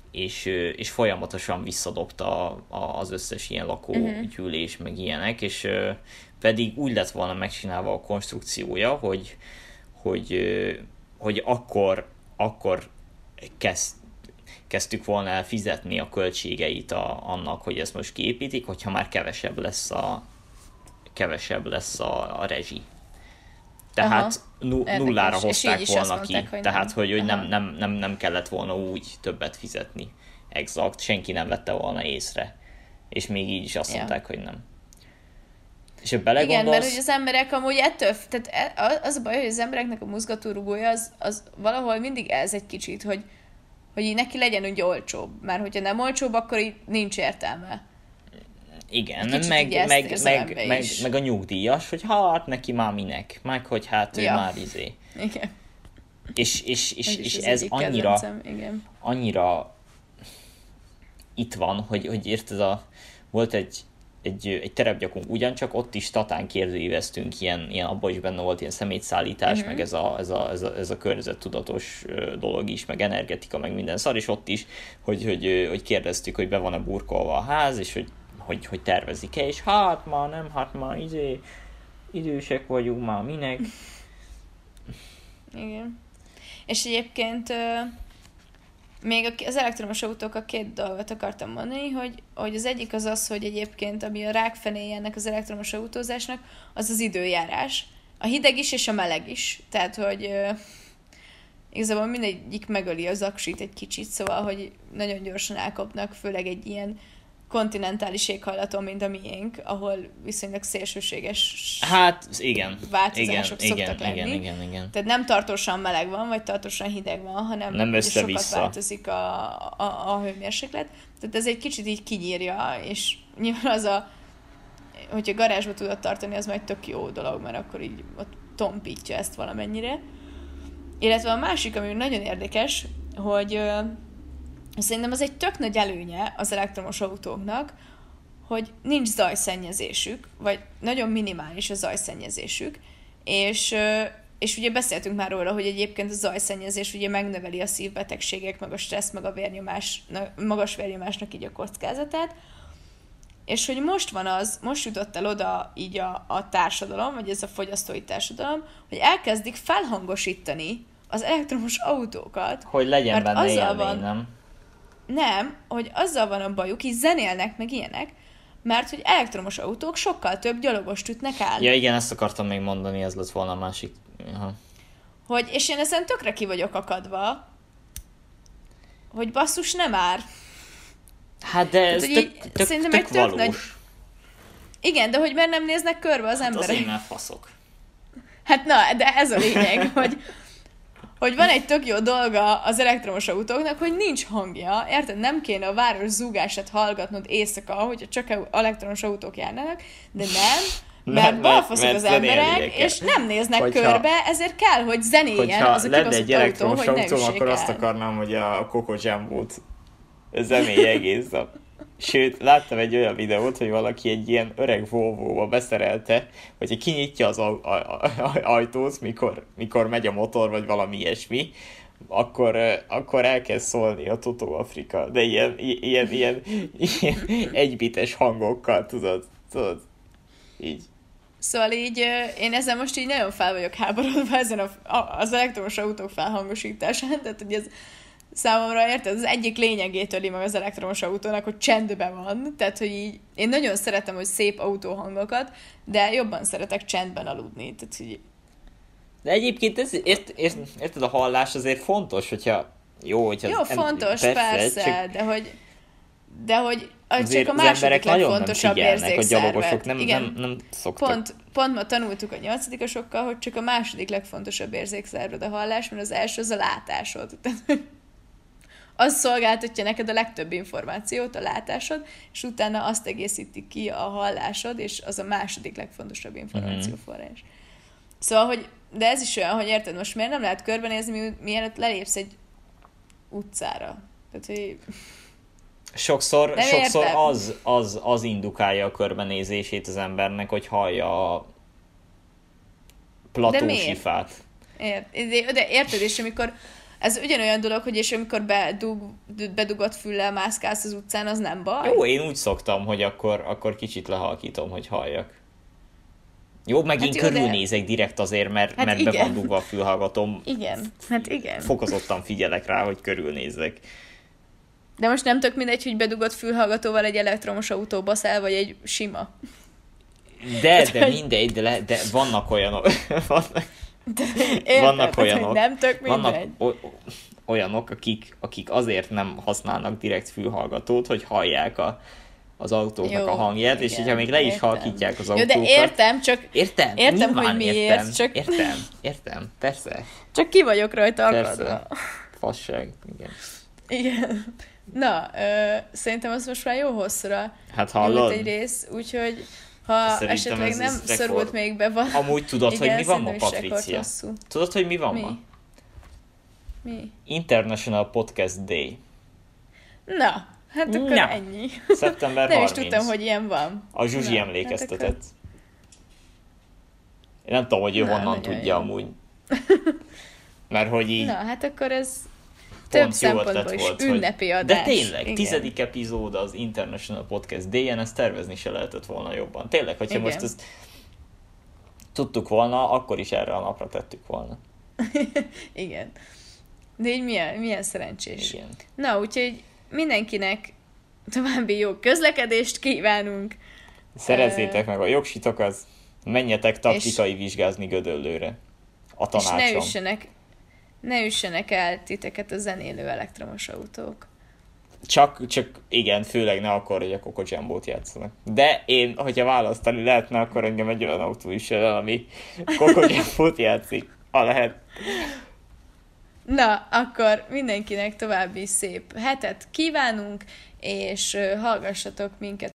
és, és folyamatosan visszadobta az összes ilyen lakógyűlés, uh-huh. meg ilyenek, és pedig úgy lett volna megcsinálva a konstrukciója, hogy, hogy, hogy akkor, akkor kezd, kezdtük volna el fizetni a költségeit a, annak, hogy ezt most kiépítik, hogyha már kevesebb lesz a, kevesebb lesz a, a rezsi. Tehát nu, nullára hozták volna mondták, ki, hogy tehát nem. hogy, hogy nem, nem, nem, nem kellett volna úgy többet fizetni. Exakt, senki nem vette volna észre. És még így is azt ja. mondták, hogy nem. És belegondolsz... Igen, mert hogy az emberek amúgy ettől, tehát az a baj, hogy az embereknek a mozgatórugója az, az valahol mindig ez egy kicsit, hogy, hogy így neki legyen úgy olcsóbb. Mert hogyha nem olcsóbb, akkor így nincs értelme. Igen, meg, meg, meg, meg, meg, meg a nyugdíjas, hogy hát neki már minek, meg hogy hát ő ja. már izé. Igen. És, és, és, és ez annyira, igen. annyira itt van, hogy, hogy érted, a, volt egy, egy, egy terepgyakunk, ugyancsak ott is tatán kérdőíveztünk, ilyen, ilyen, abban is benne volt ilyen szemétszállítás, uh-huh. meg ez a, ez, a, ez, a, ez a környezettudatos dolog is, meg energetika, meg minden szar, és ott is, hogy, hogy, hogy kérdeztük, hogy be van-e burkolva a ház, és hogy Hogy, hogy tervezik-e, és hát már nem, hát már izé, idősek vagyunk, már minek. Igen. És egyébként még az elektromos autókkal két dolgot akartam mondani, hogy, hogy az egyik az az, hogy egyébként ami a rákfenéje ennek az elektromos autózásnak, az az időjárás. A hideg is és a meleg is. Tehát, hogy igazából mindegyik megöli az aksit egy kicsit, szóval, hogy nagyon gyorsan elkapnak, főleg egy ilyen kontinentális éghajlaton, mint a miénk, ahol viszonylag szélsőséges hát, igen. változások igen, szoktak igen, lenni. Igen, igen, igen. Tehát nem tartósan meleg van, vagy tartósan hideg van, hanem nem sokat változik a, a, a hőmérséklet. Tehát ez egy kicsit így kinyírja, és nyilván az a, hogyha garázsba tudod tartani, az majd tök jó dolog, mert akkor így ott tompítja ezt valamennyire. Illetve a másik, ami nagyon érdekes, hogy szerintem az egy tök nagy előnye az elektromos autóknak, hogy nincs zajszennyezésük, vagy nagyon minimális a zajszennyezésük, és, és ugye beszéltünk már róla, hogy egyébként a zajszennyezés ugye megnöveli a szívbetegségek, meg a stressz, meg a vérnyomás, magas vérnyomásnak így a kockázatát, és hogy most van az, most jutott el oda így a, a társadalom, vagy ez a fogyasztói társadalom, hogy elkezdik felhangosítani az elektromos autókat. Hogy legyen benne élmény, van, nem? Nem, hogy azzal van a bajuk, így zenélnek, meg ilyenek, mert hogy elektromos autók sokkal több gyalogost ütnek el. Ja igen, ezt akartam még mondani, ez lett volna a másik. Aha. Hogy, és én ezen tökre ki vagyok akadva, hogy basszus, nem ár. Hát de ez Tehát, tök, tök, szerintem tök, tök valós. Nagy... Igen, de hogy miért nem néznek körbe az hát emberek? Azért már faszok. Hát na, de ez a lényeg, hogy hogy van egy tök jó dolga az elektromos autóknak, hogy nincs hangja, érted? Nem kéne a város zúgását hallgatnod éjszaka, hogyha csak elektromos autók járnának, de nem, mert nem, balfaszok az emberek, és nem néznek hogyha, körbe, ezért kell, hogy zenéljen az a kibaszott autó, hogy ne autó, akkor el. Azt akarnám, hogy a Coco Jumbo-t zenélje egész nap. Sőt, láttam egy olyan videót, hogy valaki egy ilyen öreg Volvo-ba beszerelte, hogyha kinyitja az a- a- a- ajtót, mikor, mikor megy a motor, vagy valami ilyesmi, akkor, akkor elkezd szólni a Toto Afrika, de ilyen, ilyen, ilyen, ilyen egybites hangokkal, tudod, tudod, így. Szóval így én ezzel most így nagyon fel vagyok háborodva ezen a, az elektromos autók felhangosításán, tehát hogy ez számomra, érted, az egyik lényegét öli meg az elektromos autónak, hogy csendben van, tehát hogy így én nagyon szeretem, hogy szép autóhangokat, de jobban szeretek csendben aludni, tehát hogy... De egyébként ez, ért, ért, érted, a hallás azért fontos, hogyha jó, hogyha... Jó, fontos, persze, persze csak... de hogy de hogy csak a második legfontosabb érzékszervet. Nem, igen, nem, nem szoktak. Pont, pont ma tanultuk a nyolcadikasokkal, hogy csak a második legfontosabb érzékszerved a hallás, mert az első az a látásod. Tehát, az szolgáltatja neked a legtöbb információt, a látásod, és utána azt egészíti ki a hallásod, és az a második legfontosabb információforrás. Mm-hmm. Szóval, hogy, de ez is olyan, hogy érted, most miért nem lehet körbenézni, mielőtt lelépsz egy utcára. Tehát, hogy... Sokszor, sokszor az, az, az indukálja a körbenézését az embernek, hogy hallja a platósifát. Ért, de érted, és amikor Ez ugyanolyan dolog, hogy és amikor bedug, bedugott füllel mászkálsz az utcán, az nem baj? Jó, én úgy szoktam, hogy akkor, akkor kicsit lehalkítom, hogy halljak. Jó, meg hát én jó, körülnézek de... direkt azért, mert, hát mert be van dugva a fülhallgatóm. Igen, hát igen. Fokozottan figyelek rá, hogy körülnézek. De most nem tök mindegy, hogy bedugott fülhallgatóval egy elektromos autóba száll, vagy egy sima. De, de mindegy, de, le, de vannak olyanok. vannak, de érted, vannak olyanok. Nem tök mindegy. Vannak o- olyanok, akik, akik azért nem használnak direkt fülhallgatót, hogy hallják a az autóknak jó, a hangját, igen, és hogyha még le is értem. halkítják az autókat. Jó, de értem, csak értem, értem hogy miért. Értem, csak... értem, értem, persze. Csak ki vagyok rajta akadva. Fasság, igen. Igen. Na, ö, szerintem az most már jó hosszúra hát hallod? egy rész, úgyhogy ha szerintem esetleg nem rekord. szorult még be van. Amúgy tudod, igen, hogy mi van ma, Patricia? Tudod, hogy mi van mi? ma? Mi? International Podcast Day. Na, hát akkor Na. ennyi. szeptember harmincadika. Nem is tudtam, hogy ilyen van. A Zsuzsi Na, emlékeztetett. Hát akkor... Én nem tudom, hogy ő Na, honnan tudja jó. amúgy. Mert hogy így... Na, hát akkor ez több szempontból is volt, ünnepi adás. De tényleg, Igen. tizedik epizód az International Podcast Day-en, ezt tervezni se lehetett volna jobban. Tényleg, hogyha Igen. most ezt tudtuk volna, akkor is erre a napra tettük volna. Igen. De így milyen, milyen szerencsés. Igen. Na, úgyhogy mindenkinek további jó közlekedést kívánunk. Szerezzétek uh, meg a jogsitokat, menjetek taktikai és, vizsgázni Gödöllőre. A tanácsom. És ne üssenek, ne üssenek el titeket a zenélő elektromos autók. Csak, csak igen, főleg ne akkor, hogy a Coco Jambót játszanak. De én, hogyha választani lehetne, akkor engem egy olyan autó is el, ami Coco Jambót játszik. Ha lehet. Na, akkor mindenkinek további szép hetet kívánunk, és hallgassatok minket